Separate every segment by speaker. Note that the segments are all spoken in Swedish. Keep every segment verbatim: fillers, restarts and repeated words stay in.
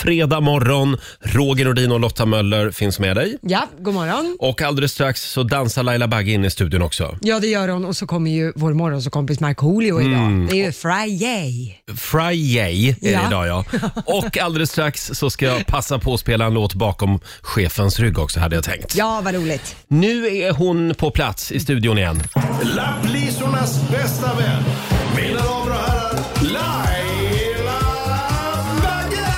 Speaker 1: fredag morgon. Roger Nordin och Lotta Möller finns med dig.
Speaker 2: Ja, god morgon.
Speaker 1: Och alldeles strax så dansar Laila Bagge in i studion också.
Speaker 2: Ja, det gör hon. Och så kommer ju vår morgonsåkompis Markoolio idag. Mm. Det är ju Friday.
Speaker 1: Friday är det
Speaker 2: ja.
Speaker 1: idag, ja. Och alldelis strax så ska jag passa på att spela en låt bakom chefens rygg också, hade jag tänkt.
Speaker 2: Ja, vad roligt.
Speaker 1: Nu är hon på plats i studion igen.
Speaker 3: Lapplisornas bästa vän. Mina damer och herrar, Laila Bagge!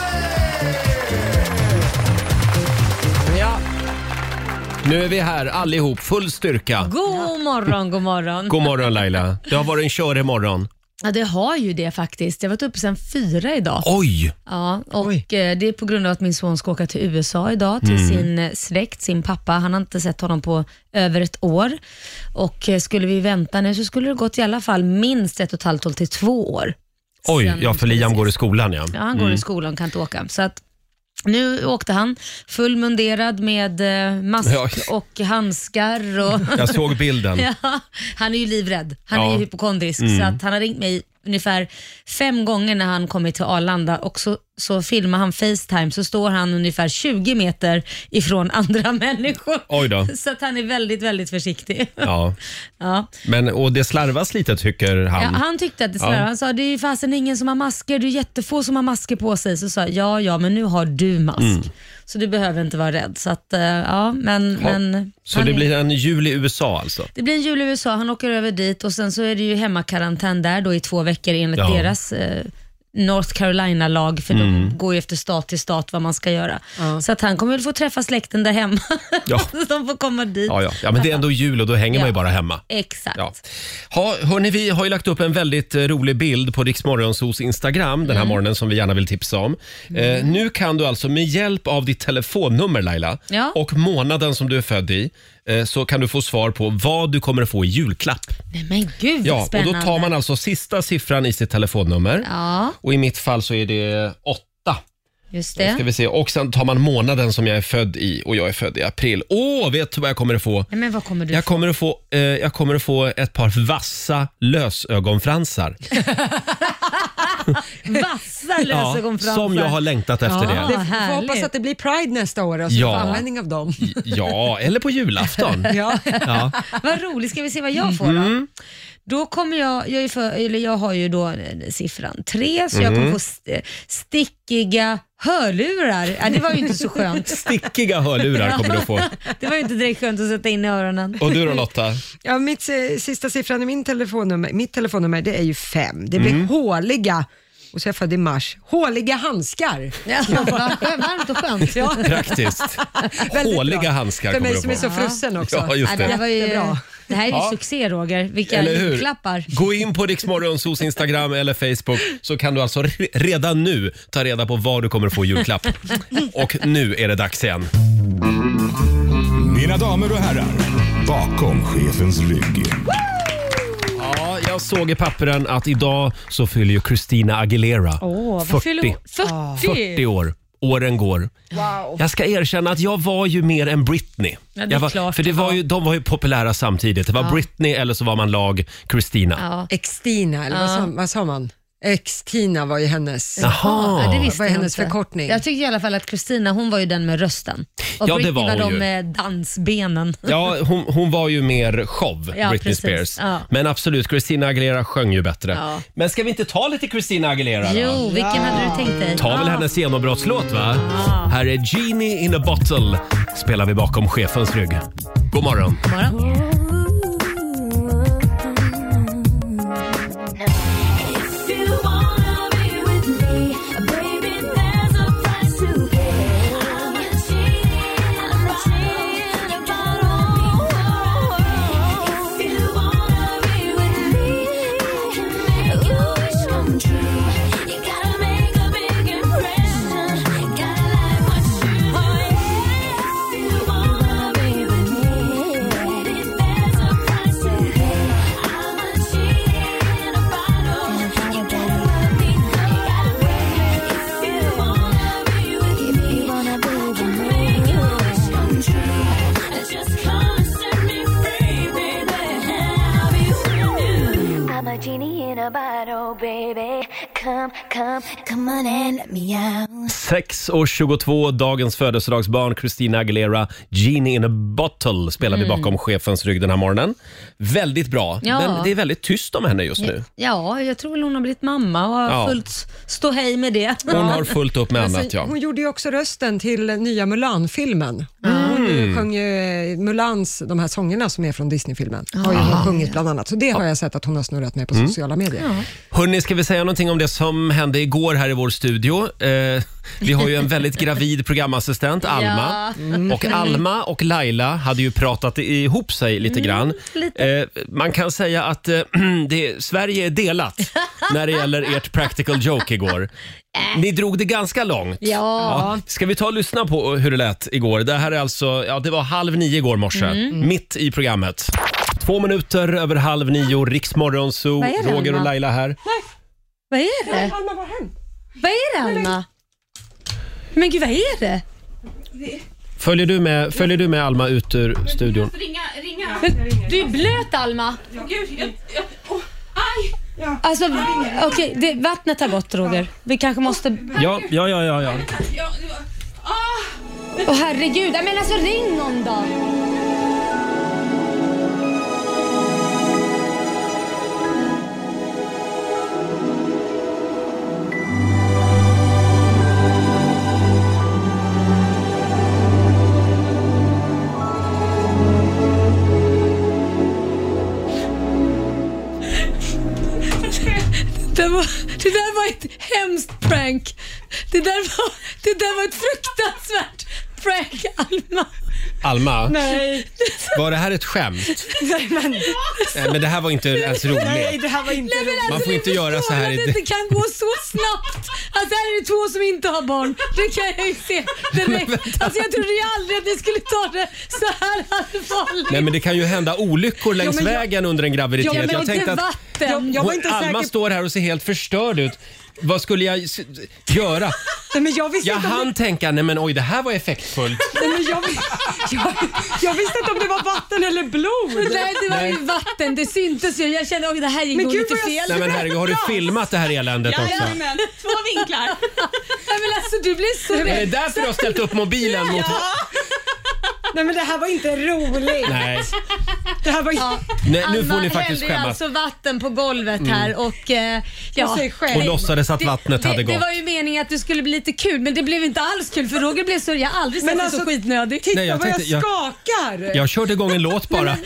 Speaker 2: Ja.
Speaker 1: Nu är vi här allihop, full styrka.
Speaker 4: God morgon, god morgon.
Speaker 1: God morgon Laila. Det har varit en körig morgon.
Speaker 4: Ja, det har ju det faktiskt. Jag har varit uppe sedan fyra idag.
Speaker 1: Oj!
Speaker 4: Ja, och
Speaker 2: Oj.
Speaker 4: det är på grund av att min son ska åka till U S A idag till
Speaker 1: Mm.
Speaker 4: sin släkt, sin pappa. Han har inte sett honom på över ett år. Och skulle vi vänta nu så skulle det gått i alla fall minst ett och ett halvt år till två år.
Speaker 1: Oj,
Speaker 4: Sen-
Speaker 1: ja för Liam går i skolan, ja.
Speaker 4: Ja, han går i skolan och kan inte åka. Så att nu åkte han fullmunderad med eh, mask
Speaker 1: Ja.
Speaker 4: och handskar. Och
Speaker 1: Jag såg bilden.
Speaker 4: ja, han är ju livrädd. Han
Speaker 1: Ja.
Speaker 4: är ju hypokondrisk.
Speaker 1: Mm.
Speaker 4: Så att han har ringt mig ungefär fem gånger när han kommit till Arlanda och så, så filmar han FaceTime, så står han ungefär tjugo meter ifrån andra människor.
Speaker 1: Oj då.
Speaker 4: Så att han är väldigt, väldigt försiktig.
Speaker 1: Ja.
Speaker 4: Ja.
Speaker 1: Men, och det slarvas lite tycker han.
Speaker 4: Ja, han tyckte att det slarvade.
Speaker 1: Ja.
Speaker 4: Han sa, det är ju fasen ingen som har masker, det är jättefå som har masker på sig. Så sa jag, ja, ja, men nu har du mask.
Speaker 1: Mm.
Speaker 4: Så du behöver inte vara rädd. Så att, eh, ja, men...
Speaker 1: Ja.
Speaker 4: men
Speaker 1: Så
Speaker 4: han
Speaker 1: det
Speaker 4: är-
Speaker 1: blir en jul i U S A alltså?
Speaker 4: Det blir en jul i U S A, han åker över dit och sen så är det ju hemmakarantän där då i två veckor enligt
Speaker 1: Ja.
Speaker 4: deras eh, North Carolina-lag, för
Speaker 1: Mm.
Speaker 4: de går ju efter stat till stat vad man ska göra.
Speaker 2: Ja.
Speaker 4: Så att han kommer väl få träffa släkten där hemma.
Speaker 1: Ja.
Speaker 4: De får komma dit.
Speaker 1: Ja, ja. ja, men det är ändå jul och då hänger man ju
Speaker 4: Ja.
Speaker 1: bara hemma.
Speaker 4: Exakt.
Speaker 1: Ja. Ha, hörni, vi har ju lagt upp en väldigt eh, rolig bild på Rix Morgonzos Instagram den här morgonen som vi gärna vill tipsa om. Eh, nu kan du alltså med hjälp av ditt telefonnummer Laila
Speaker 4: Ja.
Speaker 1: och månaden som du är född i eh, så kan du få svar på vad du kommer att få i julklapp.
Speaker 4: Nej, men gud
Speaker 1: Ja,
Speaker 4: vad
Speaker 1: och
Speaker 4: spännande.
Speaker 1: då tar man alltså sista siffran i sitt telefonnummer.
Speaker 4: Ja,
Speaker 1: Och i mitt fall så är det åtta.
Speaker 4: just
Speaker 1: Då ska
Speaker 4: det.
Speaker 1: vi se. Och sen tar man månaden som jag är född i och jag är född i april. Åh, vet du vad jag kommer att få?
Speaker 4: Nej, men vad kommer du
Speaker 1: Jag
Speaker 4: få?
Speaker 1: kommer att få, eh, jag kommer att få ett par vassa lösögonfransar.
Speaker 4: Vassa lösögonfransar.
Speaker 1: som jag har längtat efter
Speaker 4: Ja.
Speaker 1: det.
Speaker 2: Det får
Speaker 4: härligt.
Speaker 2: hoppas att det blir Pride nästa år och så
Speaker 1: Ja.
Speaker 2: får användning av dem.
Speaker 1: Ja, eller på julafton.
Speaker 2: Ja.
Speaker 1: Ja.
Speaker 4: Vad roligt, ska vi se vad jag får då?
Speaker 1: Mm.
Speaker 4: Då kommer jag, jag, är för, eller jag har ju då eh, siffran tre, så jag
Speaker 1: Mm.
Speaker 4: kommer få st- stickiga hörlurar. Ja, det var ju inte så skönt.
Speaker 1: Stickiga hörlurar kommer du att få.
Speaker 4: Det var ju inte direkt skönt att sätta in i öronen.
Speaker 1: Och du då Lotta?
Speaker 2: Ja, mitt eh, sista siffran i min telefonnummer, mitt telefonnummer det är ju fem. Det blir
Speaker 1: Mm.
Speaker 2: håliga, och så är jag född i mars, håliga handskar.
Speaker 4: Ja, vad skö- varmt och skönt. Ja.
Speaker 1: Praktiskt.
Speaker 2: Väldigt
Speaker 1: Håliga
Speaker 2: bra.
Speaker 1: handskar
Speaker 2: För
Speaker 1: kommer
Speaker 2: mig
Speaker 1: du
Speaker 2: som är
Speaker 1: att
Speaker 2: så
Speaker 1: få.
Speaker 2: frusen också.
Speaker 1: Ja, just
Speaker 4: Ja, det,
Speaker 1: det.
Speaker 4: här var ju,
Speaker 2: Jättebra.
Speaker 4: det här är ju
Speaker 1: Ja.
Speaker 4: succé Roger. Vilka
Speaker 1: Eller hur?
Speaker 4: julklappar.
Speaker 1: Gå in på Rix Morgonzos Instagram eller Facebook så kan du alltså re- redan nu ta reda på vad du kommer att få i julklapp. Och nu är det dags igen.
Speaker 3: Mina damer och herrar, bakom chefens rygg.
Speaker 1: Ja, jag såg i pappren att idag så fyller ju Christina Aguilera
Speaker 4: Åh, vad fyller hon? fyrtio?
Speaker 1: fyrtio år. Åren går.
Speaker 2: Wow.
Speaker 1: Jag ska erkänna att jag var ju mer än Britney.
Speaker 4: Ja, det är
Speaker 1: jag var,
Speaker 4: klart
Speaker 1: för det
Speaker 4: du
Speaker 1: var
Speaker 4: var.
Speaker 1: ju, de var ju populära samtidigt. Det var Britney eller så var man lag Christina.
Speaker 4: Ja.
Speaker 2: Extina, eller vad, sa, vad sa man? Ex-Tina var ju hennes.
Speaker 1: Jaha.
Speaker 4: Ja, det visste
Speaker 2: Vad är
Speaker 4: jag
Speaker 2: hennes
Speaker 4: inte.
Speaker 2: förkortning?
Speaker 4: Jag tyckte i alla fall att Kristina, hon var ju den med rösten. Och
Speaker 1: Ja, det
Speaker 4: Britney
Speaker 1: var
Speaker 4: var
Speaker 1: hon
Speaker 4: de
Speaker 1: ju.
Speaker 4: med dansbenen.
Speaker 1: Ja, hon, hon var ju mer show,
Speaker 4: Ja,
Speaker 1: Britney
Speaker 4: precis.
Speaker 1: Spears.
Speaker 4: Ja.
Speaker 1: Men absolut, Christina Aguilera sjöng ju bättre.
Speaker 4: Ja.
Speaker 1: Men ska vi inte ta lite Christina Aguilera då?
Speaker 4: Jo, vilken hade du tänkt dig?
Speaker 1: Ta väl hennes genombrottslåt va? Här är Genie in a bottle. Spelar vi bakom chefens rygg. God morgon.
Speaker 4: Morgon.
Speaker 5: I'm a genie in a bottle, baby. Come, come, come on and let me out.
Speaker 1: sex och tjugotvå, dagens födelsedagsbarn Christina Aguilera, Genie in a bottle spelar vi bakom chefens rygg den här morgonen. Väldigt bra,
Speaker 4: Ja.
Speaker 1: men det är väldigt tyst om henne just nu.
Speaker 4: Ja, jag tror väl hon har blivit mamma och har
Speaker 1: Ja.
Speaker 4: fullt ståhej med det.
Speaker 1: Hon har fullt upp med
Speaker 2: Alltså,
Speaker 1: annat, ja.
Speaker 2: hon gjorde ju också rösten till nya Mulan-filmen. Hon sjöng ju Mulans, de här sångerna som är från Disney-filmen. Har ju hon sjungit bland annat. Så det har jag sett att hon har snurrat med på sociala medier.
Speaker 1: Hörrni, ska vi säga någonting om det som hände igår här i vår studio? Eh, vi har ju en väldigt gravid programassistent, Alma. Och Alma och Laila hade ju pratat ihop sig lite grann.
Speaker 4: lite.
Speaker 1: Eh, man kan säga att eh, det, Sverige är delat när det gäller ert practical joke igår. Ni drog det ganska långt.
Speaker 4: Ja.
Speaker 1: Ska vi ta och lyssna på hur det lät igår? Det här är alltså, ja, det var halv nio igår morse,
Speaker 4: Mm.
Speaker 1: mitt i programmet. Två minuter över halv nio, Rix Morgon Zoo,
Speaker 4: Vad är det,
Speaker 1: Roger och
Speaker 4: Alma?
Speaker 1: Laila här.
Speaker 4: Vad är det?
Speaker 2: Alma, vad har hänt?
Speaker 4: Vad är det, Alma? Men gud, vad är det?
Speaker 1: Följer du med, följer du med Alma ut ur studion?
Speaker 5: Ringa, ringa.
Speaker 4: Men, du är blöt, Alma.
Speaker 5: Gud, jag, jag, oh, aj.
Speaker 4: Alltså, okej, det- vattnet har gått, Roger. Vi kanske måste...
Speaker 1: Ja, ja, ja, ja, ja.
Speaker 5: Jag, jag, ah.
Speaker 4: Åh herregud, men alltså ring någon då. Det, var, det där var ett hemskt prank. Det där var, det där var ett fruktansvärt prank, Alma.
Speaker 1: Alma,
Speaker 2: Nej,
Speaker 1: var det här ett skämt?
Speaker 2: nej men,
Speaker 1: Nej, men det här var inte ens
Speaker 2: nej,
Speaker 1: roligt.
Speaker 2: det här var inte
Speaker 4: Nej, men
Speaker 2: roligt.
Speaker 4: alltså,
Speaker 1: Man får
Speaker 4: ni
Speaker 1: inte göra
Speaker 4: förstår
Speaker 1: så här
Speaker 4: att
Speaker 1: i-
Speaker 4: det inte kan gå så snabbt. Alltså här är det två som inte har barn. Det kan jag ju se direkt. Alltså jag trodde ju aldrig att ni skulle ta det så här allvarligt.
Speaker 1: Nej, men det kan ju hända olyckor längs
Speaker 2: Ja, men jag-
Speaker 1: vägen under en graviditet.
Speaker 2: Ja,
Speaker 4: men
Speaker 1: jag
Speaker 4: inte
Speaker 1: tänkte att
Speaker 4: vatten.
Speaker 2: Jag- jag var inte
Speaker 1: Alma
Speaker 2: säker-
Speaker 1: står här och ser helt förstörd ut. Vad skulle jag s- göra?
Speaker 2: Nej, men jag visste
Speaker 1: Jag
Speaker 2: inte om
Speaker 1: hann tänka, nej men oj, det här var effektfullt.
Speaker 2: det, nej, men jag, jag, jag visste inte om det var vatten eller blod.
Speaker 4: Nej, det var ju vatten. Det syntes ju. Jag kände att det här gick
Speaker 2: Men
Speaker 4: nog
Speaker 2: gud,
Speaker 4: lite
Speaker 2: vad jag
Speaker 4: fel.
Speaker 1: Nej men herregud, har du filmat det här eländet också?
Speaker 5: Jajamän, två vinklar.
Speaker 4: Nej, men alltså du blir så
Speaker 1: Är det
Speaker 4: rädd.
Speaker 1: därför du har ställt upp mobilen mot...
Speaker 2: Nej men det här var inte roligt.
Speaker 1: Nej,
Speaker 2: Det här var inte...
Speaker 4: Ja.
Speaker 1: nej nu
Speaker 4: Alma
Speaker 1: får ni faktiskt
Speaker 4: hällde
Speaker 1: skämmas.
Speaker 4: alltså vatten på golvet här och eh, ja.
Speaker 2: sig själv.
Speaker 1: Och låtsades att vattnet
Speaker 4: det,
Speaker 1: hade
Speaker 4: det
Speaker 1: gått.
Speaker 4: var ju meningen att det skulle bli lite kul men det blev inte alls kul för Roger blev så, jag har aldrig sett
Speaker 2: Men
Speaker 4: det
Speaker 2: alltså,
Speaker 4: så skitnödigt.
Speaker 2: Titta
Speaker 1: Nej, jag
Speaker 2: vad jag
Speaker 1: tänkte- jag-
Speaker 2: skakar.
Speaker 1: Jag körde igång en låt bara.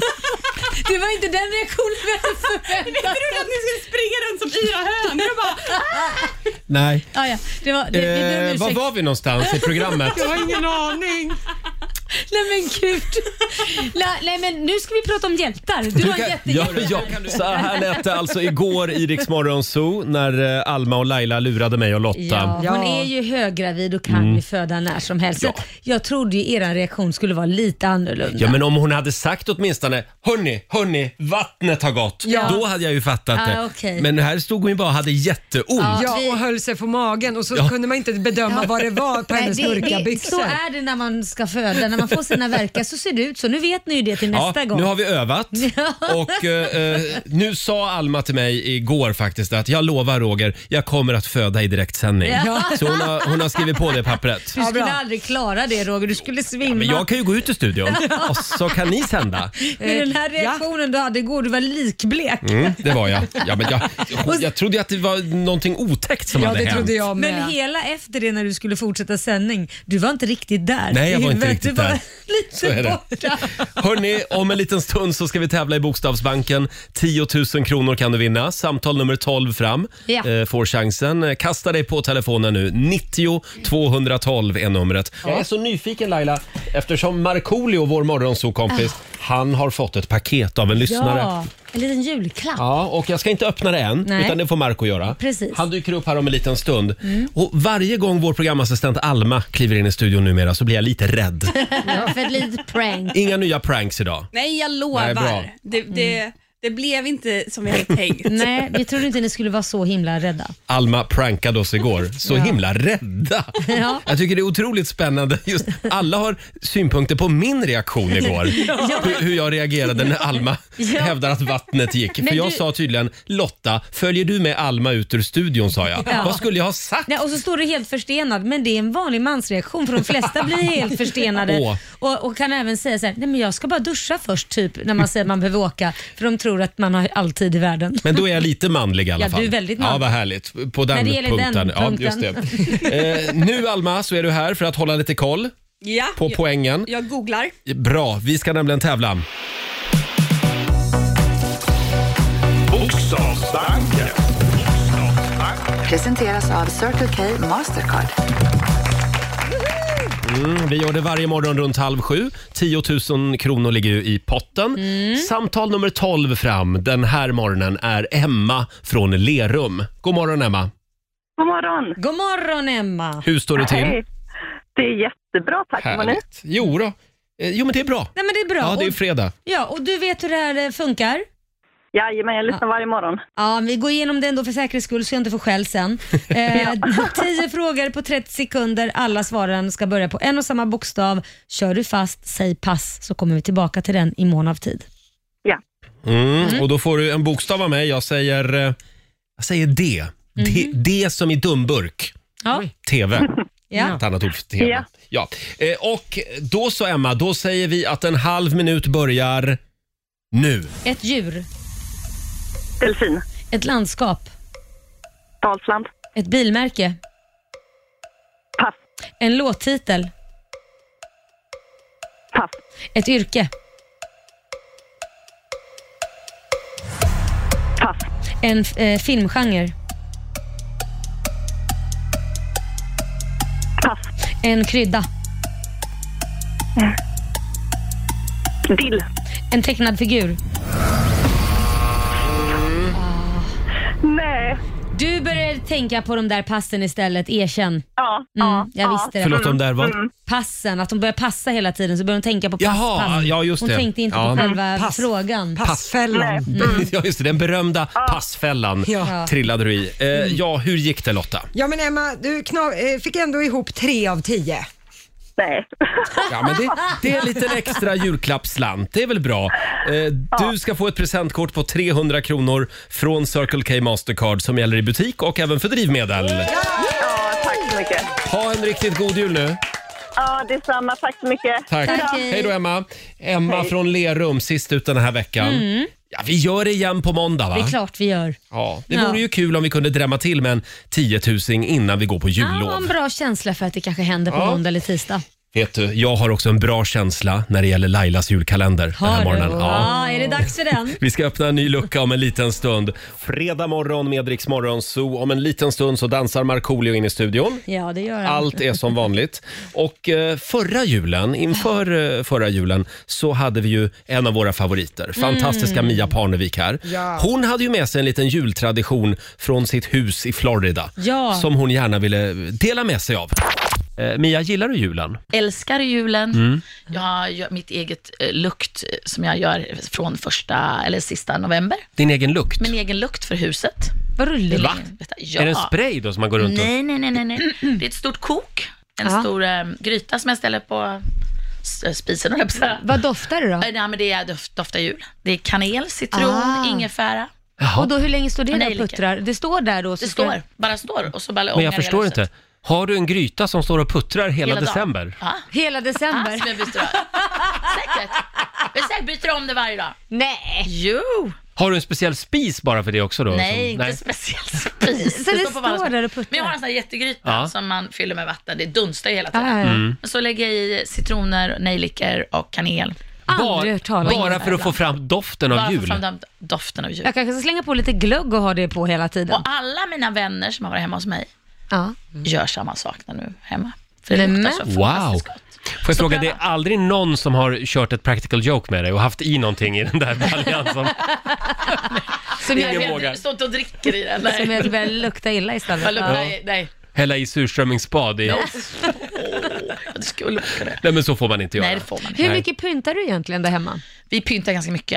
Speaker 4: Det var inte den reaktionen vi hade
Speaker 5: Jag
Speaker 4: förväntat
Speaker 5: trodde att ni skulle springa runt som yra hönor och bara...
Speaker 1: Nej.
Speaker 4: Ja, ja. Det var, det, vi ber om
Speaker 1: Eh, var
Speaker 4: ursäkt.
Speaker 1: var vi någonstans i programmet?
Speaker 2: Jag har ingen aning.
Speaker 4: Nej men gud. La, nej men nu ska vi prata om hjältar. Du,
Speaker 1: Du
Speaker 4: var
Speaker 1: kan-
Speaker 4: jättehjälte.
Speaker 1: ja, ja. Så här lät det alltså igår i Rix Morgon Zoo när eh, Alma och Laila lurade mig och Lotta.
Speaker 4: Ja,
Speaker 2: Ja.
Speaker 4: hon är ju höggravid och kan
Speaker 1: Mm.
Speaker 4: ju föda när som helst. Så
Speaker 1: Ja.
Speaker 4: jag trodde ju er reaktion skulle vara lite annorlunda.
Speaker 1: Ja, men om hon hade sagt åtminstone hörni, hörni, vattnet har gått.
Speaker 2: Ja.
Speaker 1: Då hade jag ju fattat
Speaker 4: Ah,
Speaker 1: det.
Speaker 4: okej.
Speaker 1: Men här stod hon ju bara och hade jätteont.
Speaker 4: Ja.
Speaker 2: Ja,
Speaker 4: vi-
Speaker 2: och höll sig på magen och så
Speaker 1: Ja.
Speaker 2: kunde man inte bedöma vad det var på
Speaker 4: Nej,
Speaker 2: hennes
Speaker 4: det-
Speaker 2: mörka
Speaker 4: det,
Speaker 2: byxor.
Speaker 4: så är det när man ska föda. När man får sina verkar så ser det ut så. Nu vet ni ju det till
Speaker 1: Ja,
Speaker 4: nästa gång.
Speaker 1: nu har vi övat och eh, eh, nu sa Alma till mig igår faktiskt att jag lovar Roger, jag kommer att föda i direktsändning.
Speaker 4: Ja.
Speaker 1: Så hon har, hon har skrivit på det pappret.
Speaker 4: Du skulle
Speaker 2: bra.
Speaker 4: aldrig klara det Roger, du skulle svimma.
Speaker 1: Men jag kan ju gå ut i studion och så kan ni sända.
Speaker 4: Men den här reaktionen du hade igår, du var likblek.
Speaker 1: Mm, det var jag. Ja, men jag. Jag trodde att det var någonting otäckt som
Speaker 2: Ja,
Speaker 1: hade
Speaker 2: det
Speaker 1: hänt.
Speaker 2: trodde jag med.
Speaker 4: Men hela efter det när du skulle fortsätta sändning, du var inte riktigt där.
Speaker 1: Nej, jag
Speaker 4: i
Speaker 1: var inte
Speaker 4: huvudet.
Speaker 1: riktigt
Speaker 4: du var
Speaker 1: där. Så är
Speaker 4: lite
Speaker 1: det.
Speaker 4: borta.
Speaker 1: Hörrni, om en liten stund så ska vi tävla i Bokstavsbanken. tio tusen kronor kan du vinna. Samtal nummer tolv fram
Speaker 4: Ja.
Speaker 1: eh, får chansen. Kasta dig på telefonen nu. nittio tvåhundratolv är numret. Jag är så nyfiken Laila, eftersom Markoolio, vår morgonsokompis, han har fått ett paket av en lyssnare.
Speaker 4: Ja, en liten julklapp.
Speaker 1: Ja, och jag ska inte öppna det än,
Speaker 4: Nej.
Speaker 1: utan det får Marco göra.
Speaker 4: Precis.
Speaker 1: Han dyker upp här om en liten stund. Och varje gång vår programassistent Alma kliver in i studion numera så blir jag lite rädd.
Speaker 4: För ett litet prank.
Speaker 1: Inga nya pranks idag.
Speaker 5: Nej, jag
Speaker 1: Nej, bra.
Speaker 5: lovar. Det, det, det Det blev inte som vi hade tänkt.
Speaker 4: Nej, vi trodde inte ni skulle vara så himla rädda.
Speaker 1: Alma prankade oss igår. Så
Speaker 4: Ja.
Speaker 1: himla rädda.
Speaker 4: Ja.
Speaker 1: Jag tycker det är otroligt spännande. Just, alla har synpunkter på min reaktion igår.
Speaker 4: Ja.
Speaker 1: Hur, hur jag reagerade när Alma
Speaker 4: Ja.
Speaker 1: hävdar att vattnet gick.
Speaker 4: Men
Speaker 1: För jag
Speaker 4: du-
Speaker 1: sa tydligen, Lotta, följer du med Alma ut ur studion, sa jag.
Speaker 4: Ja.
Speaker 1: Vad skulle jag ha sagt?
Speaker 4: Ja, och så står du helt förstenad, men det är en vanlig mansreaktion för de flesta blir helt förstenade.
Speaker 1: Åh.
Speaker 4: Och, och kan även säga så här, nej men jag ska bara duscha först typ när man säger att man behöver åka, för de tror att man har all tid i världen.
Speaker 1: Men då är jag lite manlig i alla
Speaker 4: Ja,
Speaker 1: fall.
Speaker 4: du är väldigt
Speaker 1: Ja,
Speaker 4: manlig.
Speaker 1: vad härligt. På den
Speaker 4: När det gäller
Speaker 1: punkten.
Speaker 4: den
Speaker 1: Ja,
Speaker 4: punkten.
Speaker 1: just det. Eh, nu Alma så är du här för att hålla lite koll
Speaker 5: Ja,
Speaker 1: på
Speaker 5: jag,
Speaker 1: poängen.
Speaker 5: jag googlar.
Speaker 1: Bra, vi ska nämligen tävla.
Speaker 3: Bokstavsbanken.
Speaker 6: Presenteras av Circle K Mastercard.
Speaker 1: Mm, vi gör det varje morgon runt halv sju. tio tusen kronor ligger ju i potten.
Speaker 4: Mm.
Speaker 1: Samtal nummer tolv fram den här morgonen är Emma från Lerum. God morgon Emma.
Speaker 7: God morgon.
Speaker 4: God morgon Emma!
Speaker 1: Hur står det till?
Speaker 7: Hej. Det är jättebra, tack. Vad var ni?
Speaker 1: Härligt. Jo då. Eh, Jo men det är bra.
Speaker 4: Nej men det är bra.
Speaker 1: Ja, det är
Speaker 4: Och,
Speaker 1: fredag.
Speaker 4: ja, och du vet hur det här eh, funkar?
Speaker 7: Jajamän, jag lyssnar varje morgon.
Speaker 4: Ja, vi går igenom det ändå för säkerhets skull så jag inte får skäll sen. Eh, tio frågor på trettio sekunder. Alla svaren ska börja på en och samma bokstav. Kör du fast, säg pass så kommer vi tillbaka till den i mån av tid.
Speaker 7: Ja.
Speaker 1: Mm. Och då får du en bokstav av mig. Jag säger, eh, jag säger D. D. D som i dumburk.
Speaker 4: Ja.
Speaker 1: T V.
Speaker 4: Ja.
Speaker 1: Ett annat ord för T V.
Speaker 7: Ja.
Speaker 1: Ja. Eh, och då så Emma, då säger vi att en halv minut börjar nu.
Speaker 4: Ett djur,
Speaker 7: Delfin.
Speaker 4: ett landskap,
Speaker 7: Dalsland.
Speaker 4: ett bilmärke,
Speaker 7: Pass.
Speaker 4: en låttitel,
Speaker 7: Pass.
Speaker 4: ett yrke,
Speaker 7: Pass.
Speaker 4: en eh, filmgenre,
Speaker 7: Pass.
Speaker 4: en krydda,
Speaker 7: Dill.
Speaker 4: en tecknad figur.
Speaker 7: Nej.
Speaker 4: Du började tänka på de där passen istället, erkänn.
Speaker 7: Ja.
Speaker 4: Mm,
Speaker 7: ja.
Speaker 4: jag
Speaker 7: ja.
Speaker 4: visste det.
Speaker 1: Förlåt, de där var...
Speaker 4: Passen, att de börjar passa hela tiden så börjar de tänka på pass,
Speaker 1: Jaha,
Speaker 4: pass.
Speaker 1: ja, just
Speaker 4: Hon
Speaker 1: det.
Speaker 4: tänkte inte
Speaker 1: Ja.
Speaker 4: på själva
Speaker 2: Pass.
Speaker 4: frågan.
Speaker 2: Passfällan.
Speaker 1: Ja just det, den berömda passfällan
Speaker 2: Ja.
Speaker 1: trillade du i. Eh, ja, hur gick det Lotta?
Speaker 2: Ja men Emma, du kna- eh, fick ändå ihop tre av tio.
Speaker 7: Nej.
Speaker 1: Ja, men det, det är en liten extra julklappsslant. Det är väl bra. Eh, du ska få ett presentkort på trehundra kronor från Circle K Mastercard som gäller i butik och även för drivmedel.
Speaker 7: Ja, tack så mycket.
Speaker 1: Ha en riktigt god jul nu.
Speaker 7: Ja, detsamma. Tack så mycket.
Speaker 1: Tack.
Speaker 4: Tack.
Speaker 1: Hej då Emma. Emma från Lerum, sist ut den här veckan. Ja, vi gör det igen på måndag va?
Speaker 4: Det är klart vi gör.
Speaker 1: Ja, det
Speaker 4: Ja.
Speaker 1: vore ju kul om vi kunde drämma till med en tiotusing innan vi går på jullov.
Speaker 4: Ja, en bra känsla för att det kanske händer på
Speaker 1: Ja.
Speaker 4: måndag eller tisdag.
Speaker 1: Vet du, jag har också en bra känsla när det gäller Lailas julkalender den här
Speaker 4: Har du?
Speaker 1: morgonen.
Speaker 4: Ja, är det dags för den?
Speaker 1: Vi ska öppna en ny lucka om en liten stund. Fredag morgon med Rix Morgon Zoo. Om en liten stund så dansar Markoolio in i studion.
Speaker 4: Ja, det gör han.
Speaker 1: Allt är som vanligt. Och eh, förra julen, inför eh, förra julen, så hade vi ju en av våra favoriter. Fantastiska
Speaker 4: Mm.
Speaker 1: Mia Parnevik här.
Speaker 2: Ja.
Speaker 1: Hon hade ju med sig en liten jultradition från sitt hus i Florida.
Speaker 4: Ja.
Speaker 1: Som hon gärna ville dela med sig av. Eh, Mia, gillar du julen?
Speaker 8: Älskar julen.
Speaker 1: Mm.
Speaker 8: Jag gör mitt eget eh, lukt eh, som jag gör från första eller sista november.
Speaker 1: Din egen lukt?
Speaker 8: Min egen lukt för huset.
Speaker 4: Vad roligt.
Speaker 1: Va?
Speaker 8: Ja.
Speaker 1: Är det en spray då som man går runt och...
Speaker 8: Nej, nej, nej, nej, nej. Det är ett stort kok. En
Speaker 4: Ja.
Speaker 8: stor eh, gryta som jag ställer på s- spisen. Och läppsa.
Speaker 4: Vad doftar det då?
Speaker 8: Nej, men det är doft, doftar jul. Det är kanel, citron,
Speaker 4: Ah.
Speaker 8: ingefära.
Speaker 4: Och då hur länge står det
Speaker 8: Och
Speaker 4: där och
Speaker 8: nejlikor.
Speaker 4: puttrar? Det står där då? så
Speaker 8: Det
Speaker 4: ska-
Speaker 8: står, bara står. Och så bara
Speaker 1: Men
Speaker 8: ångar
Speaker 1: jag
Speaker 8: hela
Speaker 1: förstår
Speaker 8: huset.
Speaker 1: inte. Har du en gryta som står och puttrar hela,
Speaker 8: Hela dagen.
Speaker 1: december?
Speaker 8: Ja.
Speaker 4: Hela december?
Speaker 8: Ah, som jag byter av. Säkert. Jag säkert byter om det varje dag.
Speaker 4: Nej.
Speaker 8: Jo.
Speaker 1: Har du en speciell spis bara för det också då?
Speaker 8: Nej,
Speaker 1: Som-
Speaker 8: inte speciellt spis.
Speaker 4: Så det
Speaker 8: på varje
Speaker 4: står
Speaker 8: sak.
Speaker 4: där och puttrar?
Speaker 8: Men jag har en sån här jättegryta
Speaker 1: Ja.
Speaker 8: som man fyller med vatten. Det dunstar ju hela tiden.
Speaker 4: Ja, ja, ja.
Speaker 1: Mm.
Speaker 8: Och så lägger jag i citroner, nejlikor och kanel.
Speaker 4: Aldrig hört talas om
Speaker 1: bara
Speaker 4: det
Speaker 1: för att
Speaker 4: där.
Speaker 1: få fram doften av
Speaker 8: Bara för
Speaker 1: jul?
Speaker 8: att få fram doften av jul.
Speaker 4: Jag kanske ska slänga på lite glögg och ha det på hela tiden.
Speaker 8: Och alla mina vänner som har varit hemma hos mig
Speaker 4: Ja.
Speaker 8: gör samma sak när nu hemma. För det
Speaker 4: Nej,
Speaker 8: luktar så
Speaker 1: Wow!
Speaker 8: fantastiskt gott.
Speaker 1: Får jag
Speaker 8: Så
Speaker 1: fråga, det
Speaker 8: pröva.
Speaker 1: är aldrig någon som har kört ett practical joke med dig och haft i någonting i den där baljan som...
Speaker 4: Som
Speaker 1: Ingen
Speaker 4: jag,
Speaker 8: Jag
Speaker 1: vågar.
Speaker 8: vet, står inte och dricker i den.
Speaker 4: som
Speaker 8: Nej.
Speaker 4: jag att det börjar lukta illa istället.
Speaker 8: Jag luktar,
Speaker 4: Ja.
Speaker 8: nej, nej.
Speaker 1: Hälla i surströmmingsspad i...
Speaker 8: Åh, jag skulle kunna det.
Speaker 1: Nej men så får man inte göra.
Speaker 8: Nej, det får man
Speaker 4: Hur
Speaker 8: inte.
Speaker 4: mycket pyntar du egentligen där hemma?
Speaker 8: Vi pyntar ganska mycket.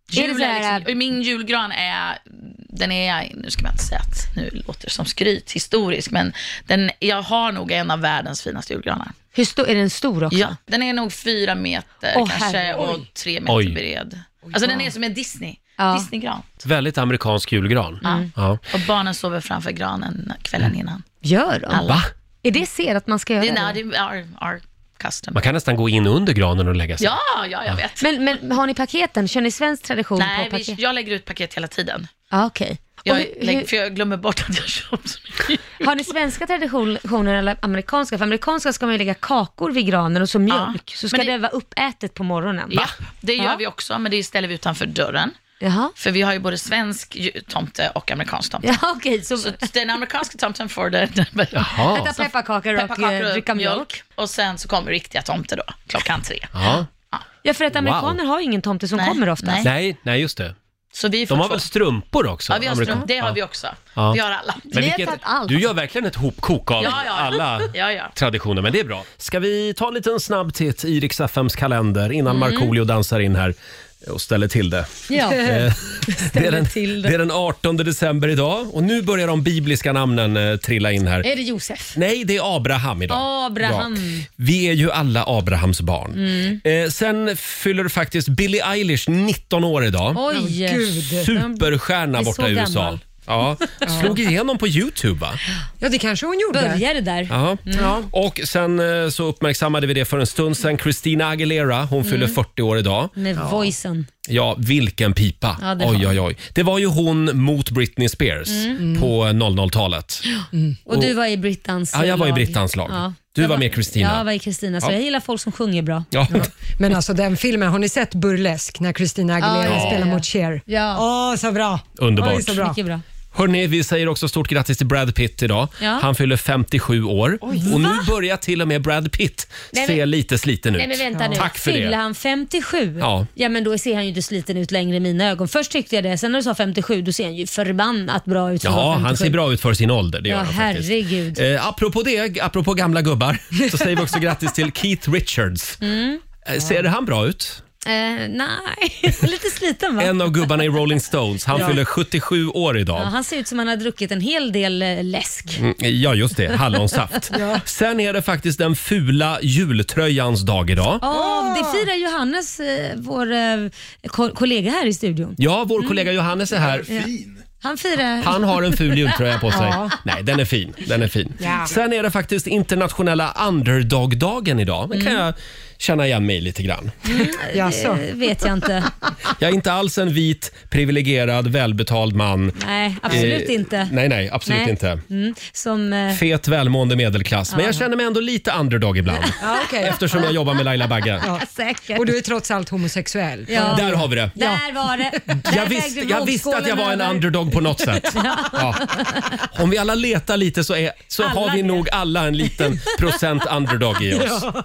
Speaker 8: Jul
Speaker 4: Är det så här-
Speaker 8: är liksom, min julgran är, den är, nu ska man inte säga att nu låter det som skryt historisk, men den, jag har nog en av världens finaste julgranar.
Speaker 4: Hur stor, är den stor också?
Speaker 8: Ja, den är nog fyra meter
Speaker 4: Åh,
Speaker 8: kanske
Speaker 4: herre.
Speaker 8: och tre meter
Speaker 1: Oj.
Speaker 8: bred. Alltså den är som en Disney,
Speaker 4: Ja.
Speaker 8: Disneygran.
Speaker 1: Väldigt amerikansk julgran.
Speaker 8: Mm.
Speaker 1: Ja.
Speaker 8: Och barnen sover framför granen kvällen innan.
Speaker 4: Gör de?
Speaker 8: Alla.
Speaker 1: Va?
Speaker 4: Är det ser att man ska göra
Speaker 8: Det är,
Speaker 4: det?
Speaker 8: nej, det är our, our custom.
Speaker 1: Man kan nästan gå in under granen och lägga sig.
Speaker 8: Ja, ja, jag vet.
Speaker 4: Men, men har ni paketen? Kör ni svensk tradition
Speaker 8: Nej,
Speaker 4: på
Speaker 8: vi,
Speaker 4: paket?
Speaker 8: jag lägger ut paket hela tiden.
Speaker 4: Ja, okej. Och
Speaker 8: Jag,
Speaker 4: hur-
Speaker 8: lägger,
Speaker 4: hur-
Speaker 8: för jag glömmer bort att jag köpt så mycket.
Speaker 4: Har ni svenska traditioner eller amerikanska? För amerikanska ska man ju lägga kakor vid granen och så mjölk. Så ska
Speaker 8: men
Speaker 4: det...
Speaker 8: det-
Speaker 4: vara uppätet på morgonen.
Speaker 8: Ja, det gör
Speaker 4: Ja.
Speaker 8: vi också, men det ställer vi utanför dörren.
Speaker 4: Jaha.
Speaker 8: För vi har ju både svensk ju- tomte och amerikansk tomte.
Speaker 4: Ja, okej. Så,
Speaker 8: Så den amerikanska tomten får det.
Speaker 1: Jaha.
Speaker 4: äta pepparkakor och,
Speaker 8: Pepparkakor
Speaker 4: eh,
Speaker 8: och
Speaker 4: dricka mjölk.
Speaker 8: mjölk. Och sen så kommer riktiga tomte då, klockan tre.
Speaker 1: Ja.
Speaker 4: Ja, för att amerikaner har ju ingen tomte som
Speaker 8: Nej,
Speaker 4: kommer oftast.
Speaker 8: nej.
Speaker 1: Nej, nej, just det.
Speaker 8: Så vi får
Speaker 1: De har
Speaker 8: två.
Speaker 1: väl strumpor också?
Speaker 8: Ja, vi har
Speaker 1: amerikan-
Speaker 8: strump. Det har
Speaker 1: Ja.
Speaker 8: vi också.
Speaker 1: Ja.
Speaker 8: Vi har alla.
Speaker 1: Men
Speaker 4: Vi har
Speaker 1: vilket,
Speaker 4: tagit allt.
Speaker 1: du gör verkligen ett hopkok av
Speaker 8: Ja, ja.
Speaker 1: alla
Speaker 8: Ja, ja.
Speaker 1: traditioner, men det är bra. Ska vi ta en liten snabb titt i Rix F M:s kalender innan Markoolio dansar in här och ställer till det.
Speaker 4: Ja.
Speaker 1: Eh, det, är den,
Speaker 4: till det.
Speaker 1: det är den artonde december idag och nu börjar de bibliska namnen eh, trilla in här.
Speaker 4: Är det Josef?
Speaker 1: Nej, det är Abraham idag.
Speaker 4: Abraham.
Speaker 1: Ja. Vi är ju alla Abrahams barn.
Speaker 4: Mm.
Speaker 1: Eh, sen fyller faktiskt Billie Eilish nitton år idag.
Speaker 4: Oj.
Speaker 2: Gud.
Speaker 1: Superstjärna
Speaker 4: är
Speaker 1: borta
Speaker 4: så
Speaker 1: i U S A.
Speaker 4: gammal.
Speaker 1: Ja, slog igenom på YouTube, va?
Speaker 2: Ja, det kanske hon gjorde.
Speaker 4: Började där.
Speaker 1: Ja.
Speaker 2: Ja.
Speaker 1: Och sen eh, så uppmärksammade vi det för en stund sedan. Christina Aguilera, hon fyller fyrtio år idag.
Speaker 4: Med voicen.
Speaker 1: Ja, vilken pipa.
Speaker 4: Ja, det har
Speaker 1: oj, oj, oj. Det var ju hon mot Britney Spears på noll noll-talet.
Speaker 4: Och du var i Brittans
Speaker 1: Ja, jag var i
Speaker 4: lag.
Speaker 1: Brittans lag.
Speaker 4: Ja.
Speaker 1: Du
Speaker 4: Jag
Speaker 1: var med Kristina.
Speaker 4: Ja, jag var i Kristina. Så
Speaker 1: Ja.
Speaker 4: jag gillar folk som sjunger bra.
Speaker 1: Ja.
Speaker 2: Men alltså den filmen, har ni sett Burlesk när Christina Aguilera
Speaker 4: Ja, ja,
Speaker 2: spelar
Speaker 4: ja.
Speaker 2: mot Cher?
Speaker 4: Ja.
Speaker 2: Åh, så bra.
Speaker 1: Underbart.
Speaker 2: Oj, så bra.
Speaker 4: Mycket bra.
Speaker 1: Hörrni, vi säger också stort grattis till Brad Pitt idag.
Speaker 4: Ja.
Speaker 1: Han fyller femtiosju år. Och nu börjar till och med Brad Pitt
Speaker 4: Nej,
Speaker 1: se
Speaker 4: men-
Speaker 1: lite sliten ut.
Speaker 4: Nej men vänta nu.
Speaker 1: Tack för
Speaker 4: Fyller
Speaker 1: det.
Speaker 4: han femtiosju?
Speaker 1: Ja.
Speaker 4: Ja men då ser han ju inte sliten ut längre i mina ögon. Först tyckte jag det, sen när du sa femtiosju då ser han ju förbannat bra ut. för att vara
Speaker 1: Ja, han
Speaker 4: femtiosju.
Speaker 1: ser bra ut för sin ålder. Det gör
Speaker 4: Ja
Speaker 1: han faktiskt.
Speaker 4: herregud.
Speaker 1: Eh, apropå det, apropå gamla gubbar, så säger vi också grattis till Keith Richards.
Speaker 4: Mm.
Speaker 1: Eh, ser han bra ut?
Speaker 4: Eh, nej, lite sliten va?
Speaker 1: En av gubbarna i Rolling Stones. Han
Speaker 4: Ja.
Speaker 1: fyller sjuttiosju år idag.
Speaker 4: Ja, han ser ut som han har druckit en hel del eh, läsk.
Speaker 1: Mm, ja, just det. Hallonsaft. Sen är det faktiskt den fula jultröjans dag idag.
Speaker 4: Oh, det firar Johannes, eh, vår eh, ko- kollega här i studion.
Speaker 1: Ja, vår kollega Johannes är här.
Speaker 4: Han firar...
Speaker 1: Han har en ful jultröja på sig.
Speaker 2: Ja.
Speaker 1: Nej, den är fin. Den är fin.
Speaker 2: Ja.
Speaker 1: Sen är det faktiskt internationella underdog-dagen idag. Det kan jag känna igen mig lite grann.
Speaker 2: Jaså?
Speaker 4: Eh, vet jag inte.
Speaker 1: Jag är inte alls en vit, privilegierad, välbetald man.
Speaker 4: Nej, absolut
Speaker 1: Eh,
Speaker 4: inte.
Speaker 1: Nej, nej, absolut
Speaker 4: Nej.
Speaker 1: inte.
Speaker 4: Mm, som... Eh,
Speaker 1: Fet, välmående medelklass. Men jag känner mig ändå lite underdog ibland.
Speaker 2: Ja, okej.
Speaker 1: Eftersom jag jobbar med Laila Bagge.
Speaker 4: säkert.
Speaker 2: Och du är trots allt homosexuell.
Speaker 4: Ja.
Speaker 1: Där har vi det.
Speaker 4: Där var det. Där
Speaker 1: Jag visste,
Speaker 4: vägde
Speaker 1: jag visste att jag var en
Speaker 4: vågskålen över.
Speaker 1: underdog på något sätt. Ja. Om vi alla letar lite så, är, så
Speaker 4: Alla
Speaker 1: har vi
Speaker 4: det.
Speaker 1: nog alla en liten procent underdog i oss.
Speaker 4: Ja,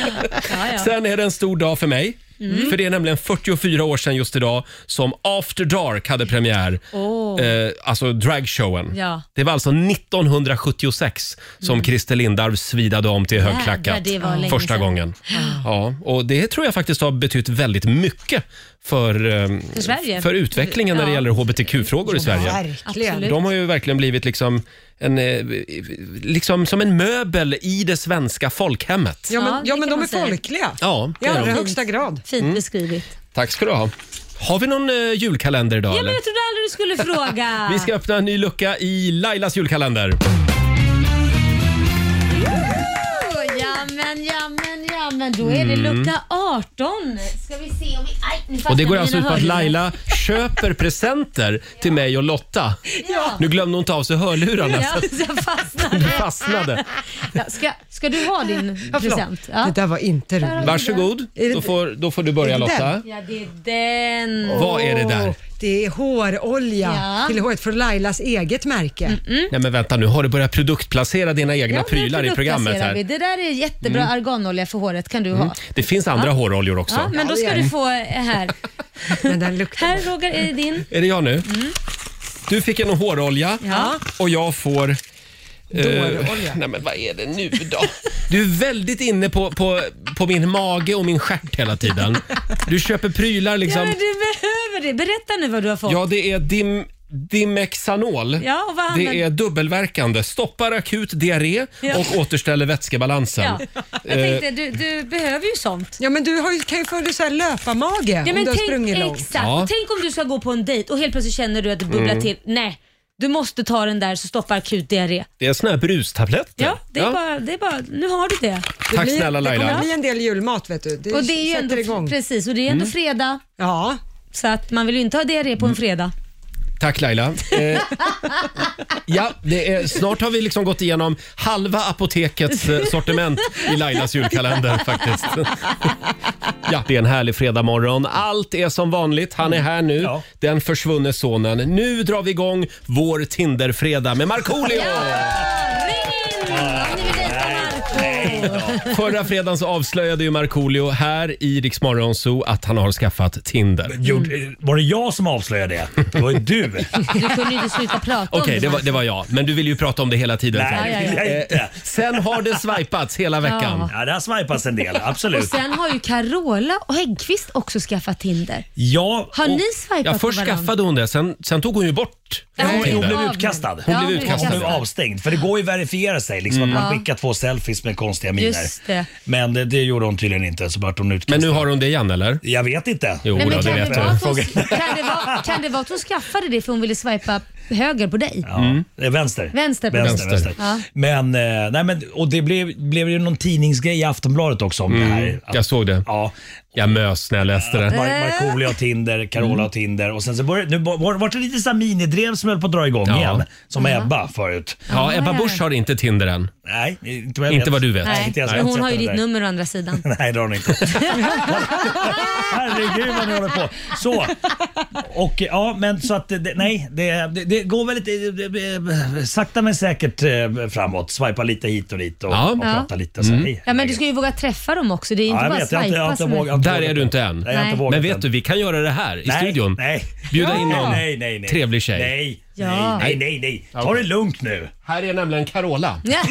Speaker 4: ja.
Speaker 1: Sen är det en stor dag för mig.
Speaker 4: Mm.
Speaker 1: För det är nämligen fyrtiofyra år sedan just idag som After Dark hade premiär.
Speaker 4: Åh.
Speaker 1: Eh, alltså dragshowen.
Speaker 4: Ja.
Speaker 1: Det var alltså nittonhundrasjuttiosex som Christer Lindarw svidade om till högklackat
Speaker 4: Jävlar, det var länge
Speaker 1: första
Speaker 4: sedan.
Speaker 1: gången. Ja, och det tror jag faktiskt har betytt väldigt mycket för, eh,
Speaker 4: För Sverige.
Speaker 1: för utvecklingen när det
Speaker 4: Ja.
Speaker 1: gäller H B T Q-frågor i Sverige.
Speaker 2: Verkligen.
Speaker 4: Absolut.
Speaker 1: De har ju verkligen blivit liksom en, eh, liksom som en möbel i det svenska folkhemmet.
Speaker 2: Ja, men,
Speaker 4: Ja,
Speaker 2: ja,
Speaker 4: det
Speaker 2: men
Speaker 4: kan
Speaker 2: de
Speaker 4: man
Speaker 2: är
Speaker 4: säga.
Speaker 2: folkliga.
Speaker 1: Ja, det
Speaker 2: I
Speaker 1: är
Speaker 2: allra
Speaker 1: de.
Speaker 2: högsta grad.
Speaker 4: Fint
Speaker 1: Mm.
Speaker 4: beskrivit.
Speaker 1: Tack ska du ha. Har vi någon eh, julkalender idag?
Speaker 4: Ja, men
Speaker 1: eller?
Speaker 4: jag trodde aldrig du skulle fråga.
Speaker 1: Vi ska öppna en ny lucka i Lailas julkalender.
Speaker 4: Ja men, ja men, ja men då är det lucka arton. Ska vi se om vi... Aj, nu
Speaker 1: Och det
Speaker 4: fastnade
Speaker 1: går alltså ut
Speaker 4: mina
Speaker 1: på att
Speaker 4: hörlurar.
Speaker 1: Laila köper presenter till mig och Lotta.
Speaker 4: Ja.
Speaker 1: Nu glömde hon ta av sig hörlurarna
Speaker 4: Ja,
Speaker 1: så
Speaker 4: så jag fastnade.
Speaker 1: du fastnade.
Speaker 4: Ja, ska, ska du ha din
Speaker 2: Ja, förlåt.
Speaker 4: present?
Speaker 2: Det
Speaker 4: Ja.
Speaker 2: där var inte roligt.
Speaker 1: Varsågod,
Speaker 2: Är det-
Speaker 1: då får, då får du börja
Speaker 2: är det
Speaker 1: Lotta.
Speaker 2: den?
Speaker 4: ja, det är den.
Speaker 1: Vad är det där?
Speaker 2: Åh, det är hårolja
Speaker 4: Ja.
Speaker 2: till håret från Lailas eget märke.
Speaker 1: Nej men vänta nu, har du börjat produktplacera dina egna
Speaker 4: Ja, men
Speaker 1: prylar i programmet
Speaker 4: produktplacerar vi.
Speaker 1: här? Mm.
Speaker 4: Det där är jättebra arganolja för håret, kan du ha.
Speaker 1: Det finns andra håroljor också.
Speaker 4: Ja, men då ska du få här.
Speaker 2: Men den luktar
Speaker 4: Här
Speaker 2: gott.
Speaker 4: Roger, är det din.
Speaker 1: Är det jag nu? Du fick en hårolja
Speaker 4: Ja.
Speaker 1: och jag får... eh,
Speaker 2: Dårolja.
Speaker 1: nej men vad är det nu då? Du är väldigt inne på, på, på min mage och min stjärt hela tiden. Du köper prylar
Speaker 4: Ja,
Speaker 1: liksom...
Speaker 4: men du behöver kommer det? Berätta nu vad du har fått.
Speaker 1: Ja, det är dim... Dimexanol.
Speaker 4: Ja, och vad
Speaker 1: det
Speaker 4: använder-
Speaker 1: är dubbelverkande. Stoppar akut diarré
Speaker 4: Ja.
Speaker 1: och återställer vätskebalansen.
Speaker 4: Ja. Jag tänkte, du, du behöver ju sånt.
Speaker 2: Ja, men du har ju, kan ju få så här löparmage
Speaker 4: Ja,
Speaker 2: om
Speaker 4: men
Speaker 2: du har
Speaker 4: tänk,
Speaker 2: sprungit långt.
Speaker 4: exakt.
Speaker 1: Ja.
Speaker 4: Tänk om du ska gå på en dejt och helt plötsligt känner du att det bubblar
Speaker 1: Mm.
Speaker 4: till. Nej, du måste ta den där så stoppar akut diarré.
Speaker 1: Det är såna här brustabletter.
Speaker 4: Ja, det är, Bara, det är bara, nu har du det.
Speaker 2: Det
Speaker 1: Tack
Speaker 2: blir,
Speaker 1: snälla
Speaker 2: Det
Speaker 1: Laila.
Speaker 2: kommer bli en del julmat, vet du. Det,
Speaker 4: Och det är ju
Speaker 2: sätter
Speaker 4: ändå,
Speaker 2: igång.
Speaker 4: precis, och det är ändå fredag.
Speaker 2: Ja.
Speaker 4: Så att man vill ju inte ha diarré på en fredag.
Speaker 1: Tack Laila. Eh, ja, det är, snart har vi liksom gått igenom halva apotekets eh, sortiment i Lailas julkalender faktiskt. Ja, det är en härlig fredagmorgon. Allt är som vanligt. Han är här nu.
Speaker 9: Ja.
Speaker 1: Den försvunne sonen. Nu drar vi igång vår Tinder-fredag med Markoolio.
Speaker 4: Ring in om ni vill dejta Marco.
Speaker 1: Förra fredagen så avslöjade ju Markoolio här i Rix Morgon Zoo att han har skaffat Tinder.
Speaker 9: Gjorde- Var det jag som avslöjade det? Det var ju du.
Speaker 4: Du kunde ju inte sluta prata om
Speaker 1: Okej, det, var, det var jag. Men du vill ju prata om det hela tiden.
Speaker 9: Nej,
Speaker 4: Ja, ja,
Speaker 9: det
Speaker 4: ja.
Speaker 9: vill jag inte.
Speaker 1: Sen har det swipats hela veckan.
Speaker 9: Ja, det har swipats en del,
Speaker 4: Och
Speaker 9: absolut.
Speaker 4: sen har ju Carola och Häggkvist också skaffat Tinder.
Speaker 9: Ja,
Speaker 4: Har
Speaker 9: och-
Speaker 4: ni swipat
Speaker 1: Ja,
Speaker 4: på
Speaker 1: först
Speaker 4: varandra?
Speaker 1: skaffade hon det, sen, sen tog hon ju bort
Speaker 4: Ja,
Speaker 1: eh,
Speaker 9: Hon, hon
Speaker 1: Tinder.
Speaker 9: blev
Speaker 4: Av-
Speaker 9: utkastad.
Speaker 1: Hon
Speaker 4: Ja,
Speaker 1: blev
Speaker 4: hon
Speaker 1: utkastad.
Speaker 9: Hon blev avstängd. För det går ju att verifiera sig. Liksom att man skickar två selfies med konstiga miner.
Speaker 4: Just det.
Speaker 9: Men det, det gjorde hon tydligen inte, så vart hon utkastad.
Speaker 1: Men nu har hon det igen eller?
Speaker 9: Jag vet inte.
Speaker 1: Jo,
Speaker 4: Nej, men
Speaker 1: då, det
Speaker 4: kan, det
Speaker 1: vet
Speaker 4: vara
Speaker 1: jag.
Speaker 4: att hon,
Speaker 9: Fråga-
Speaker 4: kan, det vara, kan det vara att hon skaffade det för hon ville swipa höger på dig?
Speaker 9: Ja, det är vänster.
Speaker 4: Vänster på
Speaker 9: vänster,
Speaker 1: dig.
Speaker 9: vänster.
Speaker 4: Ja.
Speaker 9: Men, eh, nej, men, och det blev, blev ju någon tidningsgrej i Aftonbladet också om det här. Att,
Speaker 1: Jag såg det.
Speaker 9: ja,
Speaker 1: Jag mös när jag läste det.
Speaker 9: Mar- Markoolio har Tinder, Carola har Tinder och sen så började, nu var var det lite så här minidrev som höll på att dra igång
Speaker 1: Ja.
Speaker 9: igen. Som Ebba förut.
Speaker 1: Ja, Ebba
Speaker 4: ja, ja.
Speaker 1: Busch har inte Tinder än.
Speaker 9: Nej, inte vad jag
Speaker 1: Inte
Speaker 9: vet.
Speaker 1: vad du vet.
Speaker 9: Nej,
Speaker 4: Nej,
Speaker 9: inte jag,
Speaker 4: men
Speaker 9: jag
Speaker 4: hon
Speaker 9: sett
Speaker 4: har ju
Speaker 9: det
Speaker 4: ditt
Speaker 9: där.
Speaker 4: nummer å andra sidan.
Speaker 9: Nej, det har hon inte. Herregud vad ni håller på. Så. Och ja, men så att det, nej, det, det, det går väldigt det, det, sakta men säkert eh, framåt. Swipa lite hit och dit och,
Speaker 1: Ja.
Speaker 9: och
Speaker 4: Ja.
Speaker 9: prata lite. Så, hej,
Speaker 4: Ja, men du ska ju våga träffa dem också. Det är inte
Speaker 9: Ja, jag
Speaker 4: bara
Speaker 9: vet, jag har inte, jag har
Speaker 4: swipa
Speaker 9: inte
Speaker 4: som är...
Speaker 9: vågat.
Speaker 1: Där är du inte än.
Speaker 9: Nej, jag har inte
Speaker 4: Nej.
Speaker 9: vågat
Speaker 1: Men vet
Speaker 9: än.
Speaker 1: du, vi kan göra det här i
Speaker 9: Nej,
Speaker 1: studion.
Speaker 9: Nej.
Speaker 1: Bjuda in någon
Speaker 9: Nej, nej, nej.
Speaker 1: trevlig tjej.
Speaker 9: Nej,
Speaker 4: Ja.
Speaker 9: nej, nej, nej. Ta det lugnt nu.
Speaker 1: Här är nämligen Carola.
Speaker 4: Ja.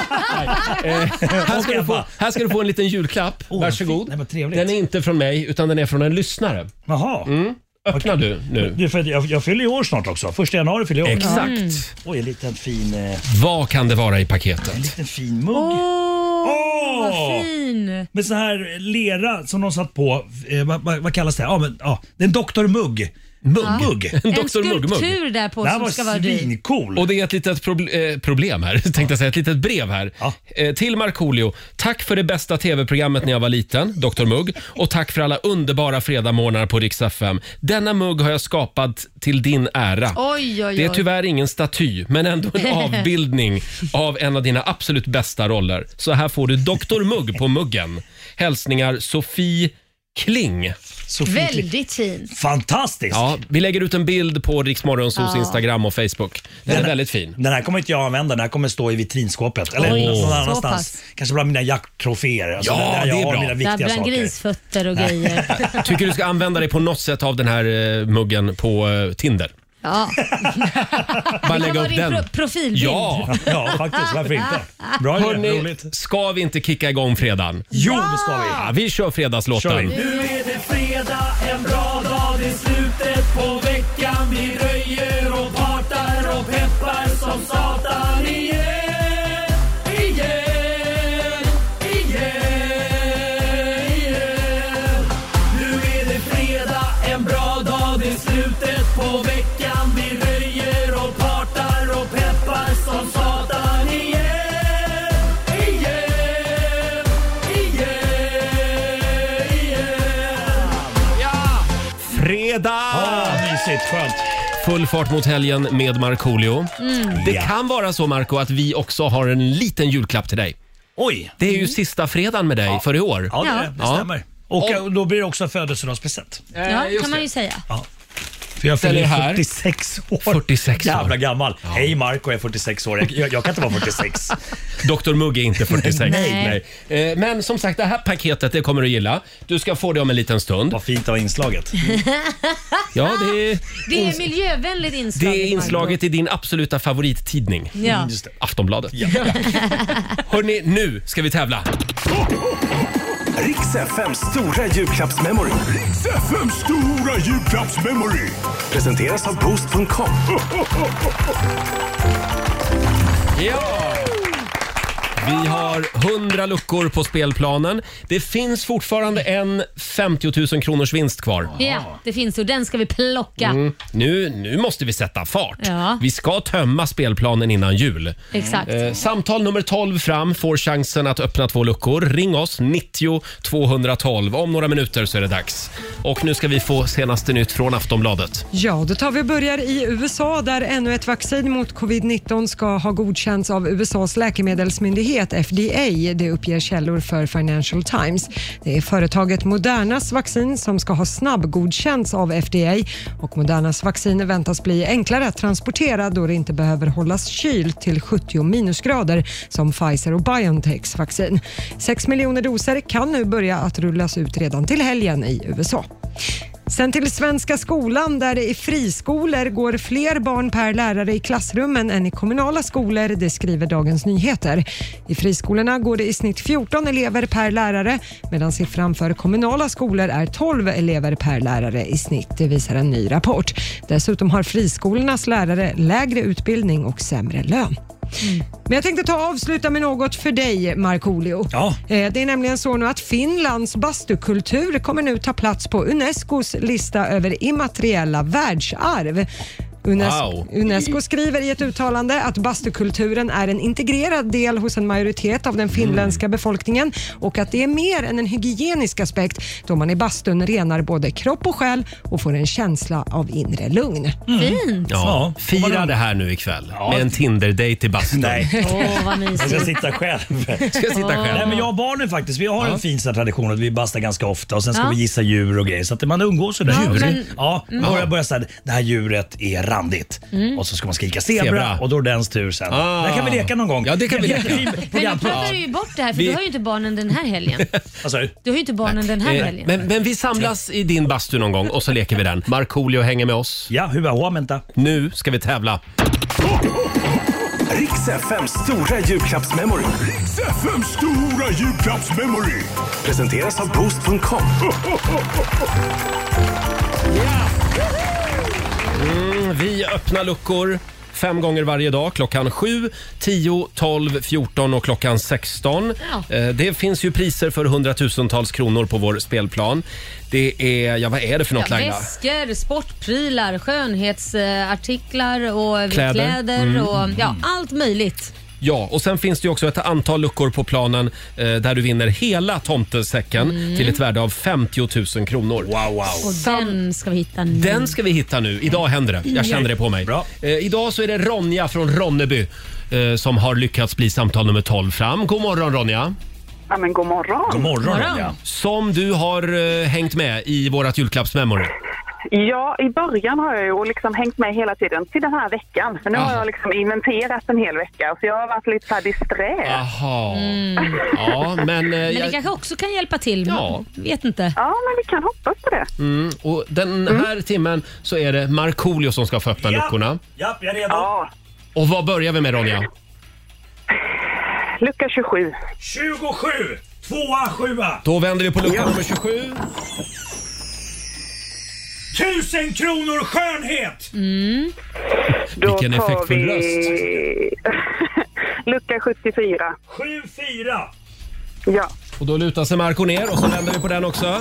Speaker 1: Här ska, du få, här ska du få en liten julklapp.
Speaker 9: Oh, vad
Speaker 1: Varsågod.
Speaker 9: fint. Nej, vad trevligt.
Speaker 1: Den är inte från mig, utan den är från en lyssnare.
Speaker 9: Jaha.
Speaker 1: Öppna du nu.
Speaker 9: Du, för att jag, jag fyller i år snart också. Första januari fyller jag år.
Speaker 1: Exakt.
Speaker 9: Oj, en liten fin, eh,
Speaker 1: Vad kan det vara i paketet?
Speaker 9: en liten fin mugg.
Speaker 4: Åh,
Speaker 9: Åh!
Speaker 4: vad fin.
Speaker 9: Med så här lera som de satt på, eh, vad, vad, vad kallas det? Ja, men, ja, det är en doktor Mugg. Mugg. Mugg.
Speaker 1: En
Speaker 4: En
Speaker 1: doktor Mugg-mugg.
Speaker 4: skulptur där på
Speaker 9: Det här
Speaker 4: som
Speaker 9: var
Speaker 4: ska vara du.
Speaker 9: svincool.
Speaker 1: Och det är ett litet proble- eh, problem här, tänkte jag säga. Ett litet brev här.
Speaker 9: Ja.
Speaker 1: Eh, till Markoolio. Tack för det bästa tv-programmet när jag var liten, doktor Mugg. Och tack för alla underbara fredagmorgnar på Rix F M. Denna mugg har jag skapat till din ära.
Speaker 4: Oj, oj,
Speaker 1: Det är
Speaker 4: oj.
Speaker 1: tyvärr ingen staty, men ändå en avbildning av en av dina absolut bästa roller. Så här får du doktor Mugg på muggen. Hälsningar Sofie Kling.
Speaker 9: Sofie Kling.
Speaker 4: Väldigt fin.
Speaker 9: Fantastiskt.
Speaker 1: Ja, vi lägger ut en bild på Rix Morgonzoos
Speaker 4: Ja.
Speaker 1: Instagram och Facebook. Den är väldigt fin.
Speaker 9: Den här kommer inte jag använda, den här kommer stå i vitrinskåpet. Eller
Speaker 4: Oj,
Speaker 9: någon
Speaker 4: så
Speaker 9: annanstans.
Speaker 4: pass.
Speaker 9: Kanske bland mina jakttroféer. Alltså
Speaker 1: Ja,
Speaker 9: där jag
Speaker 1: det är
Speaker 9: har
Speaker 1: bra.
Speaker 9: mina
Speaker 4: Där
Speaker 9: viktiga
Speaker 4: bland
Speaker 9: saker.
Speaker 4: grisfötter och grejer.
Speaker 1: Tycker du ska använda dig på något sätt av den här eh, muggen på eh, Tinder.
Speaker 4: Ja.
Speaker 1: Bara
Speaker 4: Det
Speaker 1: lägga
Speaker 4: kan vara
Speaker 1: upp
Speaker 4: din
Speaker 1: den.
Speaker 4: pro- profilbild.
Speaker 1: Ja!
Speaker 9: Ja, faktiskt. Varför inte? Bra idé,
Speaker 1: Hörrni,
Speaker 9: roligt.
Speaker 1: ska vi inte kicka igång fredagen?
Speaker 9: Jo, det ska vi.
Speaker 1: Ja, vi kör fredagslåten.
Speaker 9: Kör vi.
Speaker 10: Nu är det fredag, en bra dag, det är slutet på veckan. Vi röjer och partar och peppar som satan igen, igen, igen, igen. Nu är det fredag, en bra dag, det är slutet på veckan. Vi röjer och partar och peppar som satan igen, igen, igen, igen.
Speaker 1: Fredag!
Speaker 9: Ah, mysigt, skönt.
Speaker 1: Full fart mot helgen med Markoolio. Det
Speaker 9: Ja.
Speaker 1: kan vara så, Marco, att vi också har en liten julklapp till dig.
Speaker 9: Oj.
Speaker 1: Det är ju sista fredagen med dig för i år.
Speaker 9: Ja, det,
Speaker 4: Ja.
Speaker 9: det stämmer. Och
Speaker 1: Och-
Speaker 9: då blir det också födelsedagspresent.
Speaker 4: Ja, kan man ju säga.
Speaker 9: För jag
Speaker 1: Den är
Speaker 9: fyller
Speaker 1: här.
Speaker 9: fyrtiosex år.
Speaker 1: fyrtiosex år.
Speaker 9: Jävla gammal. Hej Marco, jag är fyrtiosex år. Jag, jag kan inte vara fyrtiosex.
Speaker 1: doktor Mugg är inte fyrtiosex.
Speaker 4: Nej.
Speaker 1: Nej. Eh, Men som sagt, det här paketet det kommer du gilla. Du ska få det om en liten stund.
Speaker 9: Vad fint det var inslaget.
Speaker 1: Ja, det är,
Speaker 4: Det är miljövänligt inslag.
Speaker 1: det är inslaget i din absoluta favorittidning.
Speaker 4: Ja.
Speaker 9: Just det.
Speaker 1: Aftonbladet. Hörrni, nu ska vi tävla.
Speaker 11: Rix F M:s stora julklappsmemory. Rix F M:s stora julklappsmemory. Presenteras av Boost punkt com.
Speaker 1: Ja! Vi har hundra luckor på spelplanen. Det finns fortfarande en femtio tusen kronors vinst kvar.
Speaker 4: Ja, det finns och den ska vi plocka.
Speaker 1: Mm. Nu, nu måste vi sätta fart.
Speaker 4: Ja.
Speaker 1: Vi ska tömma spelplanen innan jul.
Speaker 4: Exakt.
Speaker 1: Eh, samtal nummer tolv fram får chansen att öppna två luckor. Ring oss, nittio tvåhundratolv. Om några minuter så är det dags. Och nu ska vi få senaste nytt från Aftonbladet.
Speaker 2: Ja, då tar vi och börjar i U S A där ännu ett vaccin mot covid nitton ska ha godkänts av U S A:s läkemedelsmyndighet F D A. Det uppger källor för Financial Times. Det är företaget Modernas vaccin som ska ha snabbgodkänts av F D A och Modernas vaccin väntas bli enklare att transportera då det inte behöver hållas kylt till sjuttio minusgrader som Pfizer och BioNTechs vaccin. Sex miljoner doser kan nu börja att rullas ut redan till helgen i U S A. Sen till Svenska skolan där det i friskolor går fler barn per lärare i klassrummen än i kommunala skolor, det skriver Dagens Nyheter. I friskolorna går det i snitt fjorton elever per lärare medan siffran för kommunala skolor är tolv elever per lärare i snitt, det visar en ny rapport. Dessutom har friskolornas lärare lägre utbildning och sämre lön. Mm. Men jag tänkte ta och avsluta med något för dig, Markoolio.
Speaker 9: Ja.
Speaker 2: Det är nämligen så nu att Finlands bastukultur kommer nu ta plats på Unescos lista över immateriella världsarv. UNESCO,
Speaker 1: Wow.
Speaker 2: UNESCO skriver i ett uttalande att bastukulturen är en integrerad del hos en majoritet av den finländska befolkningen och att det är mer än en hygienisk aspekt då man i bastun renar både kropp och själ och får en känsla av inre lugn.
Speaker 4: Mm. Fint!
Speaker 1: Ja, fira det här nu ikväll
Speaker 9: Ja.
Speaker 1: med en Tinder-date i bastun.
Speaker 9: Nej.
Speaker 4: Åh, vad
Speaker 9: Jag ska
Speaker 4: mysigt.
Speaker 9: sitta själv.
Speaker 1: Ska sitta själv.
Speaker 9: Nej, men jag och barnen faktiskt, vi har
Speaker 1: Ja.
Speaker 9: en fin sån här tradition att vi bastar ganska ofta och sen ska
Speaker 4: Ja.
Speaker 9: vi gissa djur och grejer så att man umgås sådär.
Speaker 4: Ja, men-
Speaker 9: Ja,
Speaker 4: Mm.
Speaker 9: börjar börja säga det här djuret är randigt. Och så ska man skrika zebra,
Speaker 1: Zebra.
Speaker 9: och då är det dens tur sen.
Speaker 1: Ah.
Speaker 9: Det kan vi leka någon gång.
Speaker 1: Ja, det kan vi leka.
Speaker 4: Men nu pratar du ju bort det här för
Speaker 1: Vi-
Speaker 4: du har ju inte barnen den här helgen.
Speaker 9: Vad sa du?
Speaker 4: Du har ju inte barnen den här
Speaker 1: Eh,
Speaker 4: helgen.
Speaker 1: Men, men vi samlas i din bastu någon gång och så leker vi den. Markoolio hänger med oss.
Speaker 9: Ja, hur var vänta.
Speaker 1: Nu ska vi tävla.
Speaker 11: Rix F M:s stora julklappsmemory. Rix F M:s stora julklappsmemory. Presenteras av Boost punkt com.
Speaker 1: Mm, vi öppnar luckor fem gånger varje dag. Klockan sju, tio, tolv, fjorton och klockan sexton.
Speaker 4: Ja.
Speaker 1: Eh, Det finns ju priser för hundratusentals kronor på vår spelplan. Det är, ja vad är det för något,
Speaker 4: Ja,
Speaker 1: Laila?
Speaker 4: väskor, sportprylar, skönhetsartiklar och
Speaker 1: Kläder.
Speaker 4: kläder,
Speaker 1: Mm.
Speaker 4: och ja, allt möjligt.
Speaker 1: Ja, och sen finns det ju också ett antal luckor på planen eh, där du vinner hela tomtesäcken
Speaker 4: Mm.
Speaker 1: till ett värde av femtio tusen kronor.
Speaker 9: Wow, wow.
Speaker 4: Och den ska vi hitta nu.
Speaker 1: Den ska vi hitta nu. Idag händer det. Jag känner det på mig.
Speaker 9: Bra.
Speaker 1: Eh, idag så är det Ronja från Ronneby eh, som har lyckats bli samtal nummer tolv fram. God morgon Ronja.
Speaker 7: Ja, men god morgon.
Speaker 9: God morgon,
Speaker 4: morgon.
Speaker 9: Ronja.
Speaker 1: Som du har eh, hängt med i vårat julklappsmemory.
Speaker 7: Ja, i början har jag ju liksom hängt med hela tiden till den här veckan. För nu
Speaker 1: Aha.
Speaker 7: har jag liksom inventerat en hel vecka. Så jag har varit lite så här disträ.
Speaker 1: Jaha.
Speaker 4: Mm.
Speaker 1: Ja, men... Eh,
Speaker 4: Men det
Speaker 1: jag,
Speaker 4: kanske också kan hjälpa till.
Speaker 1: Ja.
Speaker 4: Man vet inte.
Speaker 7: Ja, men vi kan hoppas på det.
Speaker 1: mm, och den här timmen så är det Markoolio som ska få öppna luckorna.
Speaker 9: Ja, jag är redo.
Speaker 7: Ja,
Speaker 1: Och vad börjar vi med Ronja?
Speaker 7: lucka tjugosju.
Speaker 9: tjugosju! Tvåa, sjua!
Speaker 1: Då vänder vi på lucka nummer tjugosju.
Speaker 9: Tusen kronor skönhet!
Speaker 7: Då
Speaker 1: Vilken
Speaker 7: tar
Speaker 1: effektfull
Speaker 7: vi...
Speaker 1: röst.
Speaker 7: lucka sjuttiofyra.
Speaker 9: sju fyra!
Speaker 7: Ja.
Speaker 1: Och då lutar sig Marco ner och så vänder vi på den också.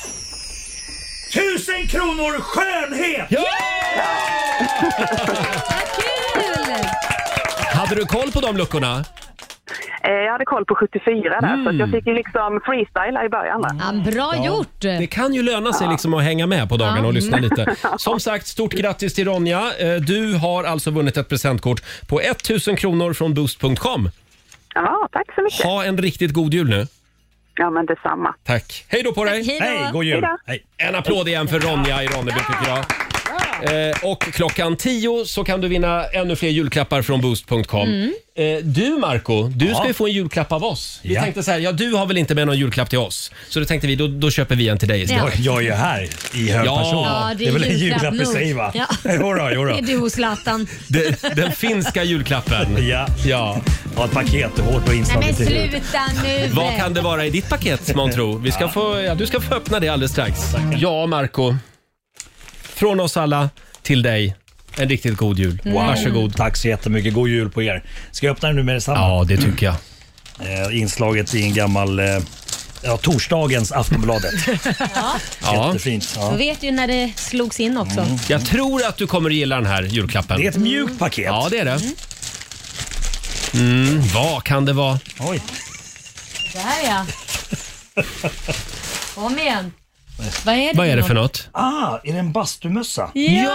Speaker 9: Tusen kronor skönhet!
Speaker 1: Ja!
Speaker 4: Vad kul!
Speaker 1: Hade du koll på de luckorna?
Speaker 7: Eh, Jag hade koll på sjuttiofyra där.
Speaker 1: Mm.
Speaker 7: Så att jag fick ju liksom freestyla i början där.
Speaker 4: Ja, bra gjort!
Speaker 1: Det kan ju löna sig liksom att hänga med på dagen och lyssna lite. Som sagt, stort grattis till Ronja. Eh, Du har alltså vunnit ett presentkort på tusen kronor från Boost punkt com.
Speaker 7: Ja, tack så mycket.
Speaker 1: Ha en riktigt god jul nu.
Speaker 7: Ja, men detsamma.
Speaker 1: Tack. Hej då på dig.
Speaker 4: Hej då.
Speaker 9: Hej, god jul!
Speaker 7: Hej då.
Speaker 9: Hej.
Speaker 1: En applåd igen för Ronja i Ronneby tycker jag. Eh, och klockan tio så kan du vinna ännu fler julklappar från boost punkt com.
Speaker 4: Mm.
Speaker 1: Eh, du Marco, du
Speaker 9: Ja.
Speaker 1: ska ju få en julklapp av oss. Vi
Speaker 9: Ja.
Speaker 1: tänkte så här, ja du har väl inte med någon julklapp till oss? Så då tänkte vi, då, då köper vi en till dig istället.
Speaker 4: Ja.
Speaker 9: Jag är ju här i hög
Speaker 1: Ja.
Speaker 9: person.
Speaker 4: Ja,
Speaker 9: det är väl en julklapp i
Speaker 4: nog.
Speaker 9: sig va?
Speaker 4: Ja.
Speaker 9: Jodå, jodå.
Speaker 4: Det är du och Zlatan.
Speaker 1: Den, den finska julklappen.
Speaker 9: Ja.
Speaker 1: Ja.
Speaker 9: Ha ett paket hårt och
Speaker 4: Nej men
Speaker 9: inslaget till jul.
Speaker 4: sluta nu.
Speaker 1: Vad kan det vara i ditt paket, man tror? Vi ska få, ja, du ska få öppna det alldeles strax. Ja, Marco. Från oss alla till dig. En riktigt god jul.
Speaker 9: Wow.
Speaker 1: Varsågod.
Speaker 9: Tack så jättemycket. God jul på er. Ska jag öppna den nu med detsamma?
Speaker 1: Ja, det tycker jag.
Speaker 9: Eh, inslaget i en gammal... Eh, ja, torsdagens Aftonbladet.
Speaker 1: Ja.
Speaker 9: Jättefint.
Speaker 4: Du
Speaker 9: Ja.
Speaker 4: vet ju när det slogs in också.
Speaker 9: Mm.
Speaker 1: Jag tror att du kommer att gilla den här julklappen.
Speaker 9: Det är ett mjukt paket.
Speaker 1: Ja, det är det. Mm, vad kan det vara?
Speaker 9: Oj.
Speaker 4: Det här ja. Kom igen. Vad är det
Speaker 1: Vad är det för något?
Speaker 9: Ah, är det en bastumössa?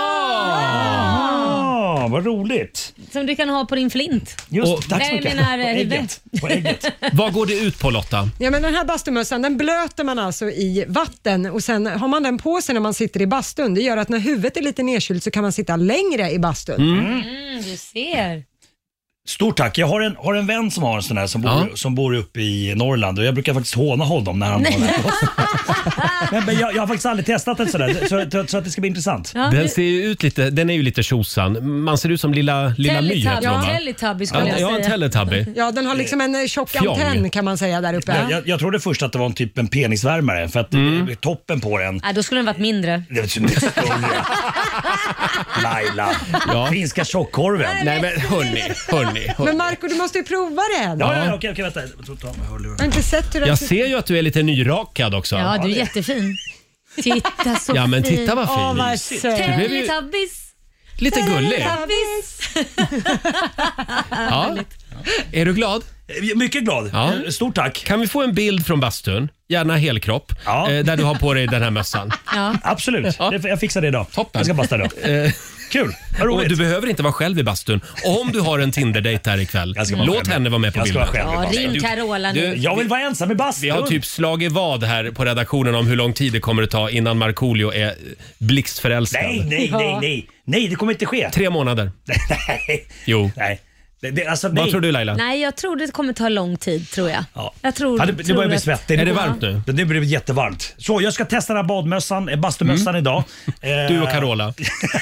Speaker 4: Ja!
Speaker 9: Ah, vad roligt.
Speaker 4: Som du kan ha på din flint.
Speaker 9: Just,
Speaker 1: Och-
Speaker 9: tack
Speaker 4: Nej,
Speaker 9: så
Speaker 4: jag
Speaker 9: mycket.
Speaker 4: menar,
Speaker 9: På
Speaker 4: eh,
Speaker 9: ägget. På ägget.
Speaker 1: Vad går det ut på, Lotta?
Speaker 2: Ja, men den här bastumössan den blöter man alltså i vatten och sen har man den på sig när man sitter i bastun. Det gör att när huvudet är lite nedkylt så kan man sitta längre i bastun.
Speaker 4: Mm, du ser.
Speaker 9: Stort tack. Jag har en, har en vän som har en sån här som bor,
Speaker 1: Ja.
Speaker 9: som bor uppe i Norrland och jag brukar faktiskt håna honom när han har den. men, men jag, jag har faktiskt aldrig testat en sån där så, så, så att det ska bli intressant.
Speaker 4: Ja,
Speaker 1: Den
Speaker 4: du-
Speaker 1: ser ju ut lite, den är ju lite tjosan. Man ser ut som lilla, lilla My heter
Speaker 4: Teletubby,
Speaker 1: hon, va?
Speaker 4: Teletubby skulle
Speaker 1: Ja,
Speaker 4: jag
Speaker 1: ja, en
Speaker 4: säga.
Speaker 1: Teletubby.
Speaker 2: Ja, den har liksom en eh, tjock
Speaker 1: Fjong.
Speaker 2: antenn kan man säga där uppe.
Speaker 9: Jag, jag, jag trodde först att det var en typ en penisvärmare för att
Speaker 1: Mm.
Speaker 9: toppen på den
Speaker 4: Nej, då skulle den varit mindre.
Speaker 9: det är som det större. Laila.
Speaker 1: Ja.
Speaker 9: Finska tjockkorven.
Speaker 1: Nej men hörni, hörni. hörni.
Speaker 2: Men Marco, du måste ju prova den.
Speaker 9: Ja, ja, okej, okej, vänta. Jag tror ta med hörlurar.
Speaker 2: Jag har inte sett hur den
Speaker 1: Jag ser ju att du är lite nyrakad också.
Speaker 4: Ja, du är jättefin. Titta så
Speaker 1: Ja, men
Speaker 4: fin.
Speaker 1: titta vad fin.
Speaker 2: Åh, vad söt.
Speaker 1: Du blev ju
Speaker 4: Teletubbies.
Speaker 1: lite gullig.
Speaker 4: Teletubbies.
Speaker 1: Ja. Är du glad?
Speaker 9: Eh, Mycket glad.
Speaker 1: Ja.
Speaker 9: Eh, Stort tack.
Speaker 1: Kan vi få en bild från bastun? Gärna helkropp.
Speaker 9: Ja.
Speaker 1: Eh, där du har på dig den här mössan.
Speaker 4: Ja.
Speaker 9: Absolut.
Speaker 1: Ja.
Speaker 9: Det- Jag fixar det idag.
Speaker 1: Toppen.
Speaker 9: Jag ska basta idag.
Speaker 1: Eh,
Speaker 9: Kul. Vad
Speaker 1: och
Speaker 9: roligt.
Speaker 1: du behöver inte vara själv i bastun. Om du har en Tinder-date här ikväll,
Speaker 9: Jag ska vara
Speaker 1: låt
Speaker 9: själv.
Speaker 1: henne vara med på
Speaker 9: Jag ska
Speaker 1: bilden.
Speaker 9: vara själv.
Speaker 4: Ja,
Speaker 9: Du-
Speaker 4: ring Carola
Speaker 1: du-
Speaker 4: nu.
Speaker 9: Jag vill vara ensam i bastun.
Speaker 1: Vi har typ slagit vad här på redaktionen om hur lång tid det kommer att ta innan Markoolio är blixtförälskad.
Speaker 9: Nej, nej, nej, nej. Nej, det kommer inte ske.
Speaker 1: Tre månader.
Speaker 9: Nej.
Speaker 1: Jo.
Speaker 9: Nej. Det, det, alltså, nej.
Speaker 1: Vad tror du Laila?
Speaker 4: Nej, jag tror det kommer ta lång tid, tror jag.
Speaker 9: Ja.
Speaker 4: Jag tror,
Speaker 9: Ja, det, det
Speaker 4: tror
Speaker 9: börjar bli
Speaker 4: att-
Speaker 9: svettigt.
Speaker 1: Är det varmt nu?
Speaker 9: Det, det blir jättevarmt. Så jag ska testa den här badmössan, eh, bastumössan idag. Eh,
Speaker 1: Du och Carola.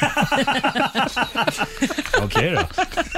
Speaker 9: Okej då.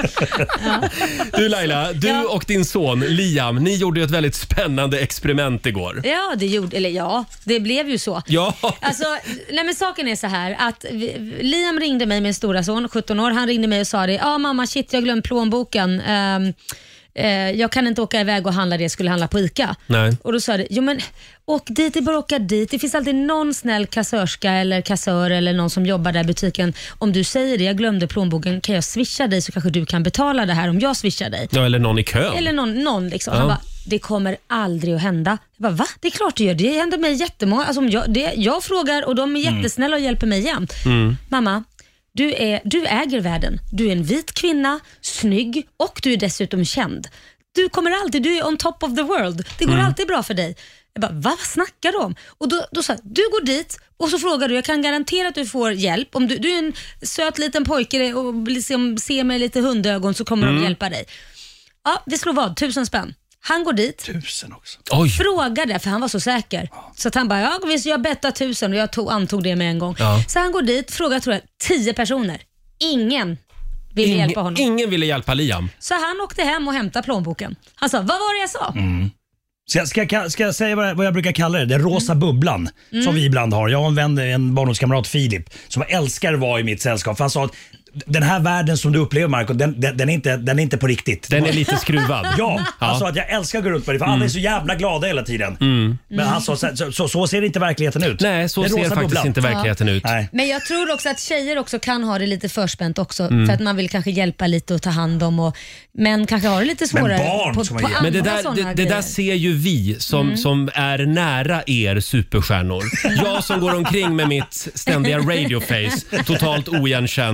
Speaker 1: Du Laila, du
Speaker 4: Ja.
Speaker 1: och din son Liam, ni gjorde ju ett väldigt spännande experiment igår.
Speaker 4: Ja, det gjorde, eller ja, det blev ju så.
Speaker 1: Ja.
Speaker 4: Alltså, nej men saken är så här att vi, Liam ringde mig, min stora son, sjutton år. Han ringde mig och sa det. Ja mamma, shit jag glömde plånboken. Ehm, eh, jag kan inte åka iväg och handla det, jag skulle handla på ICA.
Speaker 1: Nej.
Speaker 4: Och då sa det, jo men åk dit, det är bara att åka dit. Det finns alltid någon snäll kassörska eller kassör eller någon som jobbar där i butiken. Om du säger det, jag glömde plånboken, kan jag swisha dig så kanske du kan betala det här om jag swishar dig.
Speaker 1: Ja, eller någon i kön.
Speaker 4: Eller någon, någon liksom.
Speaker 1: Ja.
Speaker 4: Han bara, det kommer aldrig att hända. Jag bara, va? Det är klart det gör. Det händer mig jättemånga. Alltså, om jag, det, jag frågar och de är jättesnälla och hjälper mig jämt.
Speaker 1: Mm.
Speaker 4: Mamma, du, är, du äger världen. Du är en vit kvinna, snygg och du är dessutom känd. Du kommer alltid, du är on top of the world. Det går
Speaker 1: Mm.
Speaker 4: alltid bra för dig. Jag bara, va? Vad snackar du om? Och då, då sa jag, du går dit och så frågar du, jag kan garantera att du får hjälp. Om du, du är en söt liten pojke och liksom ser med lite hundögon så kommer
Speaker 1: Mm.
Speaker 4: de hjälpa dig. Ja, vi slår vad, tusen spänn. Han går dit,
Speaker 9: Tusen också.
Speaker 1: Oj.
Speaker 4: frågade, för han var så säker. Så att han bara, ja visst jag bettar tusen och jag tog, antog det med en gång.
Speaker 1: Ja.
Speaker 4: Så han går dit, frågar tror jag tio personer. Ingen ville hjälpa honom.
Speaker 1: Ingen ville hjälpa Liam.
Speaker 4: Så han åkte hem och hämtade plånboken. Han sa, vad var det jag sa?
Speaker 9: Ska jag, ska, jag, ska jag säga vad jag, vad jag brukar kalla det? Den rosa bubblan som vi ibland har. Jag har en vän, en barndomskamrat, Filip, som älskar att vara i mitt sällskap. För han sa att den här världen som du upplever Marco, den, den, den, är, inte, den är inte på riktigt.
Speaker 1: Den är lite skruvad.
Speaker 9: Ja, han
Speaker 1: Ja.
Speaker 9: sa att jag älskar att gå runt på det för alla är så jävla glada hela tiden. Men han sa så, så, så, så ser inte verkligheten ut.
Speaker 1: Nej, så
Speaker 9: Den
Speaker 1: ser
Speaker 9: rosa
Speaker 1: faktiskt
Speaker 9: bubblan.
Speaker 1: inte verkligheten ut.
Speaker 9: Nej.
Speaker 4: Men jag tror också att tjejer också kan ha det lite förspänt också. För att man vill kanske hjälpa lite och ta hand om. Och, men kanske har det lite svårare
Speaker 9: barn
Speaker 4: på,
Speaker 9: som
Speaker 4: på
Speaker 9: har hjälp.
Speaker 4: andra
Speaker 1: Men det där,
Speaker 4: såna
Speaker 1: det, det
Speaker 4: grejer.
Speaker 1: där ser ju vi som, som är nära er superstjärnor. Jag som går omkring med mitt ständiga radioface, totalt oigenkänd. Jag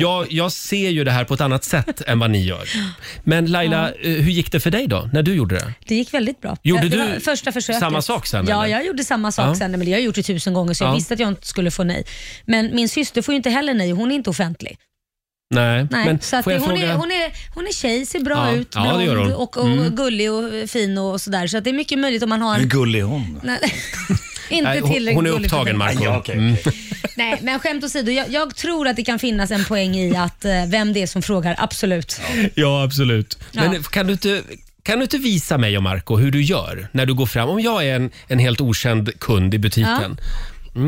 Speaker 1: jag, jag ser ju det här på ett annat sätt än vad ni gör. Men Laila, ja. hur gick det för dig då när du gjorde det?
Speaker 4: Det gick väldigt bra.
Speaker 1: Gjorde
Speaker 4: det
Speaker 1: du
Speaker 4: första försöket.
Speaker 1: samma sak sen?
Speaker 4: Ja,
Speaker 1: eller?
Speaker 4: jag gjorde samma sak
Speaker 1: ja.
Speaker 4: sen. Men det har jag gjort det tusen gånger så jag
Speaker 1: ja.
Speaker 4: visste att jag inte skulle få nej. Men min syster får ju inte heller nej. Hon är inte offentlig.
Speaker 1: Nej,
Speaker 4: Nej,
Speaker 1: men
Speaker 4: så att
Speaker 1: får jag
Speaker 4: hon,
Speaker 1: fråga...
Speaker 4: är, hon, är, hon är tjej, ser bra
Speaker 1: ja.
Speaker 4: ut,
Speaker 1: ja, det gör hon.
Speaker 4: och, och
Speaker 1: mm.
Speaker 4: gullig och fin och sådär. Så att det är mycket möjligt om man har en...
Speaker 9: Hur gullig är hon?
Speaker 4: Nej, inte
Speaker 1: Nej,
Speaker 4: tillräckligt
Speaker 1: hon är
Speaker 4: gullig för
Speaker 1: upptagen,
Speaker 4: mig.
Speaker 1: Marco.
Speaker 9: Ja, okay, okay.
Speaker 4: Nej, men skämt åsido, jag, jag tror att det kan finnas en poäng i att eh, vem det är som frågar, absolut.
Speaker 1: Ja, absolut. Men
Speaker 4: Ja.
Speaker 1: kan du inte... Kan du inte visa mig och Marco hur du gör när du går fram? Om jag är en, en helt okänd kund i butiken.
Speaker 4: Ja.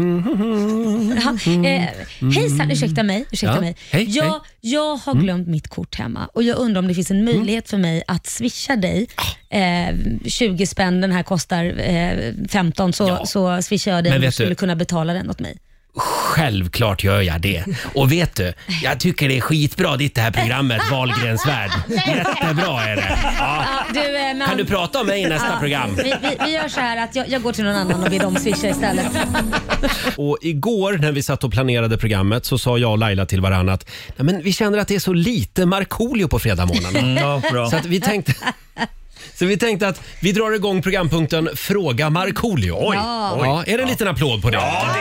Speaker 4: Mm. Ja, eh, hejsan, ursäkta mig. Ursäkta
Speaker 1: Ja.
Speaker 4: mig.
Speaker 1: Hej,
Speaker 4: jag,
Speaker 1: hej.
Speaker 4: jag har glömt mitt kort hemma och jag undrar om det finns en möjlighet för mig att swisha dig. Eh, tjugo spänn, den här kostar eh, femton, så,
Speaker 1: Ja.
Speaker 4: så swishar jag dig
Speaker 1: Men
Speaker 4: om du
Speaker 1: vet
Speaker 4: skulle
Speaker 1: du-
Speaker 4: kunna betala den åt mig.
Speaker 1: Självklart gör jag det. Och vet du, jag tycker det är skitbra ditt det här programmet, Wahlgrens värld. Jättebra är det. Ja.
Speaker 4: Ja, du, eh, men-
Speaker 1: Kan du prata om mig i nästa
Speaker 4: Ja,
Speaker 1: program?
Speaker 4: Vi, vi, vi gör så här att jag, jag går till någon annan och ber dem swisha istället.
Speaker 1: Och igår när vi satt och planerade programmet så sa jag och Laila till varandra att nej, men vi känner att det är så lite Markoolio på fredagmorgnarna.
Speaker 9: Mm, ja, bra.
Speaker 1: Så att vi tänkte... Så vi tänkte att vi drar igång programpunkten Fråga Markoolio. Oj,
Speaker 4: Ja.
Speaker 1: ja, är det en liten applåd på det?
Speaker 9: Ja, det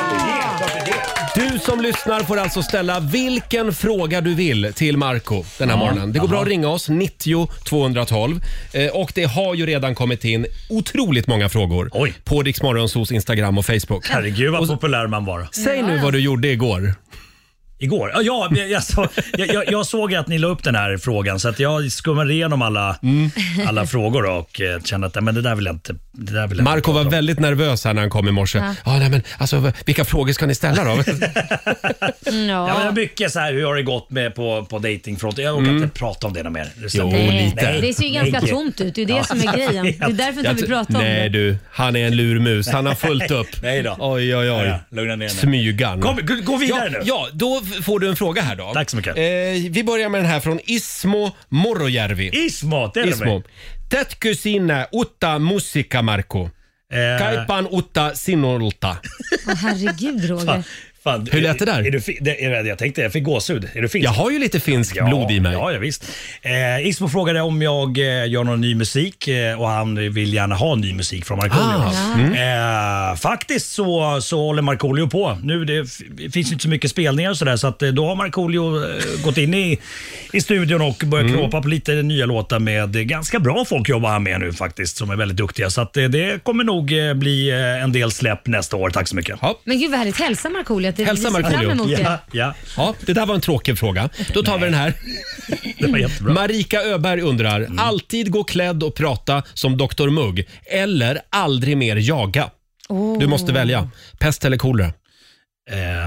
Speaker 9: är det.
Speaker 1: Du som lyssnar får alltså ställa vilken fråga du vill till Marco den här morgonen. Det går bra att ringa oss, nittio tvåhundratolv. Eh, och det har ju redan kommit in otroligt många frågor
Speaker 9: Oj.
Speaker 1: på Rix Morgonzos Instagram och Facebook.
Speaker 9: Herregud vad
Speaker 1: Och-
Speaker 9: populär man var.
Speaker 1: Säg nu vad du gjorde igår.
Speaker 9: Igår? Ja, ja jag, jag, så, jag, jag, jag såg att ni la upp den här frågan så att jag skummade igenom alla, alla frågor och eh, kände att men det där vill jag inte det där vill jag
Speaker 1: Marco
Speaker 9: inte
Speaker 1: var
Speaker 9: prata om.
Speaker 1: väldigt nervös här när han kom i morse. Ja. Ah, nej, men, alltså, vilka frågor ska ni ställa då?
Speaker 4: Mm,
Speaker 9: Ja, men det
Speaker 4: ja.
Speaker 9: är mycket så här, hur har det gått med på, på datingfronten? Jag orkar inte prata om det något mer. Det är så-
Speaker 1: Jo,
Speaker 4: Nej,
Speaker 1: lite.
Speaker 4: det ser ju ganska
Speaker 9: Nej.
Speaker 4: tomt ut. Det är det
Speaker 9: Ja,
Speaker 4: som är grejen. Det är
Speaker 9: jag
Speaker 4: därför inte
Speaker 1: Jag
Speaker 4: vi
Speaker 1: t-
Speaker 4: pratar om
Speaker 1: nej
Speaker 4: det.
Speaker 1: du, han är en lurmus. Han har fullt upp.
Speaker 9: Nej då.
Speaker 1: Oj, oj, oj.
Speaker 9: Ja, ja, lugna ner dig.
Speaker 1: Smygan.
Speaker 9: Kom, gå, gå vidare
Speaker 1: ja,
Speaker 9: nu.
Speaker 1: ja, då f- får du en fråga här då.
Speaker 9: Tack så mycket.
Speaker 1: Eh, vi börjar med den här från Ismo Morojärvi.
Speaker 9: Ismo, det är det
Speaker 1: Ismo.
Speaker 9: väl?
Speaker 1: Tätkö sinä utta musiikka, Marco?
Speaker 9: Eh,
Speaker 1: Kaipaan utta sinulta.
Speaker 4: Åh, herregud Roger.
Speaker 9: fan, fan,
Speaker 1: Hur lät det där?
Speaker 9: Är du, fi- det, är, jag tänkte jag fick gåshud. Är du finsk?
Speaker 1: Jag har ju lite finsk blod i mig.
Speaker 9: Ja, ja visst. Eh, Ismo frågade om jag eh, gör någon ny musik eh, och han vill gärna ha ny musik från Markoolio.
Speaker 1: Ah,
Speaker 9: eh, faktiskt så, så håller Markoolio på. Nu det f- finns ju inte så mycket spelningar och sådär så att eh, då har Markoolio eh, gått in i, i studion och börjat
Speaker 1: Mm.
Speaker 9: knåpa på lite nya låtar med eh, ganska bra folk jobbar han med nu faktiskt som är väldigt duktiga. Så att eh, det kommer nog eh, bli eh, en del släpp nästa år. Tack så mycket.
Speaker 1: Ja.
Speaker 4: Men gud vad härligt. Hälsa Markoolio att det
Speaker 1: Hälsa
Speaker 4: vi ser
Speaker 1: Markoolio.
Speaker 4: fram emot det.
Speaker 9: Ja, ja,
Speaker 1: Ja, det där var en tråkig fråga. Då tar vi den här.
Speaker 9: det var jättebra.
Speaker 1: Marika Öberg undrar, alltid gå klädd och prata som doktor Mugg eller aldrig mer jaga?
Speaker 4: Oh.
Speaker 1: Du måste välja. Pest eller kolera?
Speaker 9: Eh,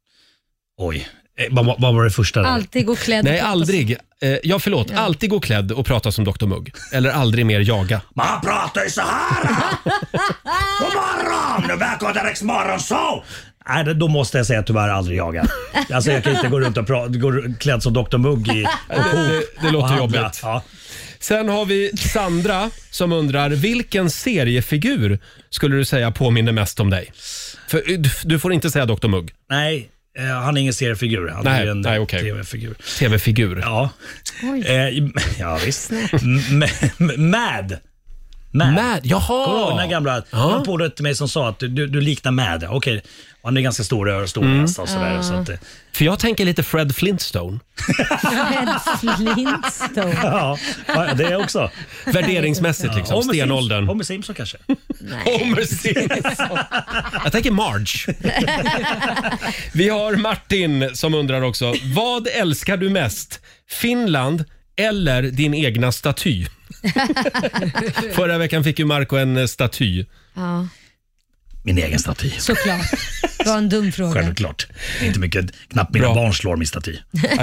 Speaker 9: oj, eh, vad, vad var det första där?
Speaker 4: Alltid gå klädd.
Speaker 1: Nej,
Speaker 4: och prata
Speaker 1: aldrig. Eh, ja, förlåt. Alltid gå klädd och prata som doktor Mugg. Eller aldrig mer jaga.
Speaker 9: Man pratar ju så här! God morgon! Nu välkommen till Rix Morgonzoo! Nej, det- då måste jag säga tyvärr aldrig jaga. Alltså jag kan inte gå runt och pra- gå klädd som doktor Mugg i och
Speaker 1: Det, det
Speaker 9: och
Speaker 1: låter
Speaker 9: handla.
Speaker 1: jobbigt.
Speaker 9: Ja.
Speaker 1: Sen har vi Sandra som undrar, vilken seriefigur skulle du säga påminner mest om dig? För eh, du, du får inte säga doktor Mugg.
Speaker 9: Nej, eh, han är ingen seriefigur. Han
Speaker 1: Nej,
Speaker 9: är en
Speaker 1: nej, okej.
Speaker 9: tv-figur.
Speaker 1: Tv-figur.
Speaker 9: Ja.
Speaker 4: Oj.
Speaker 9: Eh, ja, visst. M- m- Mad. Mad.
Speaker 1: Mad, jaha!
Speaker 9: Kommer du ihåg den här gamla? Det
Speaker 1: Ja.
Speaker 9: var en polare till mig som sa att du, du liknar Mad. Okej, och han är ganska stor, stor
Speaker 1: Mm.
Speaker 9: nästa och sådär. Så att, eh,
Speaker 1: För jag tänker lite Fred Flintstone.
Speaker 4: Fred Flintstone.
Speaker 9: ja, ja, det är också.
Speaker 1: Värderingsmässigt liksom,
Speaker 9: Homer
Speaker 1: stenåldern.
Speaker 9: Simpson, Homer Simpson kanske.
Speaker 1: Homer Simpson. Jag tänker Marge. Vi har Martin som undrar också, vad älskar du mest? Finland eller din egna staty? Förra veckan fick ju Marco en staty.
Speaker 4: Ja,
Speaker 9: Min egen staty.
Speaker 4: såklart. Det var en dum fråga.
Speaker 9: Självklart. Det är inte mycket, knappt mina
Speaker 1: Bra.
Speaker 9: barn slår min staty.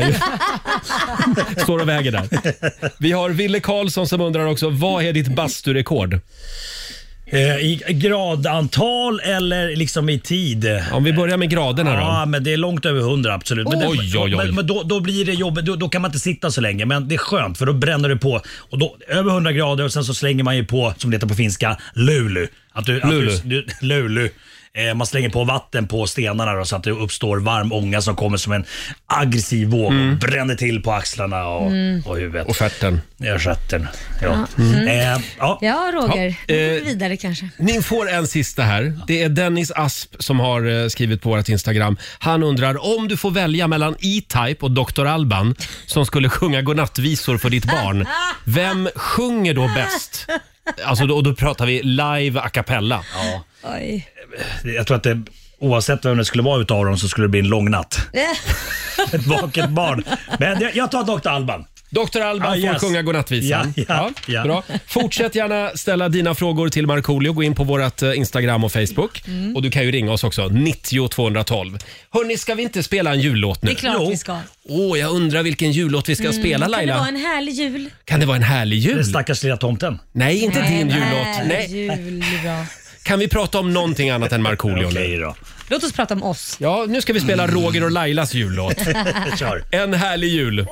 Speaker 1: Står och väger där. Vi har Ville Karlsson som undrar också, vad är ditt basturekord?
Speaker 9: Eh, I gradantal eller liksom i tid?
Speaker 1: Om vi börjar med graderna då.
Speaker 9: Ja, men det är långt över hundra absolut. Men, det,
Speaker 1: Oj, oj, oj.
Speaker 9: men, men då, då blir det jobbigt. Då, då kan man inte sitta så länge. Men det är skönt för då bränner det på. Och då, över hundra grader och sen så slänger man ju på, som det heter på finska, lulu. Att du,
Speaker 1: Lulu.
Speaker 9: Att du, du, lulu. Eh, man slänger på vatten på stenarna då, så att det uppstår varm ånga som kommer som en aggressiv våg mm. och bränner till på axlarna och, mm. och huvudet.
Speaker 1: Och stjärten.
Speaker 9: Ja, stjärten. Ja,
Speaker 4: mm.
Speaker 9: eh, ja.
Speaker 4: ja Roger. Ja.
Speaker 1: Eh,
Speaker 4: vidare kanske.
Speaker 1: Ni får en sista här. Det är Dennis Asp som har eh, skrivit på vårt Instagram. Han undrar om du får välja mellan E-Type och doktor Alban som skulle sjunga godnattvisor för ditt barn. Vem sjunger då bäst? Alltså då, då pratar vi live a cappella.
Speaker 9: Ja.
Speaker 4: Oj.
Speaker 9: Jag tror att det, oavsett vem det skulle vara utav dem så skulle det bli en lång natt. Ett vaket barn. Men jag, jag tar doktor Alban.
Speaker 1: doktor Alban ah, får yes. sjunga godnattvisan.
Speaker 9: Ja, ja, ja.
Speaker 1: Bra. Fortsätt gärna ställa dina frågor till Markoolio. Gå in på vårt Instagram och Facebook. Mm. Och du kan ju ringa oss också, nittio tvåhundratolv. Hörrni, ska vi inte spela en jullåt nu?
Speaker 4: Det är klart jo. vi ska.
Speaker 1: Åh, oh, jag undrar vilken jullåt vi ska mm. spela, Laila.
Speaker 4: Kan det vara en härlig jul?
Speaker 1: Kan det vara en härlig jul?
Speaker 9: Den stackars lilla tomten.
Speaker 1: Nej, inte
Speaker 4: Nej,
Speaker 1: din jullåt.
Speaker 4: Nej, jul, bra.
Speaker 1: Kan vi prata om någonting annat än Markoolio
Speaker 9: okay,
Speaker 1: nu?
Speaker 9: Då.
Speaker 4: Låt oss prata om oss.
Speaker 1: Ja, nu ska vi spela Roger och Lailas jullåt.
Speaker 9: Kör.
Speaker 1: En härlig jul.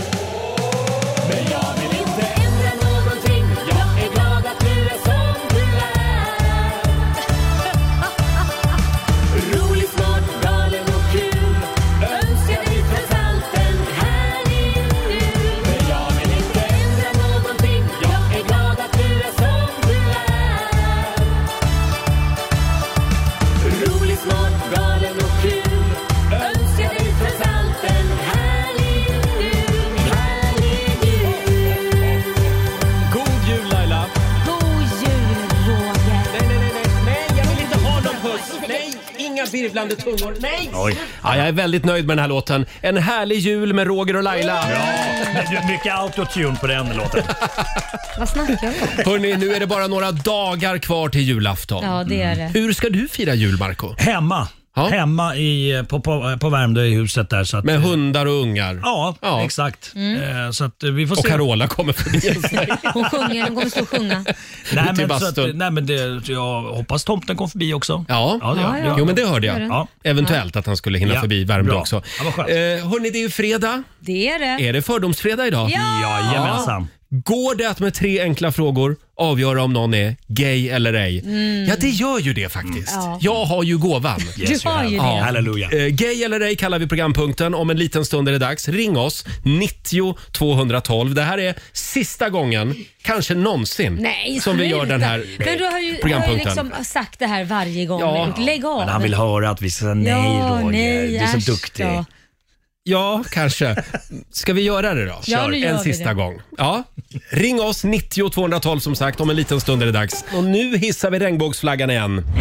Speaker 1: Virvlande tungor. Nej! Oj. Ja, jag är väldigt nöjd med den här låten. En härlig jul med Roger och Laila.
Speaker 9: Ja, mycket autotune på den låten.
Speaker 4: Vad snackar du om?
Speaker 1: Hörrni, nu är det bara några dagar kvar till julafton.
Speaker 4: Ja, det är det.
Speaker 1: Hur ska du fira jul, Marco?
Speaker 9: Hemma. Ja. Hemma i, på, på, på Värmdö i huset där. Så att,
Speaker 1: med hundar och ungar?
Speaker 9: Ja, ja. exakt. Mm. Så att vi får
Speaker 1: och
Speaker 9: se.
Speaker 1: Carola kommer förbi.
Speaker 4: Hon sjunger, hon kommer stå och sjunga.
Speaker 9: Nej, men, så att, nej, men det, jag hoppas tomten kom förbi också.
Speaker 1: Ja, ja, det, ja, ja. Jo, men det hörde jag. Ja. Eventuellt att han skulle hinna ja. förbi Värmdö också.
Speaker 9: Ja, vad skönt.
Speaker 1: Eh, hörni, det är ju fredag.
Speaker 4: Det är det.
Speaker 1: Är det fördomsfredag idag?
Speaker 4: Ja!
Speaker 9: Jajamensan.
Speaker 1: Går det att med tre enkla frågor avgöra om någon är gay eller ej? Mm. Ja, det gör ju det faktiskt. Mm. Ja. Jag har ju gåvan.
Speaker 4: Yes, du har ju det. Ja.
Speaker 9: Halleluja.
Speaker 1: Eh, gay eller ej kallar vi programpunkten. Om en liten stund är det dags. Ring oss, nittio tvåhundratolv. Det här är sista gången, kanske någonsin,
Speaker 4: Nej,
Speaker 1: som vi gör den här
Speaker 4: Men du har ju,
Speaker 1: programpunkten.
Speaker 4: Har ju liksom sagt det här varje gång.
Speaker 1: Ja.
Speaker 4: Lägg av.
Speaker 9: Men han vill höra att vi säger nej,
Speaker 4: ja,
Speaker 9: Roger.
Speaker 4: Nej,
Speaker 9: du är så duktig.
Speaker 4: Då.
Speaker 1: Ja, kanske. Ska vi göra det då?
Speaker 4: Ja, nu gör
Speaker 1: en
Speaker 4: vi
Speaker 1: sista
Speaker 4: det.
Speaker 1: gång. Ja. Ring oss, nittio tvåhundratolv som sagt. Om en liten stund är det dags. Och nu hissar vi regnbågsflaggan igen. Mm.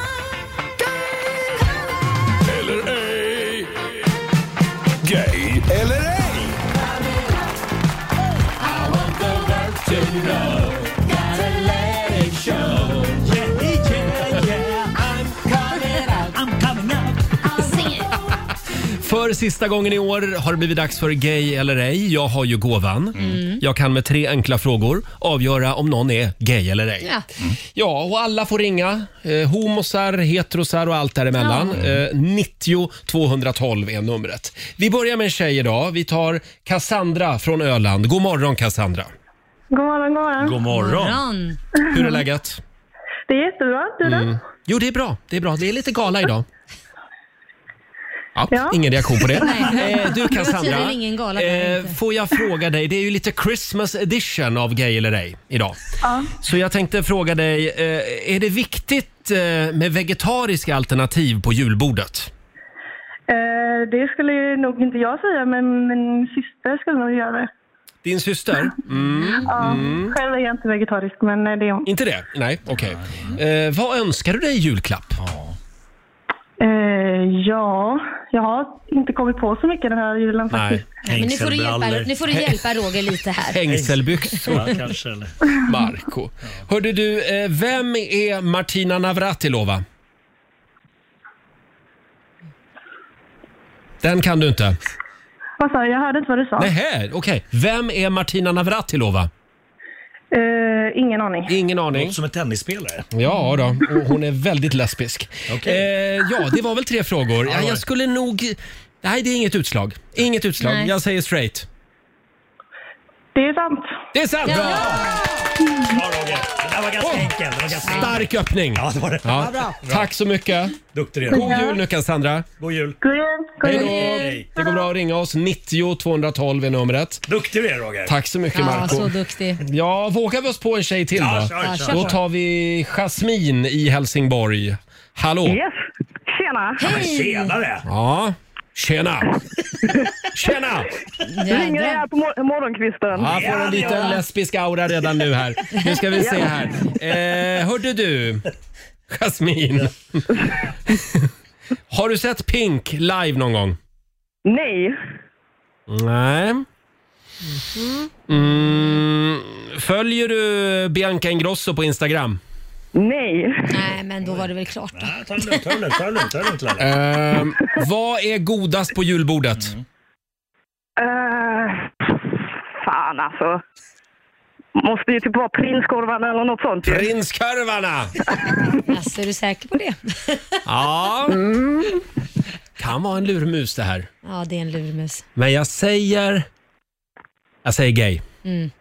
Speaker 11: Eller ej. Gay eller ej. I want the world to know. Gotta let it show. Yeah, yeah, yeah. I'm coming out. I'm coming out. I'll sing it.
Speaker 1: För sista gången i år har det blivit dags för gay eller ej. Jag har ju gåvan. Mm. Jag kan med tre enkla frågor avgöra om någon är gay eller ej.
Speaker 4: Ja,
Speaker 1: mm. ja och alla får ringa. Eh, homosar, heterosar och allt däremellan. Ja. Eh, nittio tvåhundratolv är numret. Vi börjar med en tjej idag. Vi tar Cassandra från Öland. God morgon, Cassandra.
Speaker 7: God morgon, god morgon.
Speaker 9: God morgon.
Speaker 1: Hur är läget?
Speaker 7: Det är jättebra. Du då? Mm.
Speaker 1: Jo, det är bra. Det är bra. Det är lite gala idag. Ja,
Speaker 7: ja.
Speaker 1: Ingen reaktion på det.
Speaker 4: Nej.
Speaker 1: Eh, du Cassandra,
Speaker 4: ingen gala,
Speaker 1: eh, får jag fråga dig, det är ju lite Christmas edition av Gay eller ej idag.
Speaker 7: Ja.
Speaker 1: Så jag tänkte fråga dig, eh, är det viktigt eh, med vegetariska alternativ på julbordet?
Speaker 7: Eh, det skulle ju nog inte jag säga, men min syster skulle nog göra det.
Speaker 1: Din syster? Mm.
Speaker 7: Ja,
Speaker 1: mm.
Speaker 7: Själv är jag inte vegetarisk, men det är hon.
Speaker 1: Inte det? Nej, okej. Okay. Eh, vad önskar du dig i julklapp?
Speaker 7: Eh, ja, jag har inte kommit på så mycket den här julen faktiskt.
Speaker 4: Nej, men nu får, du hjälpa, nu får du hjälpa Roger lite här.
Speaker 1: Hängselbyxor.
Speaker 9: Ja, kanske. Eller.
Speaker 1: Marco. Hörde du, eh, vem är Martina Navratilova? Den kan du inte.
Speaker 7: Vad sa du? Jag hörde inte vad du sa.
Speaker 1: Nej, okej. Okay. Vem är Martina Navratilova?
Speaker 7: Uh, ingen aning.
Speaker 1: Ingen aning.
Speaker 9: Låter som en tennisspelare.
Speaker 1: Ja då, och hon är väldigt lesbisk.
Speaker 9: Okay.
Speaker 1: Eh, ja, det var väl tre frågor. Ja, jag skulle nog... Nej, det är inget utslag. Inget utslag. Nej. Jag säger straight.
Speaker 7: Det är sant.
Speaker 1: Det är sant!
Speaker 9: Ja. Bra, Roger. Det Det var ganska enkelt. Det var ganska
Speaker 1: Stark öppning.
Speaker 9: Ja, det var det.
Speaker 1: Ja.
Speaker 2: bra.
Speaker 1: Tack så mycket.
Speaker 9: Duktig
Speaker 1: God
Speaker 9: redan.
Speaker 1: jul nu Cassandra.
Speaker 9: God jul.
Speaker 7: God jul. God
Speaker 1: Hej
Speaker 7: jul.
Speaker 1: då.
Speaker 9: Hej.
Speaker 1: Det går bra att ringa oss. nittio tvåhundratolv är numret.
Speaker 9: Duktig du är, Roger.
Speaker 1: Tack så mycket
Speaker 4: Ja,
Speaker 1: Marco.
Speaker 4: så duktig.
Speaker 1: Ja, vågar vi oss på en tjej till
Speaker 9: Ja,
Speaker 1: då?
Speaker 9: kör,
Speaker 4: Ja,
Speaker 9: kör.
Speaker 4: kör.
Speaker 1: Då tar vi Jasmin i Helsingborg. Hallå?
Speaker 7: Yes. Tjena.
Speaker 9: Ja, men tjenare.
Speaker 1: Ja, tjena. Tjena!
Speaker 7: Ringer jag här på mor- morgonkvisten.
Speaker 1: Ja, får en liten lesbisk aura redan nu här. Nu ska vi se här. Eh, hörde du, Jasmin. Har du sett Pink live någon gång?
Speaker 7: Nej.
Speaker 1: Nej. Mm, följer du Bianca Ingrosso på Instagram?
Speaker 7: Nej.
Speaker 4: Nej, men då var det väl klart då.
Speaker 9: Ja, ta det lugnt, ta det lugnt, ta det lugnt, ta det lugnt, Laila.
Speaker 1: Eh, vad är godast på julbordet?
Speaker 7: Uh, fan alltså. Måste ju typ vara prinskorvarna eller något sånt ju.
Speaker 1: Prinskorvarna!
Speaker 4: Alltså, är du säker på det?
Speaker 1: Ja. Kan vara en lurmus det här.
Speaker 4: Ja, det är en lurmus.
Speaker 1: Men jag säger... Jag säger gay.
Speaker 4: Mm.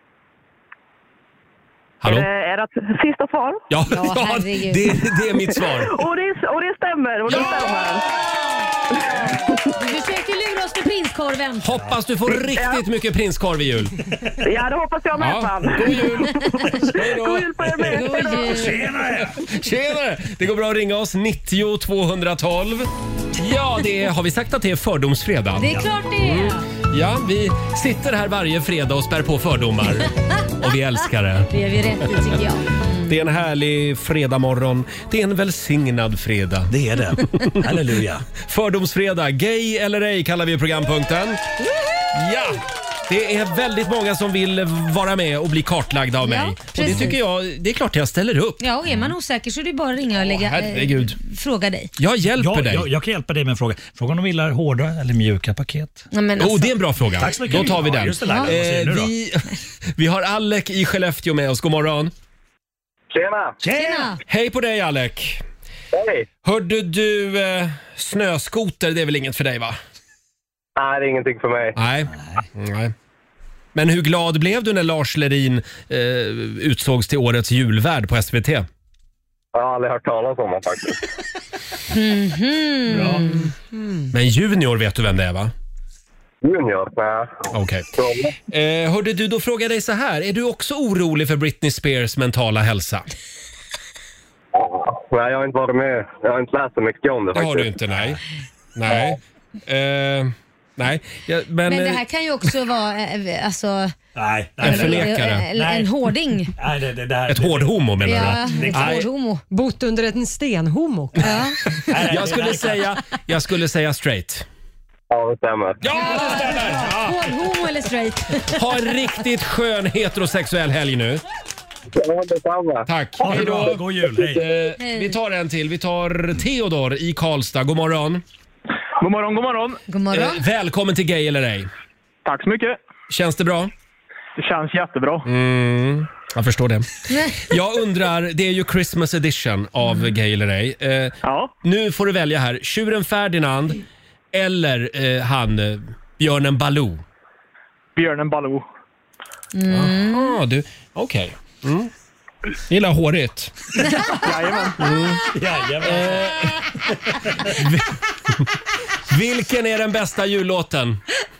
Speaker 1: Hallå?
Speaker 7: Eh, är det ett sista svar?
Speaker 1: Ja,
Speaker 4: Ja,
Speaker 1: ja
Speaker 4: herregud.
Speaker 1: det, det är mitt svar.
Speaker 7: Och det, och det stämmer, och det
Speaker 1: Ja!
Speaker 7: stämmer.
Speaker 4: Du försöker lura oss med prinskorven.
Speaker 1: Hoppas du får riktigt mycket prinskorv i jul.
Speaker 7: Ja, det hoppas jag med.
Speaker 1: Ja,
Speaker 7: Fan.
Speaker 1: god jul! Hej då!
Speaker 7: God jul på er med.
Speaker 4: God jul.
Speaker 9: Tjenare.
Speaker 1: Tjenare! Det går bra att ringa oss, nittio tvåhundratolv. Ja, det är, har vi sagt att det är fördomsfredag?
Speaker 4: Det är klart det är.
Speaker 1: Ja, vi sitter här varje fredag och spär på fördomar. Och vi älskar det.
Speaker 4: Det är vi rätt i, tycker jag.
Speaker 1: Det är en härlig fredagmorgon. Det är en välsignad fredag.
Speaker 9: Det är det. Halleluja.
Speaker 1: Fördomsfredag, gay eller ej kallar vi programpunkten. Ja! Det är väldigt många som vill vara med och bli kartlagda av mig.
Speaker 4: Ja,
Speaker 1: Och det
Speaker 4: precis.
Speaker 1: tycker jag, det är klart jag ställer upp.
Speaker 4: Ja, och är man osäker så är det bara att ringa och lägga,
Speaker 1: herregud.
Speaker 4: eh, fråga dig.
Speaker 1: Jag hjälper
Speaker 9: Jag,
Speaker 1: dig.
Speaker 9: jag, jag kan hjälpa dig med en fråga. Frågan om du gillar hårda eller mjuka paket.
Speaker 4: Ja, men alltså,
Speaker 1: Oh, det är en bra fråga.
Speaker 9: Tack så mycket.
Speaker 1: Då tar vi
Speaker 9: Ja,
Speaker 1: den.
Speaker 9: just det, Laila. Vad säger du då?
Speaker 1: vi, vi har Alec i Skellefteå med oss. God morgon.
Speaker 12: Tjena!
Speaker 4: tjena!
Speaker 1: Hej på dig Alec.
Speaker 12: Hej!
Speaker 1: Hörde du, eh, snöskoter, det är väl inget för dig va?
Speaker 12: Nej, det är ingenting för mig.
Speaker 1: Nej. Nej. Men hur glad blev du när Lars Lerin eh, utsågs till årets julvärd på S V T?
Speaker 12: Jag har aldrig hört talas om honom faktiskt.
Speaker 4: Mhm.
Speaker 9: Bra.
Speaker 1: Men Junior vet du vem det är va?
Speaker 12: Junior? Nej.
Speaker 1: Okej. Eh, hörde du, då frågar jag dig så här. Är du också orolig för Britney Spears mentala hälsa?
Speaker 12: Nej, jag har inte varit med. Jag har inte läst så mycket om det
Speaker 1: Det
Speaker 12: faktiskt.
Speaker 1: har du inte, nej. Nej. Eh, nej. Ja, men,
Speaker 4: Men det
Speaker 1: eh,
Speaker 4: här kan ju också vara eh, alltså,
Speaker 9: Nej,
Speaker 1: En
Speaker 9: nej,
Speaker 1: förnekare.
Speaker 4: en,
Speaker 9: Nej.
Speaker 4: en hårding.
Speaker 9: nej det, det, det här,
Speaker 1: ett hårdhomo menar
Speaker 4: Ja,
Speaker 1: du?
Speaker 4: ett
Speaker 1: Nej.
Speaker 4: hårdhomo.
Speaker 2: Bott under en stenhomo.
Speaker 4: Ja.
Speaker 9: nej, nej,
Speaker 1: Jag
Speaker 9: det
Speaker 1: skulle
Speaker 9: där-
Speaker 1: säga, jag skulle säga straight.
Speaker 12: Ja, det stämmer.
Speaker 1: Ja, det stämmer! Ja.
Speaker 4: Hårdhomo eller straight?
Speaker 1: Ha en riktigt skön heterosexuell helg nu.
Speaker 12: Ja, detsamma.
Speaker 1: Tack.
Speaker 9: Ha det
Speaker 1: Hej
Speaker 9: bra.
Speaker 1: då.
Speaker 9: God jul. Hej.
Speaker 1: Eh, vi tar en till. Vi tar Theodor i Karlstad. God morgon.
Speaker 12: God morgon, god morgon.
Speaker 4: God morgon.
Speaker 1: Eh, välkommen till Gay eller ej.
Speaker 12: Tack så mycket.
Speaker 1: Känns det bra?
Speaker 12: Det känns jättebra.
Speaker 1: Mm, jag förstår det. Jag undrar, det är ju Christmas edition av Gay eller ej. Eh,
Speaker 12: Ja.
Speaker 1: nu får du välja här. Tjuren Ferdinand eller eh, han eh, Björnen Baloo.
Speaker 12: Björnen Baloo.
Speaker 1: Jaha, du. Okej. Mm. Gillar hårigt.
Speaker 12: Jajamän.
Speaker 9: Jajamän.
Speaker 1: Vilken är den bästa jullåten?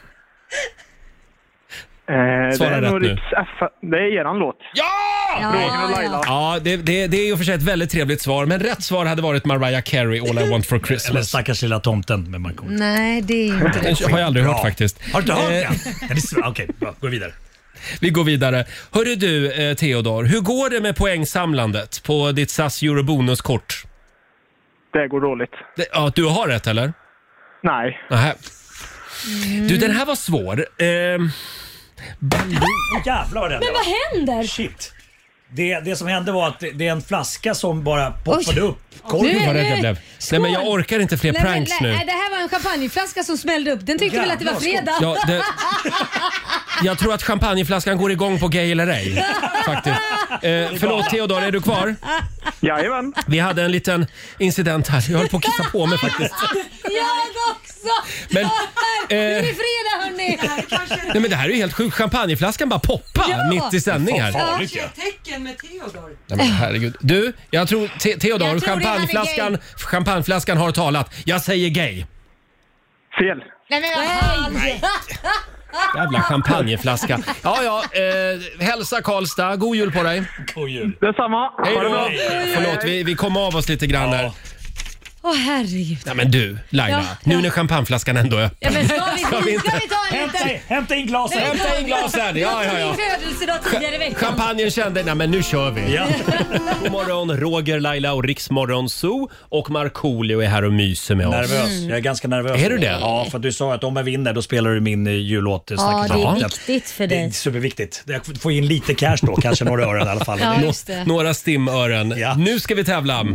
Speaker 12: Eh, det
Speaker 1: Svara
Speaker 12: är
Speaker 1: rätt
Speaker 12: nog
Speaker 1: nu.
Speaker 12: Riks F. Det är eran låt.
Speaker 1: Ja!
Speaker 4: Ja,
Speaker 12: Roger och Laila.
Speaker 1: Ja, det, det, det är ju för sig ett väldigt trevligt svar, men rätt svar hade varit Mariah Carey, All I Want For
Speaker 9: Eller
Speaker 1: Christmas.
Speaker 9: stackars lilla tomten med Markoolio.
Speaker 4: Nej, det är inte det.
Speaker 1: Den har jag aldrig hört
Speaker 9: Bra.
Speaker 1: faktiskt.
Speaker 9: Har du inte hört
Speaker 1: Eh,
Speaker 9: den? Ja, det är så- Okej, bra. Gå vidare.
Speaker 1: Vi går vidare. Hörru du, eh, Theodor, hur går det med poängsamlandet på ditt S A S Eurobonuskort?
Speaker 12: Det går dåligt.
Speaker 1: Det, ja, du har rätt eller?
Speaker 12: Nej.
Speaker 1: Nähä. Du, den här var svår. Ehm,
Speaker 9: Åh jävlar vad den
Speaker 4: Men vad händer?
Speaker 9: Shit. Det, det som hände var att det, det är en flaska som bara poppade
Speaker 4: Oj.
Speaker 9: upp. Kolla
Speaker 4: Nu-
Speaker 1: vad rädd jag blev. Nej, men jag
Speaker 4: Skål.
Speaker 1: orkar inte fler
Speaker 4: Nej, men,
Speaker 1: pranks
Speaker 4: nej,
Speaker 1: nu.
Speaker 4: nej, det här var en champagneflaska som smällde upp. Den tyckte väl att det var fredag.
Speaker 1: Ja, det, jag tror att champagneflaskan går igång på Gay eller ej. Faktiskt. Eh, förlåt Theodor, är du kvar?
Speaker 12: Jajamän.
Speaker 1: Vi hade en liten incident här. Jag höll på att kissa på mig faktiskt.
Speaker 4: Jag också!
Speaker 1: Men
Speaker 4: Nu är det fredag hörni!
Speaker 1: Nej, men det här är ju helt sjukt. Champagneflaskan bara poppar
Speaker 4: Ja.
Speaker 1: mitt i sändning här.
Speaker 2: Kanske ett tecken med Theodor.
Speaker 1: Nej, men herregud. Du, jag tror Te- Theodor,
Speaker 4: Jag tror det, han är
Speaker 1: champagneflaskan, champagneflaskan har talat. Jag säger gay.
Speaker 12: Fel.
Speaker 4: Nej, men vad fan.
Speaker 1: Jävla champagneflaska. Ja, ja. Eh, hälsa Karlstad. God jul på dig.
Speaker 9: God jul.
Speaker 12: Detsamma.
Speaker 1: Hej
Speaker 12: Ha det
Speaker 1: då.
Speaker 12: bra.
Speaker 1: Förlåt, vi, vi kom av oss lite grann här.
Speaker 4: Åh oh, herregud.
Speaker 1: Nej, men du, Laila.
Speaker 4: Ja,
Speaker 1: nu
Speaker 4: ja.
Speaker 1: när champagneflaskan ändå är öppen.
Speaker 4: Ja, men ska vi,
Speaker 1: Ska vi inte-
Speaker 4: ska vi ta en
Speaker 9: Hämta,
Speaker 4: liten...
Speaker 9: in- hämta in glasen.
Speaker 4: Nej,
Speaker 1: Hämta in glasen. Ja, ja, ja.
Speaker 4: Min födelsedag tidigare i veckan.
Speaker 1: Champagnen kände, nej men nu kör vi.
Speaker 9: Ja.
Speaker 1: God morgon, Roger, Laila och Riksmorgon Zoo. Och Markoolio är här och myser med oss.
Speaker 9: Nervös. Jag är ganska nervös.
Speaker 1: Är du det?
Speaker 9: Ja, för att du sa att om jag vinner då spelar du min eh, jullåt. eh,
Speaker 4: Ja,
Speaker 9: Snacket
Speaker 4: det är
Speaker 9: om.
Speaker 4: viktigt för
Speaker 9: Det är
Speaker 4: dig.
Speaker 9: superviktigt. Jag får in lite cash då, kanske några ören i alla fall.
Speaker 4: Ja,
Speaker 9: Det-
Speaker 4: just det.
Speaker 1: Några stimören.
Speaker 9: Ja.
Speaker 1: Nu ska vi tävla.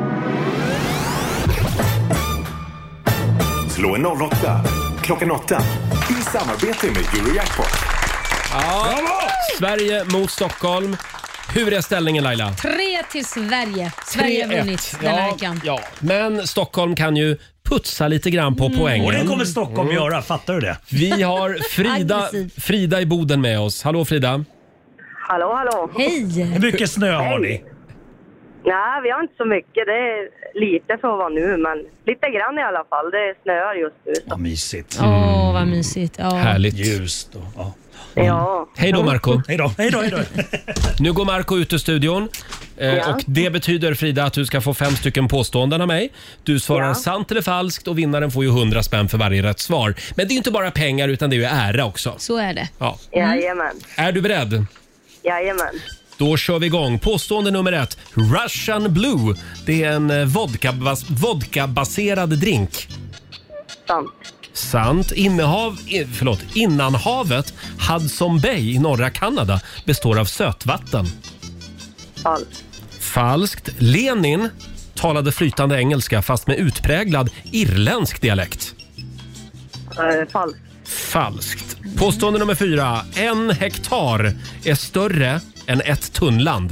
Speaker 3: Slå en noll åtta klockan åtta i samarbete med Eurojackpot.
Speaker 1: Ja. Sverige mot Stockholm. Hur är ställningen, Laila?
Speaker 4: Tre till Sverige. Sverige har vunnit den här
Speaker 1: ja,
Speaker 4: veckan.
Speaker 1: ja, men Stockholm kan ju putsa lite grann på poängen.
Speaker 9: Och det kommer Stockholm
Speaker 1: Mm.
Speaker 9: göra, fattar du det?
Speaker 1: Vi har Frida,
Speaker 4: Aggressiv.
Speaker 1: Frida i Boden med oss. Hallå Frida.
Speaker 7: Hallå, hallå.
Speaker 4: Hej!
Speaker 9: Hur mycket snö har ni?
Speaker 7: Nej, vi har inte så mycket. Det är lite för att vara nu, men lite grann i alla fall. Det snöar just nu.
Speaker 9: Vad mysigt.
Speaker 4: Åh, oh, vad mysigt. Ja.
Speaker 1: Härligt.
Speaker 9: Ljust och, ja.
Speaker 7: Ja.
Speaker 1: Hej då Marco.
Speaker 9: Hej då, hej då, hej då.
Speaker 1: Nu går Marco ut ur studion. Eh,
Speaker 7: Ja.
Speaker 1: Och det betyder, Frida, att du ska få fem stycken påståenden av mig. Du svarar
Speaker 7: Ja.
Speaker 1: sant eller falskt och vinnaren får ju hundra spänn för varje rätt svar. Men det är ju inte bara pengar utan det är ju ära också.
Speaker 4: Så är det.
Speaker 1: Ja.
Speaker 7: Jajamän.
Speaker 1: Är du beredd?
Speaker 7: Jajamän.
Speaker 1: Då kör vi igång. Påstående nummer ett. Russian Blue. Det är en eh, vodka-bas- vodka-baserad drink.
Speaker 7: Sant.
Speaker 1: Sant. Innehav, eh, förlåt, innanhavet Hudson Bay i norra Kanada består av sötvatten.
Speaker 7: Falskt.
Speaker 1: Falskt. Lenin talade flytande engelska fast med utpräglad irländsk dialekt.
Speaker 7: Uh, falskt.
Speaker 1: Falskt. Påstående nummer fyra. En hektar är större än ett tunnland.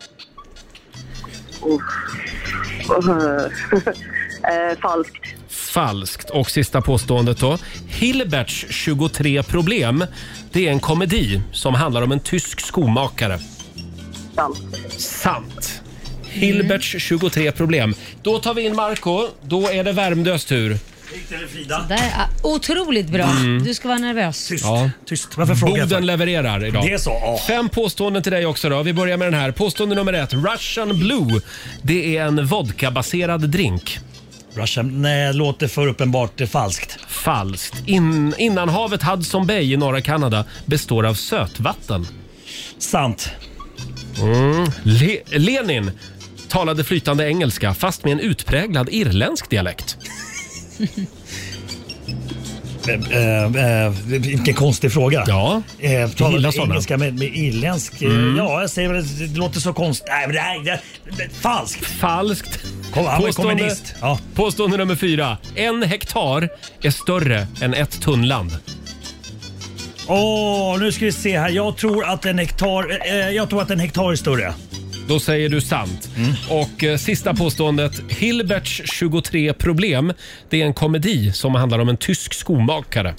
Speaker 7: Uh. Uh. uh, falskt.
Speaker 1: Falskt. Och sista påståendet då. Hilberts tjugotre problem. Det är en komedi som handlar om en tysk skomakare.
Speaker 7: Sant.
Speaker 1: Sant. Hilberts tjugotre problem. Då tar vi in Marco. Då är det Värmdös tur.
Speaker 9: Frida.
Speaker 4: Det är otroligt bra. Du ska vara nervös.
Speaker 9: Tyst.
Speaker 1: Ja.
Speaker 9: Tyst. Varför frågar jag för?
Speaker 1: Boden levererar idag.
Speaker 9: Det är så. Åh.
Speaker 1: Fem påståenden till dig också då. Vi börjar med den här. Påstående nummer ett. Russian Blue. Det är en vodkabaserad drink.
Speaker 9: Russian, nej, låter för uppenbart det falskt.
Speaker 1: Falskt. In, innanhavet Hudson Bay i norra Kanada består av sötvatten.
Speaker 9: Sant.
Speaker 1: Mm. Le- Lenin talade flytande engelska fast med en utpräglad irländsk dialekt.
Speaker 9: Eh, eh, vilken konstig fråga.
Speaker 1: Ja,
Speaker 9: eh,
Speaker 1: jag
Speaker 9: talade
Speaker 1: gillar såna.
Speaker 9: engelska med, med irländsk. eh,
Speaker 1: Mm.
Speaker 9: Ja, jag säger väl det låter så konstigt. Nej, men det är, det är, det är falskt.
Speaker 1: Falskt.
Speaker 9: Kom, han var
Speaker 1: Påstående,
Speaker 9: kommunist. Ja.
Speaker 1: påstående nummer fyra. En hektar är större än ett tunnland.
Speaker 9: Åh, nu ska vi se här. Jag tror att en hektar, eh, jag tror att en hektar är större.
Speaker 1: Då säger du sant. Och eh, sista påståendet. Hilberts tjugotre problem. Det är en komedi som handlar om en tysk skomakare.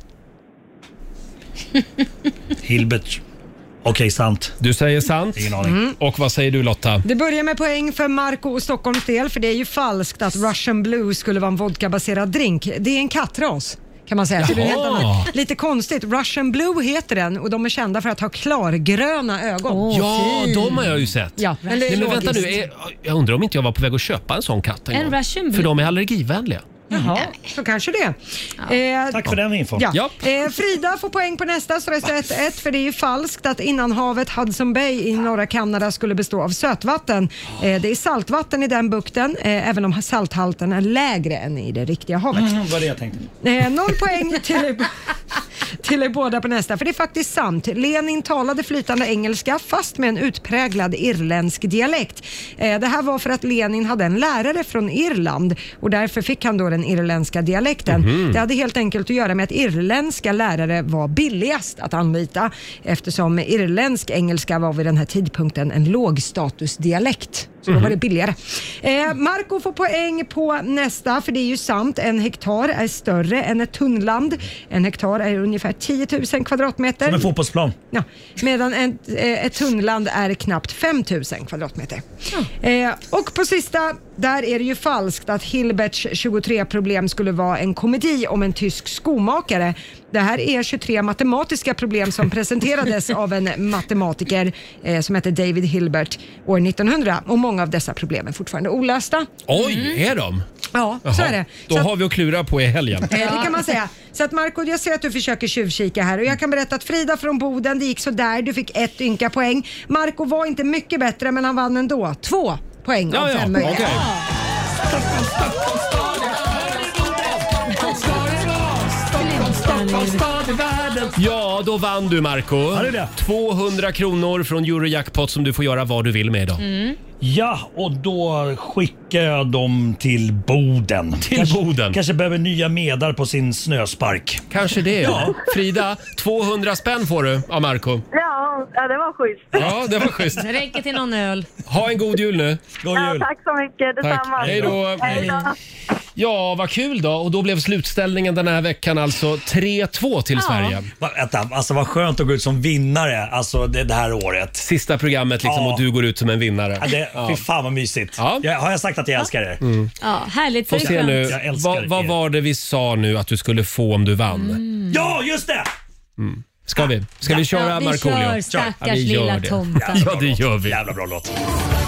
Speaker 9: Hilbert. Okej, sant.
Speaker 1: Du säger sant.
Speaker 9: Ingen aning.
Speaker 2: Mm.
Speaker 1: Och vad säger du Lotta?
Speaker 2: Det börjar med poäng för Marco och Stockholms del, för det är ju falskt att Russian Blue skulle vara en vodkabaserad drink. Det är en kattras. Kan man säga. Så det är helt
Speaker 1: Jaha.
Speaker 2: annat. Lite konstigt. Russian Blue heter den och de är kända för att ha klargröna ögon.
Speaker 4: Åh,
Speaker 1: Ja,
Speaker 4: fin.
Speaker 1: de har jag ju sett.
Speaker 2: Ja, men det är
Speaker 1: Nej, men vänta nu.
Speaker 2: logiskt.
Speaker 1: Är, jag undrar om inte jag var på väg att köpa en sån katt en,
Speaker 4: En
Speaker 1: gång.
Speaker 4: Russian
Speaker 1: För
Speaker 4: Blue.
Speaker 1: de är allergivänliga.
Speaker 2: Jaha, så kanske det. Eh,
Speaker 9: Tack för den infon.
Speaker 2: Ja.
Speaker 1: Ja.
Speaker 2: Eh, Frida får poäng på nästa, så det står ett ett, för det är ju falskt att innanhavet Hudson Bay i norra Kanada skulle bestå av sötvatten. Eh, det är saltvatten i den bukten, eh, även om salthalten är lägre än i det riktiga havet.
Speaker 9: Mm, vad det jag tänkte.
Speaker 2: Eh, noll poäng till er, till er båda på nästa, för det är faktiskt sant. Lenin talade flytande engelska fast med en utpräglad irländsk dialekt. Eh, det här var för att Lenin hade en lärare från Irland och därför fick han då den irländska dialekten.
Speaker 1: Mhm.
Speaker 2: Det hade helt enkelt att göra med att irländska lärare var billigast att anlita, eftersom irländsk engelska var vid den här tidpunkten en lågstatusdialekt. Så då var det billigare. Eh, Marco får poäng på nästa, för det är ju sant. En hektar är större än ett tunnland. En hektar är ungefär tio tusen kvadratmeter.
Speaker 9: Som en fotbollsplan.
Speaker 2: Ja, medan ett, ett tunnland är knappt fem tusen kvadratmeter. Mm. Eh, och på sista, där är det ju falskt att Hilberts tjugotre problem skulle vara en komedi om en tysk skomakare. Det här är tjugotre matematiska problem som presenterades av en matematiker eh, som heter David Hilbert år nittonhundra, och många av dessa problem är fortfarande olösta.
Speaker 1: Oj,
Speaker 2: Mm.
Speaker 1: är de?
Speaker 2: Ja,
Speaker 1: Jaha,
Speaker 2: så är det.
Speaker 1: Då
Speaker 2: Så
Speaker 1: har vi att klura på i helgen.
Speaker 2: Eh, det kan man säga. Så att Marco, jag ser att du försöker tjuvkika här, och jag kan berätta att Frida från Boden, det gick så där. Du fick ett ynka poäng. Marco var inte mycket bättre, men han vann ändå. Två poäng
Speaker 1: Ja,
Speaker 2: av
Speaker 1: ja,
Speaker 2: fem möjliga.
Speaker 1: okej. Ja, då vann du, Marco.
Speaker 9: Ja, det är det.
Speaker 1: tvåhundra kronor från Eurojackpot som du får göra vad du vill med idag.
Speaker 4: Mm.
Speaker 9: Ja, och då skickar jag dem till Boden.
Speaker 1: Till
Speaker 9: kanske,
Speaker 1: Boden.
Speaker 9: Kanske behöver nya medar på sin snöspark.
Speaker 1: Kanske det.
Speaker 9: Ja.
Speaker 1: Frida, tvåhundra spänn får du av Marco.
Speaker 7: Ja, ja, det var schysst.
Speaker 1: Ja, det var schysst.
Speaker 4: Det räcker till någon öl.
Speaker 1: Ha en god jul nu.
Speaker 9: God
Speaker 7: Ja,
Speaker 9: jul.
Speaker 7: tack så mycket. Detsamma.
Speaker 1: Hej då.
Speaker 7: Hej då.
Speaker 1: Ja, vad kul då. Och då blev slutställningen den här veckan alltså tre två till Sverige.
Speaker 9: Va, vänta, alltså vad skönt att gå ut som vinnare alltså det, det här året.
Speaker 1: Sista programmet liksom,
Speaker 9: Ja.
Speaker 1: och du går ut som en vinnare.
Speaker 9: Ja, det, fy fan vad mysigt.
Speaker 1: Ja.
Speaker 9: Jag, har jag sagt att jag älskar er?
Speaker 1: Mm.
Speaker 4: Ja, härligt.
Speaker 1: Får
Speaker 4: Så är
Speaker 1: se
Speaker 4: det
Speaker 1: nu,
Speaker 4: skönt.
Speaker 9: Jag älskar
Speaker 1: vad, vad
Speaker 9: er.
Speaker 1: var det vi sa nu att du skulle få om du vann?
Speaker 9: Ja, just det!
Speaker 1: Mm. Ska vi? Ska vi köra
Speaker 4: Ja, vi
Speaker 1: Markoolio?
Speaker 4: kör Stackars
Speaker 1: Ja, vi gör
Speaker 4: lilla
Speaker 1: det.
Speaker 4: tomten.
Speaker 1: Ja, det gör vi.
Speaker 9: Jävla bra låt.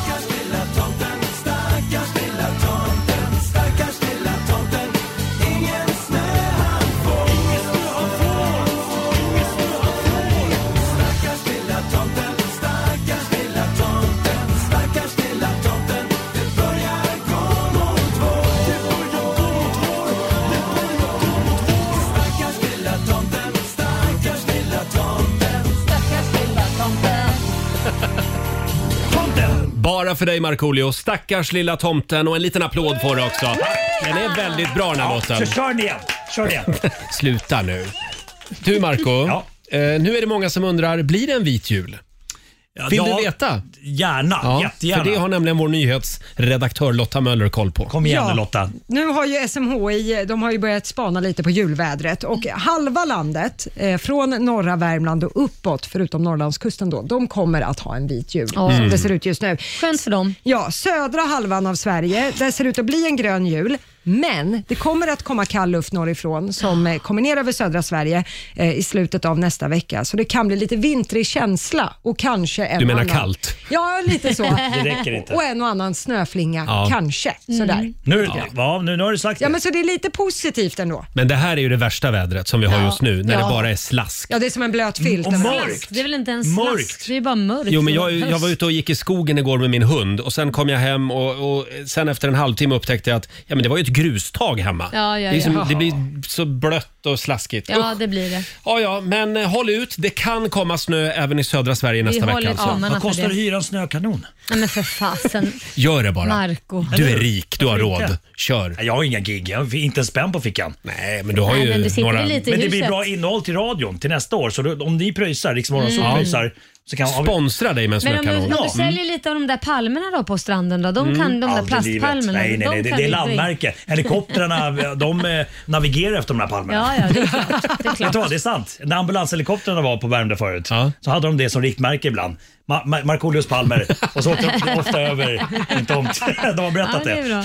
Speaker 1: Bara för dig Markoolio, stackars lilla tomten, och en liten applåd får du också. Den är väldigt bra den här
Speaker 9: Ja,
Speaker 1: låten.
Speaker 9: så kör ni igen. Kör igen.
Speaker 1: Sluta nu. Du Marco,
Speaker 9: Ja.
Speaker 1: eh, nu är det många som undrar, blir det en vit jul?
Speaker 9: Ja,
Speaker 1: Vill
Speaker 9: ja,
Speaker 1: du veta?
Speaker 9: Gärna,
Speaker 1: Ja,
Speaker 9: jättegärna.
Speaker 1: för det har nämligen vår nyhetsredaktör Lotta Möller koll på.
Speaker 9: Kom igen
Speaker 2: Ja.
Speaker 9: nu Lotta.
Speaker 2: Nu har ju S M H I, de har ju börjat spana lite på julvädret, och halva landet eh, från norra Värmland och uppåt, förutom Norrlandskusten då, de kommer att ha en vit jul
Speaker 4: Mm.
Speaker 2: som det ser ut just nu.
Speaker 4: Skönt för dem.
Speaker 2: Ja, södra halvan av Sverige, där ser det ut att bli en grön jul. Men det kommer att komma kall luft norrifrån som eh, kommer ner över södra Sverige eh, i slutet av nästa vecka. Så det kan bli lite vintrig känsla och kanske en
Speaker 1: Du menar
Speaker 2: annan...
Speaker 1: kallt?
Speaker 2: Ja, lite så.
Speaker 9: Det räcker inte.
Speaker 2: Och en och annan snöflinga,
Speaker 1: Ja.
Speaker 2: kanske. Sådär.
Speaker 9: Nu, ja. Ja, nu, nu har du sagt
Speaker 2: Ja,
Speaker 9: det.
Speaker 2: men så det är lite positivt ändå.
Speaker 1: Men det här är ju det värsta vädret som vi har
Speaker 4: Ja.
Speaker 1: just nu, när
Speaker 2: Ja.
Speaker 1: det bara är slask.
Speaker 2: Ja, det är som en blöt filt.
Speaker 9: Och
Speaker 2: över
Speaker 9: mörkt.
Speaker 2: allt.
Speaker 4: Det är väl inte ens
Speaker 9: Mörkt.
Speaker 4: slask, det är bara mörkt.
Speaker 1: Jo, men jag,
Speaker 4: Det är
Speaker 1: jag var ute och gick i skogen igår med min hund, och sen kom jag hem och, och sen efter en halvtimme upptäckte jag att ja, men det var ju ett grustag hemma.
Speaker 4: Ja, ja,
Speaker 1: det, är som,
Speaker 4: ja.
Speaker 1: det blir så blött och slaskigt.
Speaker 4: Ja,
Speaker 1: Usch.
Speaker 4: det blir det.
Speaker 1: Ja, ja, men eh, håll ut. Det kan komma snö även i södra Sverige nästa
Speaker 4: håller
Speaker 1: vecka. Alltså.
Speaker 4: tummarna
Speaker 9: Vad
Speaker 4: för
Speaker 9: kostar
Speaker 4: det.
Speaker 9: det att hyra en snökanon?
Speaker 4: Nej men för fasen.
Speaker 1: Gör det bara.
Speaker 4: Marco.
Speaker 1: Du är rik, du har
Speaker 9: Varför inte?
Speaker 1: råd. Kör.
Speaker 9: Nej, jag har inga gig, jag har inte en spänn på fickan.
Speaker 1: Nej, men du har
Speaker 4: Nej,
Speaker 1: ju
Speaker 4: men du sitter
Speaker 1: några...
Speaker 4: väl lite i
Speaker 9: Men det blir
Speaker 4: huset.
Speaker 9: bra innehåll till radion till nästa år. Så då, om ni pröjsar, liksom mm. så
Speaker 1: Ja.
Speaker 9: pröjsar, så kan har vi...
Speaker 1: Sponsra dig med en
Speaker 4: Men om du,
Speaker 1: snökanon.
Speaker 4: om
Speaker 9: Ja.
Speaker 4: du säljer lite av de där palmerna då på stranden då? De kan, de där
Speaker 9: Aldrig i livet.
Speaker 4: plastpalmerna.
Speaker 9: Nej, nej,
Speaker 4: de
Speaker 9: nej, det,
Speaker 4: kan
Speaker 9: det är
Speaker 4: vi dra in.
Speaker 9: landmärke. Helikoptrarna, de eh, navigerar efter de här palmerna.
Speaker 4: Ja, ja, det är klart. Det är
Speaker 9: Vet
Speaker 4: klart.
Speaker 9: du vad, det är sant. När ambulanshelikoptrarna var på Värmdö förut
Speaker 1: Ja.
Speaker 9: så hade de det som riktmärke ibland. Ma- Ma- Markoolios palmer. Och så åkte de ofta över en tomt. De har berättat
Speaker 4: Ja, det är
Speaker 9: det.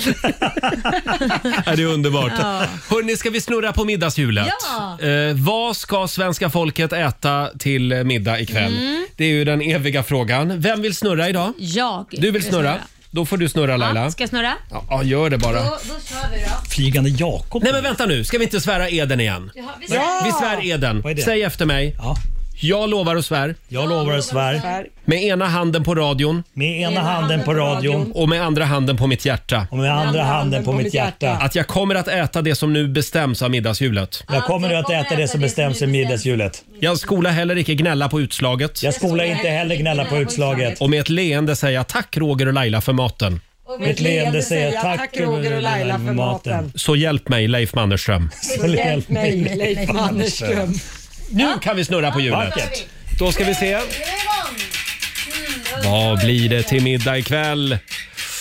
Speaker 4: bra.
Speaker 1: Ja, det är underbart.
Speaker 4: Ja.
Speaker 1: Hörrni, ska vi snurra på middagshjulet?
Speaker 4: Ja.
Speaker 1: Eh, vad ska svenska folket äta till eh, middag ikväll?
Speaker 4: Mm.
Speaker 1: Det är ju den eviga frågan. Vem vill snurra idag?
Speaker 4: Jag.
Speaker 1: Du vill snurra? Då får du snurra, Laila.
Speaker 4: Ja, ska jag snurra?
Speaker 1: Ja, ja, gör det bara.
Speaker 4: Då, då kör vi då.
Speaker 9: Flygande Jakob.
Speaker 1: Nej, men vänta nu. Ska vi inte svära eden igen?
Speaker 4: Jaha, vi
Speaker 1: Vi svär eden.
Speaker 9: Vad är det?
Speaker 1: Säg efter mig.
Speaker 9: Ja.
Speaker 1: Jag lovar och svär.
Speaker 9: Jag lovar och svär.
Speaker 1: Med ena handen på radion
Speaker 9: Med ena handen på radion
Speaker 1: och med andra handen på mitt hjärta.
Speaker 9: och med andra handen på mitt hjärta.
Speaker 1: Att jag kommer att äta det som nu bestäms av middagshjulet.
Speaker 9: Jag kommer nu att äta det som bestäms i middagshjulet.
Speaker 1: Jag skola heller inte gnälla på utslaget.
Speaker 9: Jag skolar inte heller gnälla på utslaget.
Speaker 1: Och med ett leende säga tack Roger och Laila för maten.
Speaker 9: Med ett leende säger jag tack
Speaker 2: Roger och Laila för maten.
Speaker 1: Så hjälp mig Leif Mannerström.
Speaker 2: Så hjälp mig, Leif Mannerström.
Speaker 1: Nu kan vi snurra på hjulet.
Speaker 9: Vackert.
Speaker 1: Då ska vi se. Vad blir det till middag ikväll?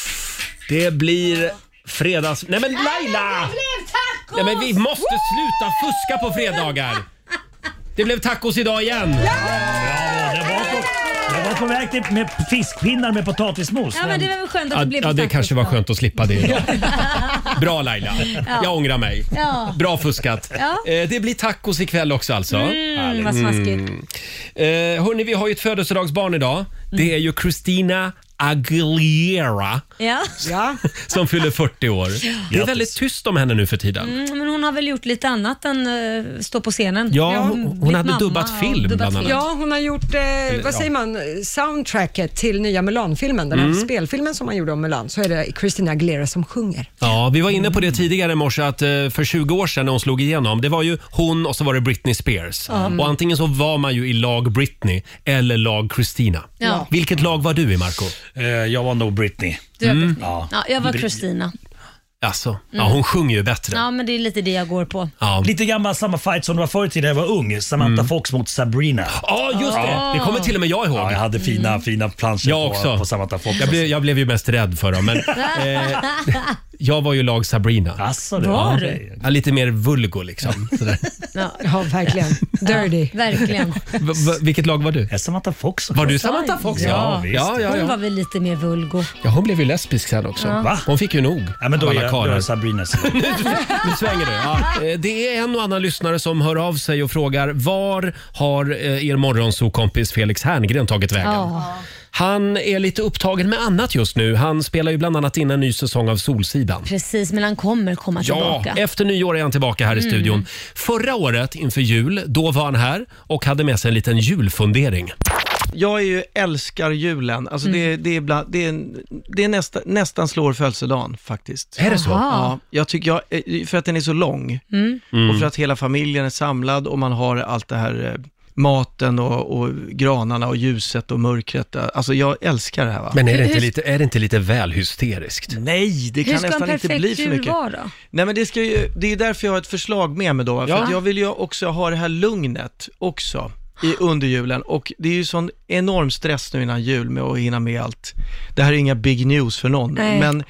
Speaker 1: Det blir fredags... Nej men Laila! Nej men vi måste sluta fuska på fredagar. Det blev tacos idag igen.
Speaker 9: Ja, det var på, det var på väg till med fiskpinnar med potatismos.
Speaker 4: Ja, men det var väl skönt att
Speaker 1: Ja,
Speaker 4: det blev
Speaker 1: ja, det
Speaker 4: tacos
Speaker 1: kanske var
Speaker 4: då.
Speaker 1: skönt att slippa det idag. Bra Laila.
Speaker 4: Ja.
Speaker 1: Jag ångrar mig.
Speaker 4: Ja.
Speaker 1: Bra fuskat.
Speaker 4: Ja.
Speaker 1: Eh, det blir tacos ikväll också alltså.
Speaker 4: Mm, vad smaskigt.
Speaker 1: Eh, hörni, vi har ju ett födelsedagsbarn idag. Det är ju Christina Aguilera
Speaker 4: Ja.
Speaker 2: Ja.
Speaker 1: som fyller fyrtio år. Det är väldigt tyst om henne nu för tiden.
Speaker 4: Mm, men hon har väl gjort lite annat än uh, stå på scenen.
Speaker 1: Ja, hon, hon
Speaker 4: blivit
Speaker 1: hade
Speaker 4: mamma
Speaker 1: dubbat
Speaker 4: och
Speaker 1: film
Speaker 4: dubbat
Speaker 1: bland annat.
Speaker 4: film.
Speaker 2: Ja, hon har gjort, eh, vad säger man, soundtracket till nya Mulan-filmen. Den här
Speaker 1: Mm.
Speaker 2: spelfilmen som man gjorde om Mulan. Så är det Christina Aguilera som sjunger.
Speaker 1: Ja, vi var inne på det tidigare i morse att eh, för tjugo år sedan när hon slog igenom, det var ju hon och så var det Britney Spears.
Speaker 4: Mm.
Speaker 1: Och antingen så var man ju i lag Britney eller lag Christina.
Speaker 4: Ja.
Speaker 1: Vilket lag var du i, Marco?
Speaker 9: Eh, jag var nog Britney.
Speaker 4: Du är
Speaker 1: Mm.
Speaker 4: Britney.
Speaker 9: Ja.
Speaker 4: Ja, jag var Christina.
Speaker 1: Alltså, ja, hon sjunger ju bättre.
Speaker 4: Ja, men det är lite det jag går på.
Speaker 1: Ja.
Speaker 9: Lite gammal samma fight som det var förr i tiden när jag var ung. Samantha Fox mot Sabrina.
Speaker 1: Ja, just det. Det kommer till och med jag ihåg.
Speaker 9: Ja, jag hade fina, fina planscher
Speaker 1: Jag
Speaker 9: på,
Speaker 1: också.
Speaker 9: på Samantha Fox.
Speaker 1: Jag blev, jag blev ju mest rädd för dem, men eh, jag var ju lag Sabrina.
Speaker 9: Asså, det
Speaker 4: Var
Speaker 9: ja,
Speaker 4: du?
Speaker 9: det-
Speaker 1: Ja, lite mer vulgo liksom. Sådär.
Speaker 4: Ja,
Speaker 2: Ja, verkligen. Dirty.
Speaker 4: verkligen.
Speaker 1: V- v- vilket lag var du?
Speaker 9: Jag är Samantha Fox.
Speaker 1: Var du Samantha Fox?
Speaker 9: Ja, visst.
Speaker 1: ja, ja,
Speaker 4: Hon
Speaker 1: ja.
Speaker 4: var väl lite mer vulgo.
Speaker 1: ja, hon blev ju lesbisk sen också.
Speaker 9: Va?
Speaker 1: Hon fick ju nog
Speaker 9: Ja, men då
Speaker 1: av
Speaker 9: är
Speaker 1: alla
Speaker 9: jag, då är
Speaker 1: karlar.
Speaker 9: jag Sabrina.
Speaker 1: Nu svänger du. Ja. Eh, Det är en och annan lyssnare som hör av sig och frågar var har eh, er morgonsokompis Felix Herngren tagit vägen?
Speaker 4: Ja.
Speaker 1: Han är lite upptagen med annat just nu. Han spelar ju bland annat in en ny säsong av Solsidan.
Speaker 4: Precis, men han kommer komma
Speaker 1: Ja,
Speaker 4: tillbaka.
Speaker 1: efter nyår är han tillbaka här i studion. Förra året inför jul, då var han här och hade med sig en liten julfundering.
Speaker 13: Jag är ju älskar julen. Alltså det, det är, bland, det är, en- det är nästa, nästan slår födelsedagen faktiskt.
Speaker 1: Är det så?
Speaker 4: Jaha.
Speaker 13: Ja, jag tycker jag, eh, för att den är så lång
Speaker 4: Mm.
Speaker 13: och för att hela familjen är samlad och man har allt det här eh, maten och, och granarna och ljuset och mörkret. Alltså jag älskar det här va.
Speaker 1: Men är det inte
Speaker 4: Hur-
Speaker 1: lite, är det inte lite väl hysteriskt?
Speaker 13: Nej, det
Speaker 4: Hur
Speaker 13: kan
Speaker 4: ska en
Speaker 13: nästan inte
Speaker 4: perfekt
Speaker 13: bli för
Speaker 4: jul
Speaker 13: mycket.
Speaker 4: vara då?
Speaker 13: Nej men det, ska ju, det är därför jag har ett förslag med mig då. För
Speaker 1: Ja.
Speaker 13: att jag vill ju också ha det här lugnet också i, under julen. Och det är ju sån enorm stress nu innan jul med att hinna med allt. Det här är inga big news för någon.
Speaker 4: Nej.
Speaker 13: Men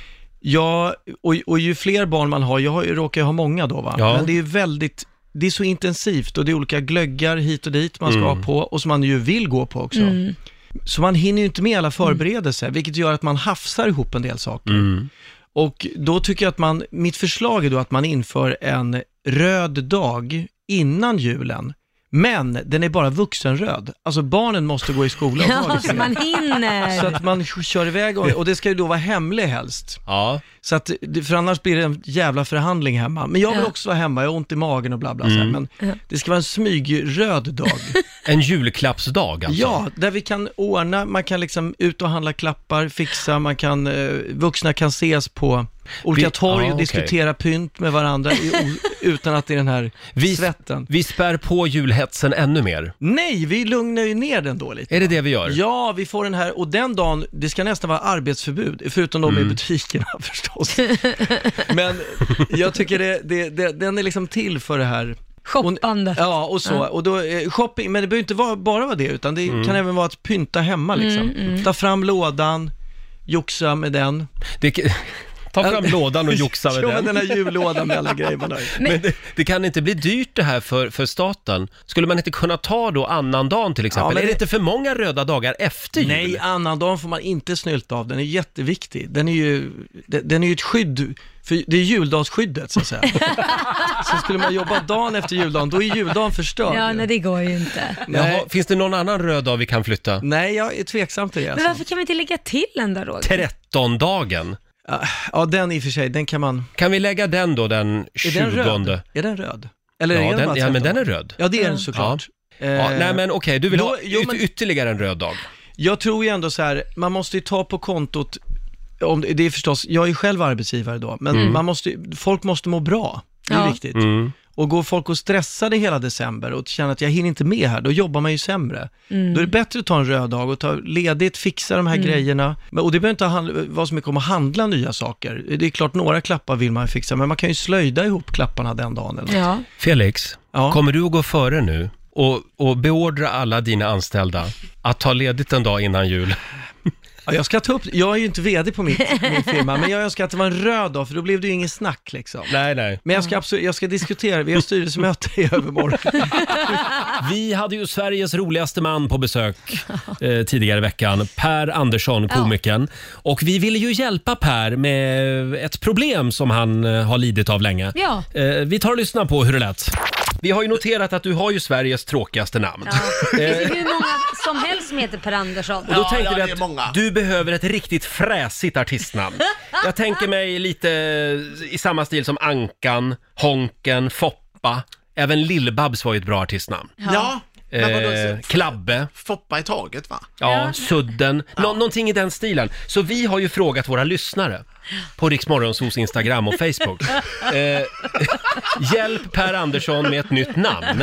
Speaker 13: jag, och, och ju fler barn man har, jag har, ju- råkar ju ha många då va.
Speaker 1: Ja.
Speaker 13: Men det är ju väldigt, det är så intensivt och det är olika glöggar hit och dit man ska
Speaker 1: Mm.
Speaker 13: ha på och som man ju vill gå på också.
Speaker 4: Mm.
Speaker 13: Så man hinner ju inte med alla förberedelser, vilket gör att man hafsar ihop en del saker.
Speaker 1: Mm.
Speaker 13: Och då tycker jag att man, mitt förslag är då att man inför en röd dag innan julen. Men den är bara vuxenröd. Alltså barnen måste gå i skolan och ha
Speaker 4: Ja,
Speaker 13: lite
Speaker 4: så man
Speaker 13: mer.
Speaker 4: hinner.
Speaker 13: Så att man kör iväg och, och det ska ju då vara hemlig helst.
Speaker 1: Ja.
Speaker 13: Så att, det- för annars blir det en jävla förhandling hemma. Men jag vill
Speaker 4: Ja.
Speaker 13: också vara hemma, jag har ont i magen och bla bla. Så här. Men
Speaker 4: Ja.
Speaker 13: det ska vara en smygröd dag.
Speaker 1: En julklappsdag alltså?
Speaker 13: Ja, där vi kan ordna, man kan liksom ut och handla klappar, fixa, man kan, eh, vuxna kan ses på olika
Speaker 1: Vi-
Speaker 13: torg
Speaker 1: ja,
Speaker 13: och
Speaker 1: okej.
Speaker 13: diskutera pynt med varandra i, o, utan att det är den här
Speaker 1: Vi,
Speaker 13: svetten.
Speaker 1: vi spär på julhetsen ännu mer.
Speaker 13: Nej, vi lugnar ju ner den då lite.
Speaker 1: Är det det vi gör?
Speaker 13: Ja, vi får den här, och den dagen, det ska nästan vara arbetsförbud, förutom de
Speaker 1: Mm.
Speaker 13: i butikerna förstås. Men jag tycker det, det, det, den är liksom till för det här.
Speaker 4: Shoppande.
Speaker 13: Och, ja, och så.
Speaker 4: Ja.
Speaker 13: Och då, eh, shopping, men det behöver inte vara, bara vara det, utan det
Speaker 1: Mm.
Speaker 13: kan även vara att pynta hemma liksom.
Speaker 4: Mm, mm.
Speaker 13: Ta fram lådan, joxa med den.
Speaker 1: Det, ta fram lådan och joxa med
Speaker 13: Jo,
Speaker 1: den.
Speaker 13: med den här jullådan med alla grejer man har.
Speaker 1: Men det, det kan inte bli dyrt det här för, för staten. Skulle man inte kunna ta då annandagen till exempel?
Speaker 13: Ja, men
Speaker 1: är det
Speaker 13: det-
Speaker 1: inte för många röda dagar efter jul?
Speaker 13: Nej, annandagen får man inte snylta av. Den är jätteviktig. Den är ju, den, den är ju ett skydd, för det är juldagsskyddet så att säga. Så skulle man jobba dagen efter juldagen, då är juldagen förstörd.
Speaker 4: Ja, nej det går ju inte.
Speaker 13: Nej.
Speaker 1: Jaha, finns det någon annan röd dag vi kan flytta?
Speaker 13: Nej, jag är tveksam till det.
Speaker 4: Men
Speaker 13: Alltså.
Speaker 4: varför kan vi inte lägga till en då, Roger?
Speaker 1: trettondagen.
Speaker 13: Ja, den i och för sig, den kan man...
Speaker 1: Kan vi lägga den då den
Speaker 13: Är
Speaker 1: tjugonde?
Speaker 13: den röd? Är den röd? Eller
Speaker 1: Ja,
Speaker 13: är den
Speaker 1: den,
Speaker 13: bara
Speaker 1: ja, men
Speaker 13: tretton?
Speaker 1: den är röd.
Speaker 13: Ja, det är den
Speaker 4: Ja.
Speaker 13: såklart.
Speaker 1: Ja,
Speaker 13: Eh,
Speaker 1: nej men okej, du vill
Speaker 13: då-
Speaker 1: ha
Speaker 13: jo,
Speaker 1: yt-
Speaker 13: men-
Speaker 1: ytterligare en röd dag.
Speaker 13: Jag tror ju ändå så här, man måste ju ta på kontot, om det, det är förstås, jag är själv arbetsgivare då, men
Speaker 1: Mm.
Speaker 13: man måste, folk måste må bra, det är
Speaker 4: Ja.
Speaker 13: viktigt.
Speaker 1: Mm.
Speaker 13: Och går folk och stressade hela december och känner att jag hinner inte med här, då jobbar man ju sämre.
Speaker 4: Mm.
Speaker 13: Då är det bättre att ta en röd dag och ta ledigt, fixa de här
Speaker 4: Mm.
Speaker 13: grejerna. Men- Och det behöver inte handla, vara så mycket om att handla nya saker. Det är klart, några klappar vill man fixa, men man kan ju slöjda ihop klapparna den dagen. Eller något.
Speaker 4: Ja.
Speaker 1: Felix,
Speaker 13: Ja.
Speaker 1: kommer du att gå före nu och, och beordra alla dina anställda att ta ledigt en dag innan jul?
Speaker 13: Ja, jag ska ta upp, jag är ju inte vd på mitt, min firma, men jag önskar att det var en röd dag, för då blev det ju ingen snack liksom.
Speaker 1: Nej, nej.
Speaker 13: Men jag ska, absolut, jag ska diskutera, vi har styrelsemöte i övermorgon.
Speaker 1: Vi hade ju Sveriges roligaste man på besök eh, tidigare i veckan, Per Andersson, komikern. Och vi ville ju hjälpa Per med ett problem som han eh, har lidit av länge.
Speaker 4: Ja.
Speaker 1: Eh, vi tar och lyssnar på hur det lät. Vi har ju noterat att du har ju Sveriges tråkigaste namn.
Speaker 4: Ja. Det är hur många som helst som heter Per Andersson.
Speaker 1: Och då ja, tänkte ja, vi att du behöver ett riktigt fräsigt artistnamn. Jag tänker mig lite i samma stil som Ankan, Honken, Foppa. Även Lill-Babs var ju ett bra artistnamn.
Speaker 14: Ja.
Speaker 1: Eh, Klabbe.
Speaker 14: Foppa i taget, va?
Speaker 1: Ja, ja. Sudden. Nå- ja. Någonting i den stilen. Så vi har ju frågat våra lyssnare på Rix Morgonzos Instagram och Facebook. Eh, hjälp Per Andersson med ett nytt namn.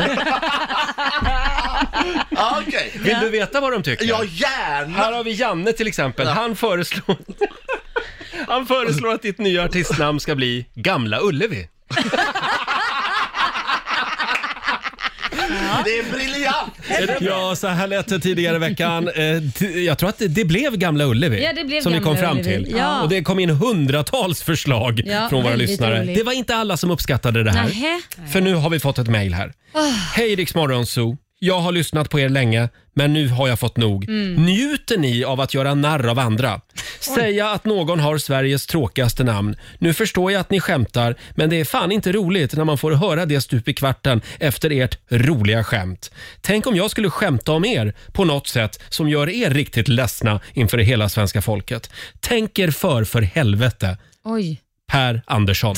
Speaker 14: Ja, okay.
Speaker 1: Vill du veta vad de tycker?
Speaker 14: Ja, gärna.
Speaker 1: Här har vi Janne till exempel. Ja. Han föreslår Han föreslår att ditt nya artistnamn ska bli Gamla Ullevi.
Speaker 14: Det är briljant!
Speaker 1: Ja, så här lät det tidigare i veckan. Jag tror att det blev Gamla Ullevi,
Speaker 4: ja, det blev
Speaker 1: som
Speaker 4: Gamla
Speaker 1: vi kom fram
Speaker 4: Ullevi.
Speaker 1: till.
Speaker 4: Ja.
Speaker 1: Och det kom in hundratals förslag
Speaker 4: ja,
Speaker 1: från våra lyssnare.
Speaker 4: roligt.
Speaker 1: Det var inte alla som uppskattade det här.
Speaker 4: Nähe.
Speaker 1: För nu har vi fått ett mejl här.
Speaker 4: Oh.
Speaker 1: Hej Rix Morgonzoo. Jag har lyssnat på er länge, men nu har jag fått nog. Mm. Njuter ni av att göra narr av andra? Säga att någon har Sveriges tråkigaste namn. Nu förstår jag att ni skämtar, men det är fan inte roligt när man får höra det stup i kvarten efter ert roliga skämt. Tänk om jag skulle skämta om er på något sätt som gör er riktigt ledsna inför hela svenska folket. Tänk er för för helvete.
Speaker 4: Oj.
Speaker 1: Per Andersson.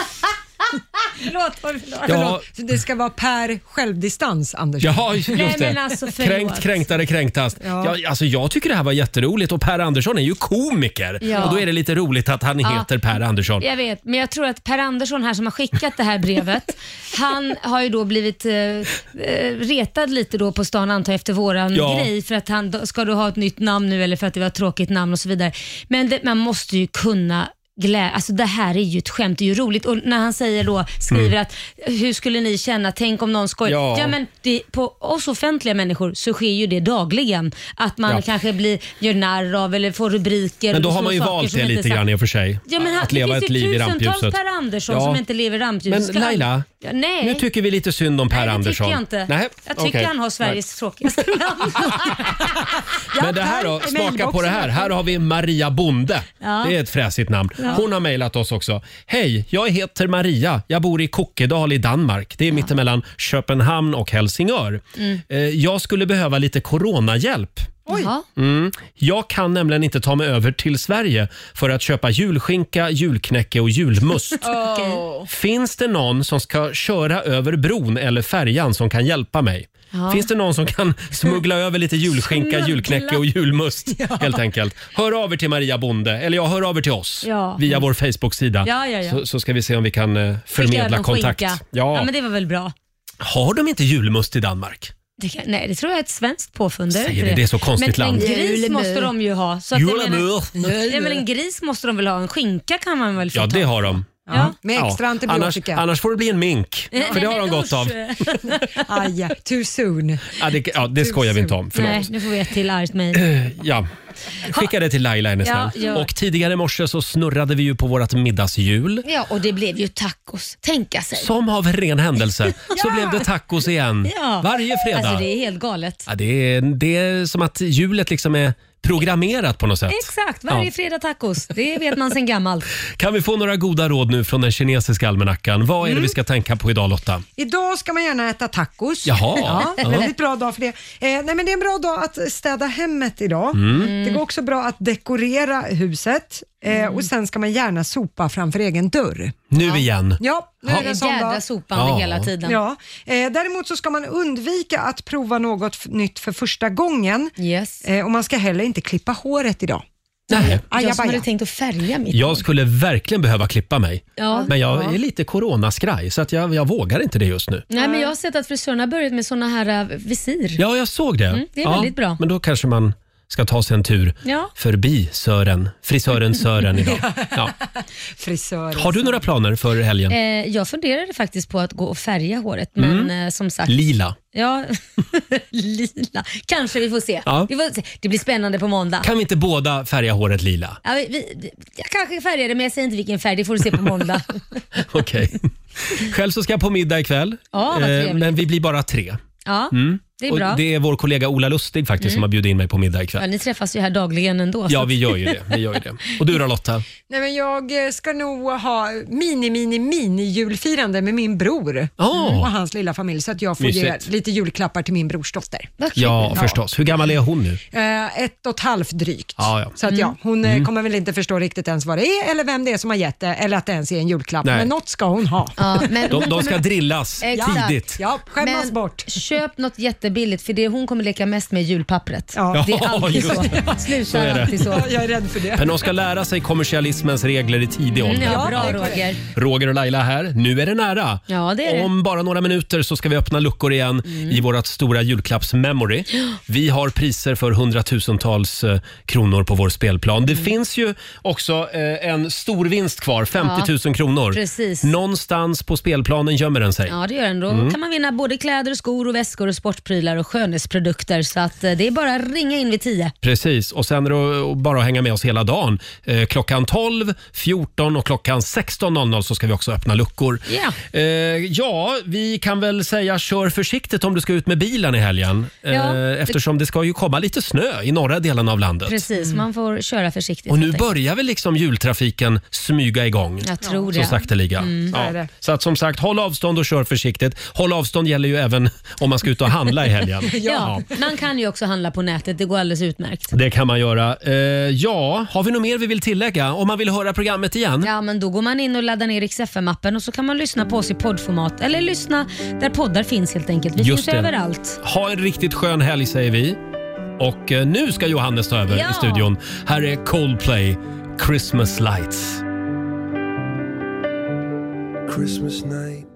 Speaker 2: Förlåt, förlåt.
Speaker 1: Ja.
Speaker 2: förlåt. Det ska vara per självdistans, Andersson.
Speaker 1: Ja, just det.
Speaker 4: Nej, men alltså,
Speaker 1: kränkt, kränktare, kränktast. Ja. Ja, alltså, jag tycker det här var jätteroligt och Per Andersson är ju komiker. Ja. Och då är det lite roligt att han
Speaker 4: ja.
Speaker 1: heter Per Andersson.
Speaker 4: Jag vet, men jag tror att Per Andersson här som har skickat det här brevet, han har ju då blivit eh, retad lite då på stan, antar jag, efter våran ja. grej, för att han, ska du ha ett nytt namn nu eller för att det var ett tråkigt namn och så vidare. Men det, man måste ju kunna Glä- alltså det här är ju ett skämt, det är ju roligt. Och när han säger då, skriver mm. att hur skulle ni känna, tänk om någon skojar. Ja, ja men det, på oss offentliga människor så sker ju det dagligen. Att man ja. kanske blir, gör narr av eller får rubriker.
Speaker 1: Men då har man ju valt det lite grann i och för sig.
Speaker 4: Ja, men
Speaker 1: att leva ett liv i rampljuset.
Speaker 4: Det finns ju tusentals Per Andersson ja. som inte lever i rampljuset.
Speaker 1: Men Laila,
Speaker 4: ja, nej.
Speaker 1: nu tycker vi lite synd om Per
Speaker 4: nej, det
Speaker 1: Andersson.
Speaker 4: Nej, tycker jag inte.
Speaker 1: Nej?
Speaker 4: Jag tycker okay. han har Sveriges tråkigaste namn.
Speaker 1: Men det här då, smaka på det här. Här har vi Maria Bonde. Ja. Det är ett fräsigt namn. Ja. Hon har mejlat oss också. Hej, jag heter Maria. Jag bor i Kokkedal i Danmark. Det är ja. mittemellan Köpenhamn och Helsingör. Mm. Jag skulle behöva lite coronahjälp.
Speaker 4: Oj.
Speaker 1: Mm. Jag kan nämligen inte ta mig över till Sverige för att köpa julskinka, julknäcke och julmust.
Speaker 4: Oh.
Speaker 1: Finns det någon som ska köra över bron eller färjan som kan hjälpa mig? Ja. Finns det någon som kan smuggla över lite julskinka, smuggla. julknäcke och julmust ja. helt enkelt? Hör av er till Maria Bonde, eller jag hör av er till oss
Speaker 4: ja.
Speaker 1: via vår Facebook-sida.
Speaker 4: Ja, ja, ja.
Speaker 1: Så, så ska vi se om vi kan uh, förmedla kontakt. Ja.
Speaker 4: ja, men det var väl bra.
Speaker 1: Har de inte julmust i Danmark?
Speaker 4: Det kan, nej, det tror jag är ett svenskt påfund.
Speaker 1: Säger det, det är så konstigt
Speaker 4: men
Speaker 1: land.
Speaker 4: Men en gris Julemur. måste de ju ha. Så att jag menar,
Speaker 1: ja,
Speaker 4: men en gris måste de väl ha. En skinka kan man väl få
Speaker 1: Ja,
Speaker 4: ta.
Speaker 1: det har de.
Speaker 2: Ja, med extra ja. antibiotika.
Speaker 1: Annars, annars får det bli en mink. För det har de gott av.
Speaker 2: Aj, too soon.
Speaker 1: Ja, det, ja, det skojar vi inte om. Förlåt.
Speaker 4: Nej, nu får vi ett till argt mejl.
Speaker 1: Ja. Skicka det till Laila, är ni
Speaker 4: ja,
Speaker 1: snäll. Och tidigare i morse så snurrade vi ju på vårt middagshjul.
Speaker 4: Ja, och det blev ju tacos. Tänka sig.
Speaker 1: Som av ren händelse
Speaker 4: ja.
Speaker 1: så blev det tacos igen.
Speaker 4: Ja.
Speaker 1: Varje fredag.
Speaker 4: Alltså det är helt galet.
Speaker 1: Ja, det, är, det är som att hjulet liksom är programmerat på något sätt.
Speaker 4: Exakt, varje ja. fredag tacos. Det vet man sedan gammalt.
Speaker 1: Kan vi få några goda råd nu från den kinesiska almanackan? Vad är det mm. vi ska tänka på idag, Lotta?
Speaker 2: Idag ska man gärna äta tacos.
Speaker 1: Jaha.
Speaker 2: Ja,
Speaker 1: ja.
Speaker 2: Väldigt bra dag för det. Eh, nej, men det är en bra dag att städa hemmet idag.
Speaker 1: Mm.
Speaker 2: Det går också bra att dekorera huset. Eh, och sen ska man gärna sopa framför egen dörr.
Speaker 1: Nu ja. igen?
Speaker 2: Ja, nu
Speaker 4: ja.
Speaker 2: är det sån
Speaker 4: jädra
Speaker 2: dag.
Speaker 4: sopande ja. hela tiden.
Speaker 2: Ja. Eh, däremot så ska man undvika att prova något f- nytt för första gången.
Speaker 4: Yes.
Speaker 2: Eh, och man ska heller inte klippa håret idag.
Speaker 1: Nej.
Speaker 4: Jag som hade tänkt att färga mitt
Speaker 1: Jag skulle verkligen behöva klippa mig.
Speaker 4: Ja.
Speaker 1: Men jag
Speaker 4: ja.
Speaker 1: är lite coronaskraj så att jag, jag vågar inte det just nu.
Speaker 4: Nej, men jag har sett att frisörerna har börjat med såna här uh, visir.
Speaker 1: Ja, jag såg det.
Speaker 4: Mm, det är
Speaker 1: ja,
Speaker 4: väldigt bra.
Speaker 1: Men då kanske man ska ta sig en tur
Speaker 4: Ja.
Speaker 1: förbi Sören, frisören Sören idag. Ja.
Speaker 2: Frisör.
Speaker 1: Har du några planer för helgen?
Speaker 4: Eh, jag funderade faktiskt på att gå och färga håret, men
Speaker 1: Mm.
Speaker 4: eh, som sagt...
Speaker 1: Lila.
Speaker 4: Ja, lila. Kanske vi får se.
Speaker 1: Ja.
Speaker 4: Vi får se. Det blir spännande på måndag.
Speaker 1: Kan vi inte båda färga håret lila?
Speaker 4: Ja, vi, vi, jag kanske färgar det, men jag säger inte vilken färg. Det får du se på måndag.
Speaker 1: Okej. Själv så ska jag på middag ikväll.
Speaker 4: Ja, vad trevligt.
Speaker 1: Men vi blir bara tre.
Speaker 4: Ja,
Speaker 1: Mm.
Speaker 4: det är
Speaker 1: Och
Speaker 4: bra.
Speaker 1: det är vår kollega Ola Lustig faktiskt
Speaker 4: Mm.
Speaker 1: som har bjudit in mig på middag
Speaker 4: Ja,
Speaker 1: ikväll.
Speaker 4: ni träffas ju här dagligen ändå.
Speaker 1: Ja,
Speaker 4: så-
Speaker 1: vi gör ju det. Vi gör ju det. Och du då Lotta?
Speaker 2: Nej, men jag eh, ska nog ha mini, mini, mini julfirande med min bror
Speaker 1: Oh.
Speaker 2: och hans lilla familj så att jag får
Speaker 1: Mysigt.
Speaker 2: ge lite julklappar till min brors dotter.
Speaker 1: Ja, förstås. Hur gammal är hon nu?
Speaker 2: Eh, ett och ett halvt drygt.
Speaker 1: Ja, ja.
Speaker 2: Så att ja, hon eh,
Speaker 1: Mm.
Speaker 2: kommer väl inte förstå riktigt ens vad det är eller vem det är som har gett det eller att det ens är en julklapp.
Speaker 1: Nej.
Speaker 2: Men något ska hon ha.
Speaker 4: Ja, men
Speaker 1: De,
Speaker 4: hon
Speaker 1: de
Speaker 4: kommer-
Speaker 1: ska drillas
Speaker 4: Exakt.
Speaker 1: tidigt.
Speaker 2: Ja, skämmas
Speaker 4: Men
Speaker 2: bort.
Speaker 4: köp något jättebilligt, för det hon kommer leka mest med är julpappret.
Speaker 2: Ja.
Speaker 4: Det är alltid
Speaker 1: just
Speaker 4: så.
Speaker 1: det. Så
Speaker 4: Slutar
Speaker 1: är det.
Speaker 4: alltid så.
Speaker 2: Jag är rädd för det.
Speaker 1: Men de ska lära sig kommersialismens regler i tidig
Speaker 4: Mm,
Speaker 1: ålder.
Speaker 4: ja, bra
Speaker 2: det är korrekt.
Speaker 4: Roger.
Speaker 1: Roger och Laila här. Nu är det nära.
Speaker 4: Ja, det är det.
Speaker 1: Om bara några minuter så ska vi öppna luckor igen i vårt stora julklappsmemory. Vi har priser för hundratusentals eh, kronor på vår spelplan. Det finns ju också eh, en stor vinst kvar, femtio tusen kronor.
Speaker 4: Precis.
Speaker 1: Någonstans på spelplanen gömmer den sig.
Speaker 4: Ja, det gör den. Då
Speaker 1: Mm.
Speaker 4: kan man vinna både kläder, skor, och väskor och sportprylar och skönhetsprodukter. Så att eh, det är bara att ringa in vid tio.
Speaker 1: Precis, och sen är det bara att hänga med oss hela dagen. Eh, klockan tolv, fjorton och klockan sexton noll noll så ska vi också öppna luckor.
Speaker 4: Ja.
Speaker 1: Eh, ja, vi kan väl säga kör försiktigt om du ska ut med bilen i helgen. Eh,
Speaker 4: Ja.
Speaker 1: Eftersom det ska ju komma lite snö i norra delen av landet.
Speaker 4: Precis, man får köra försiktigt.
Speaker 1: Och nu
Speaker 4: helt enkelt.
Speaker 1: börjar väl liksom jultrafiken smyga igång.
Speaker 4: Jag tror
Speaker 1: Så
Speaker 4: det.
Speaker 1: sakteliga.
Speaker 4: Mm.
Speaker 2: Så är
Speaker 1: Ja.
Speaker 2: det.
Speaker 1: Så att som sagt, håll avstånd och kör försiktigt. Håll avstånd gäller ju även om man ska ut och handla i helgen.
Speaker 4: Ja, man kan ju också handla på nätet. Det går alldeles utmärkt.
Speaker 1: Det kan man göra. Eh, ja, har vi något mer vi vill tillägga? Om man vill höra programmet igen?
Speaker 4: Ja, men då går man in och laddar ner Rix F M-appen och så kan man lyssna på oss i poddformat eller lyssna där poddar finns helt enkelt. Vi
Speaker 1: Just
Speaker 4: finns
Speaker 1: det.
Speaker 4: överallt.
Speaker 1: Ha en riktigt skön helg säger vi. Och eh, nu ska Johannes ta över
Speaker 4: Ja.
Speaker 1: i studion. Här är Coldplay, Christmas Lights.
Speaker 15: Christmas night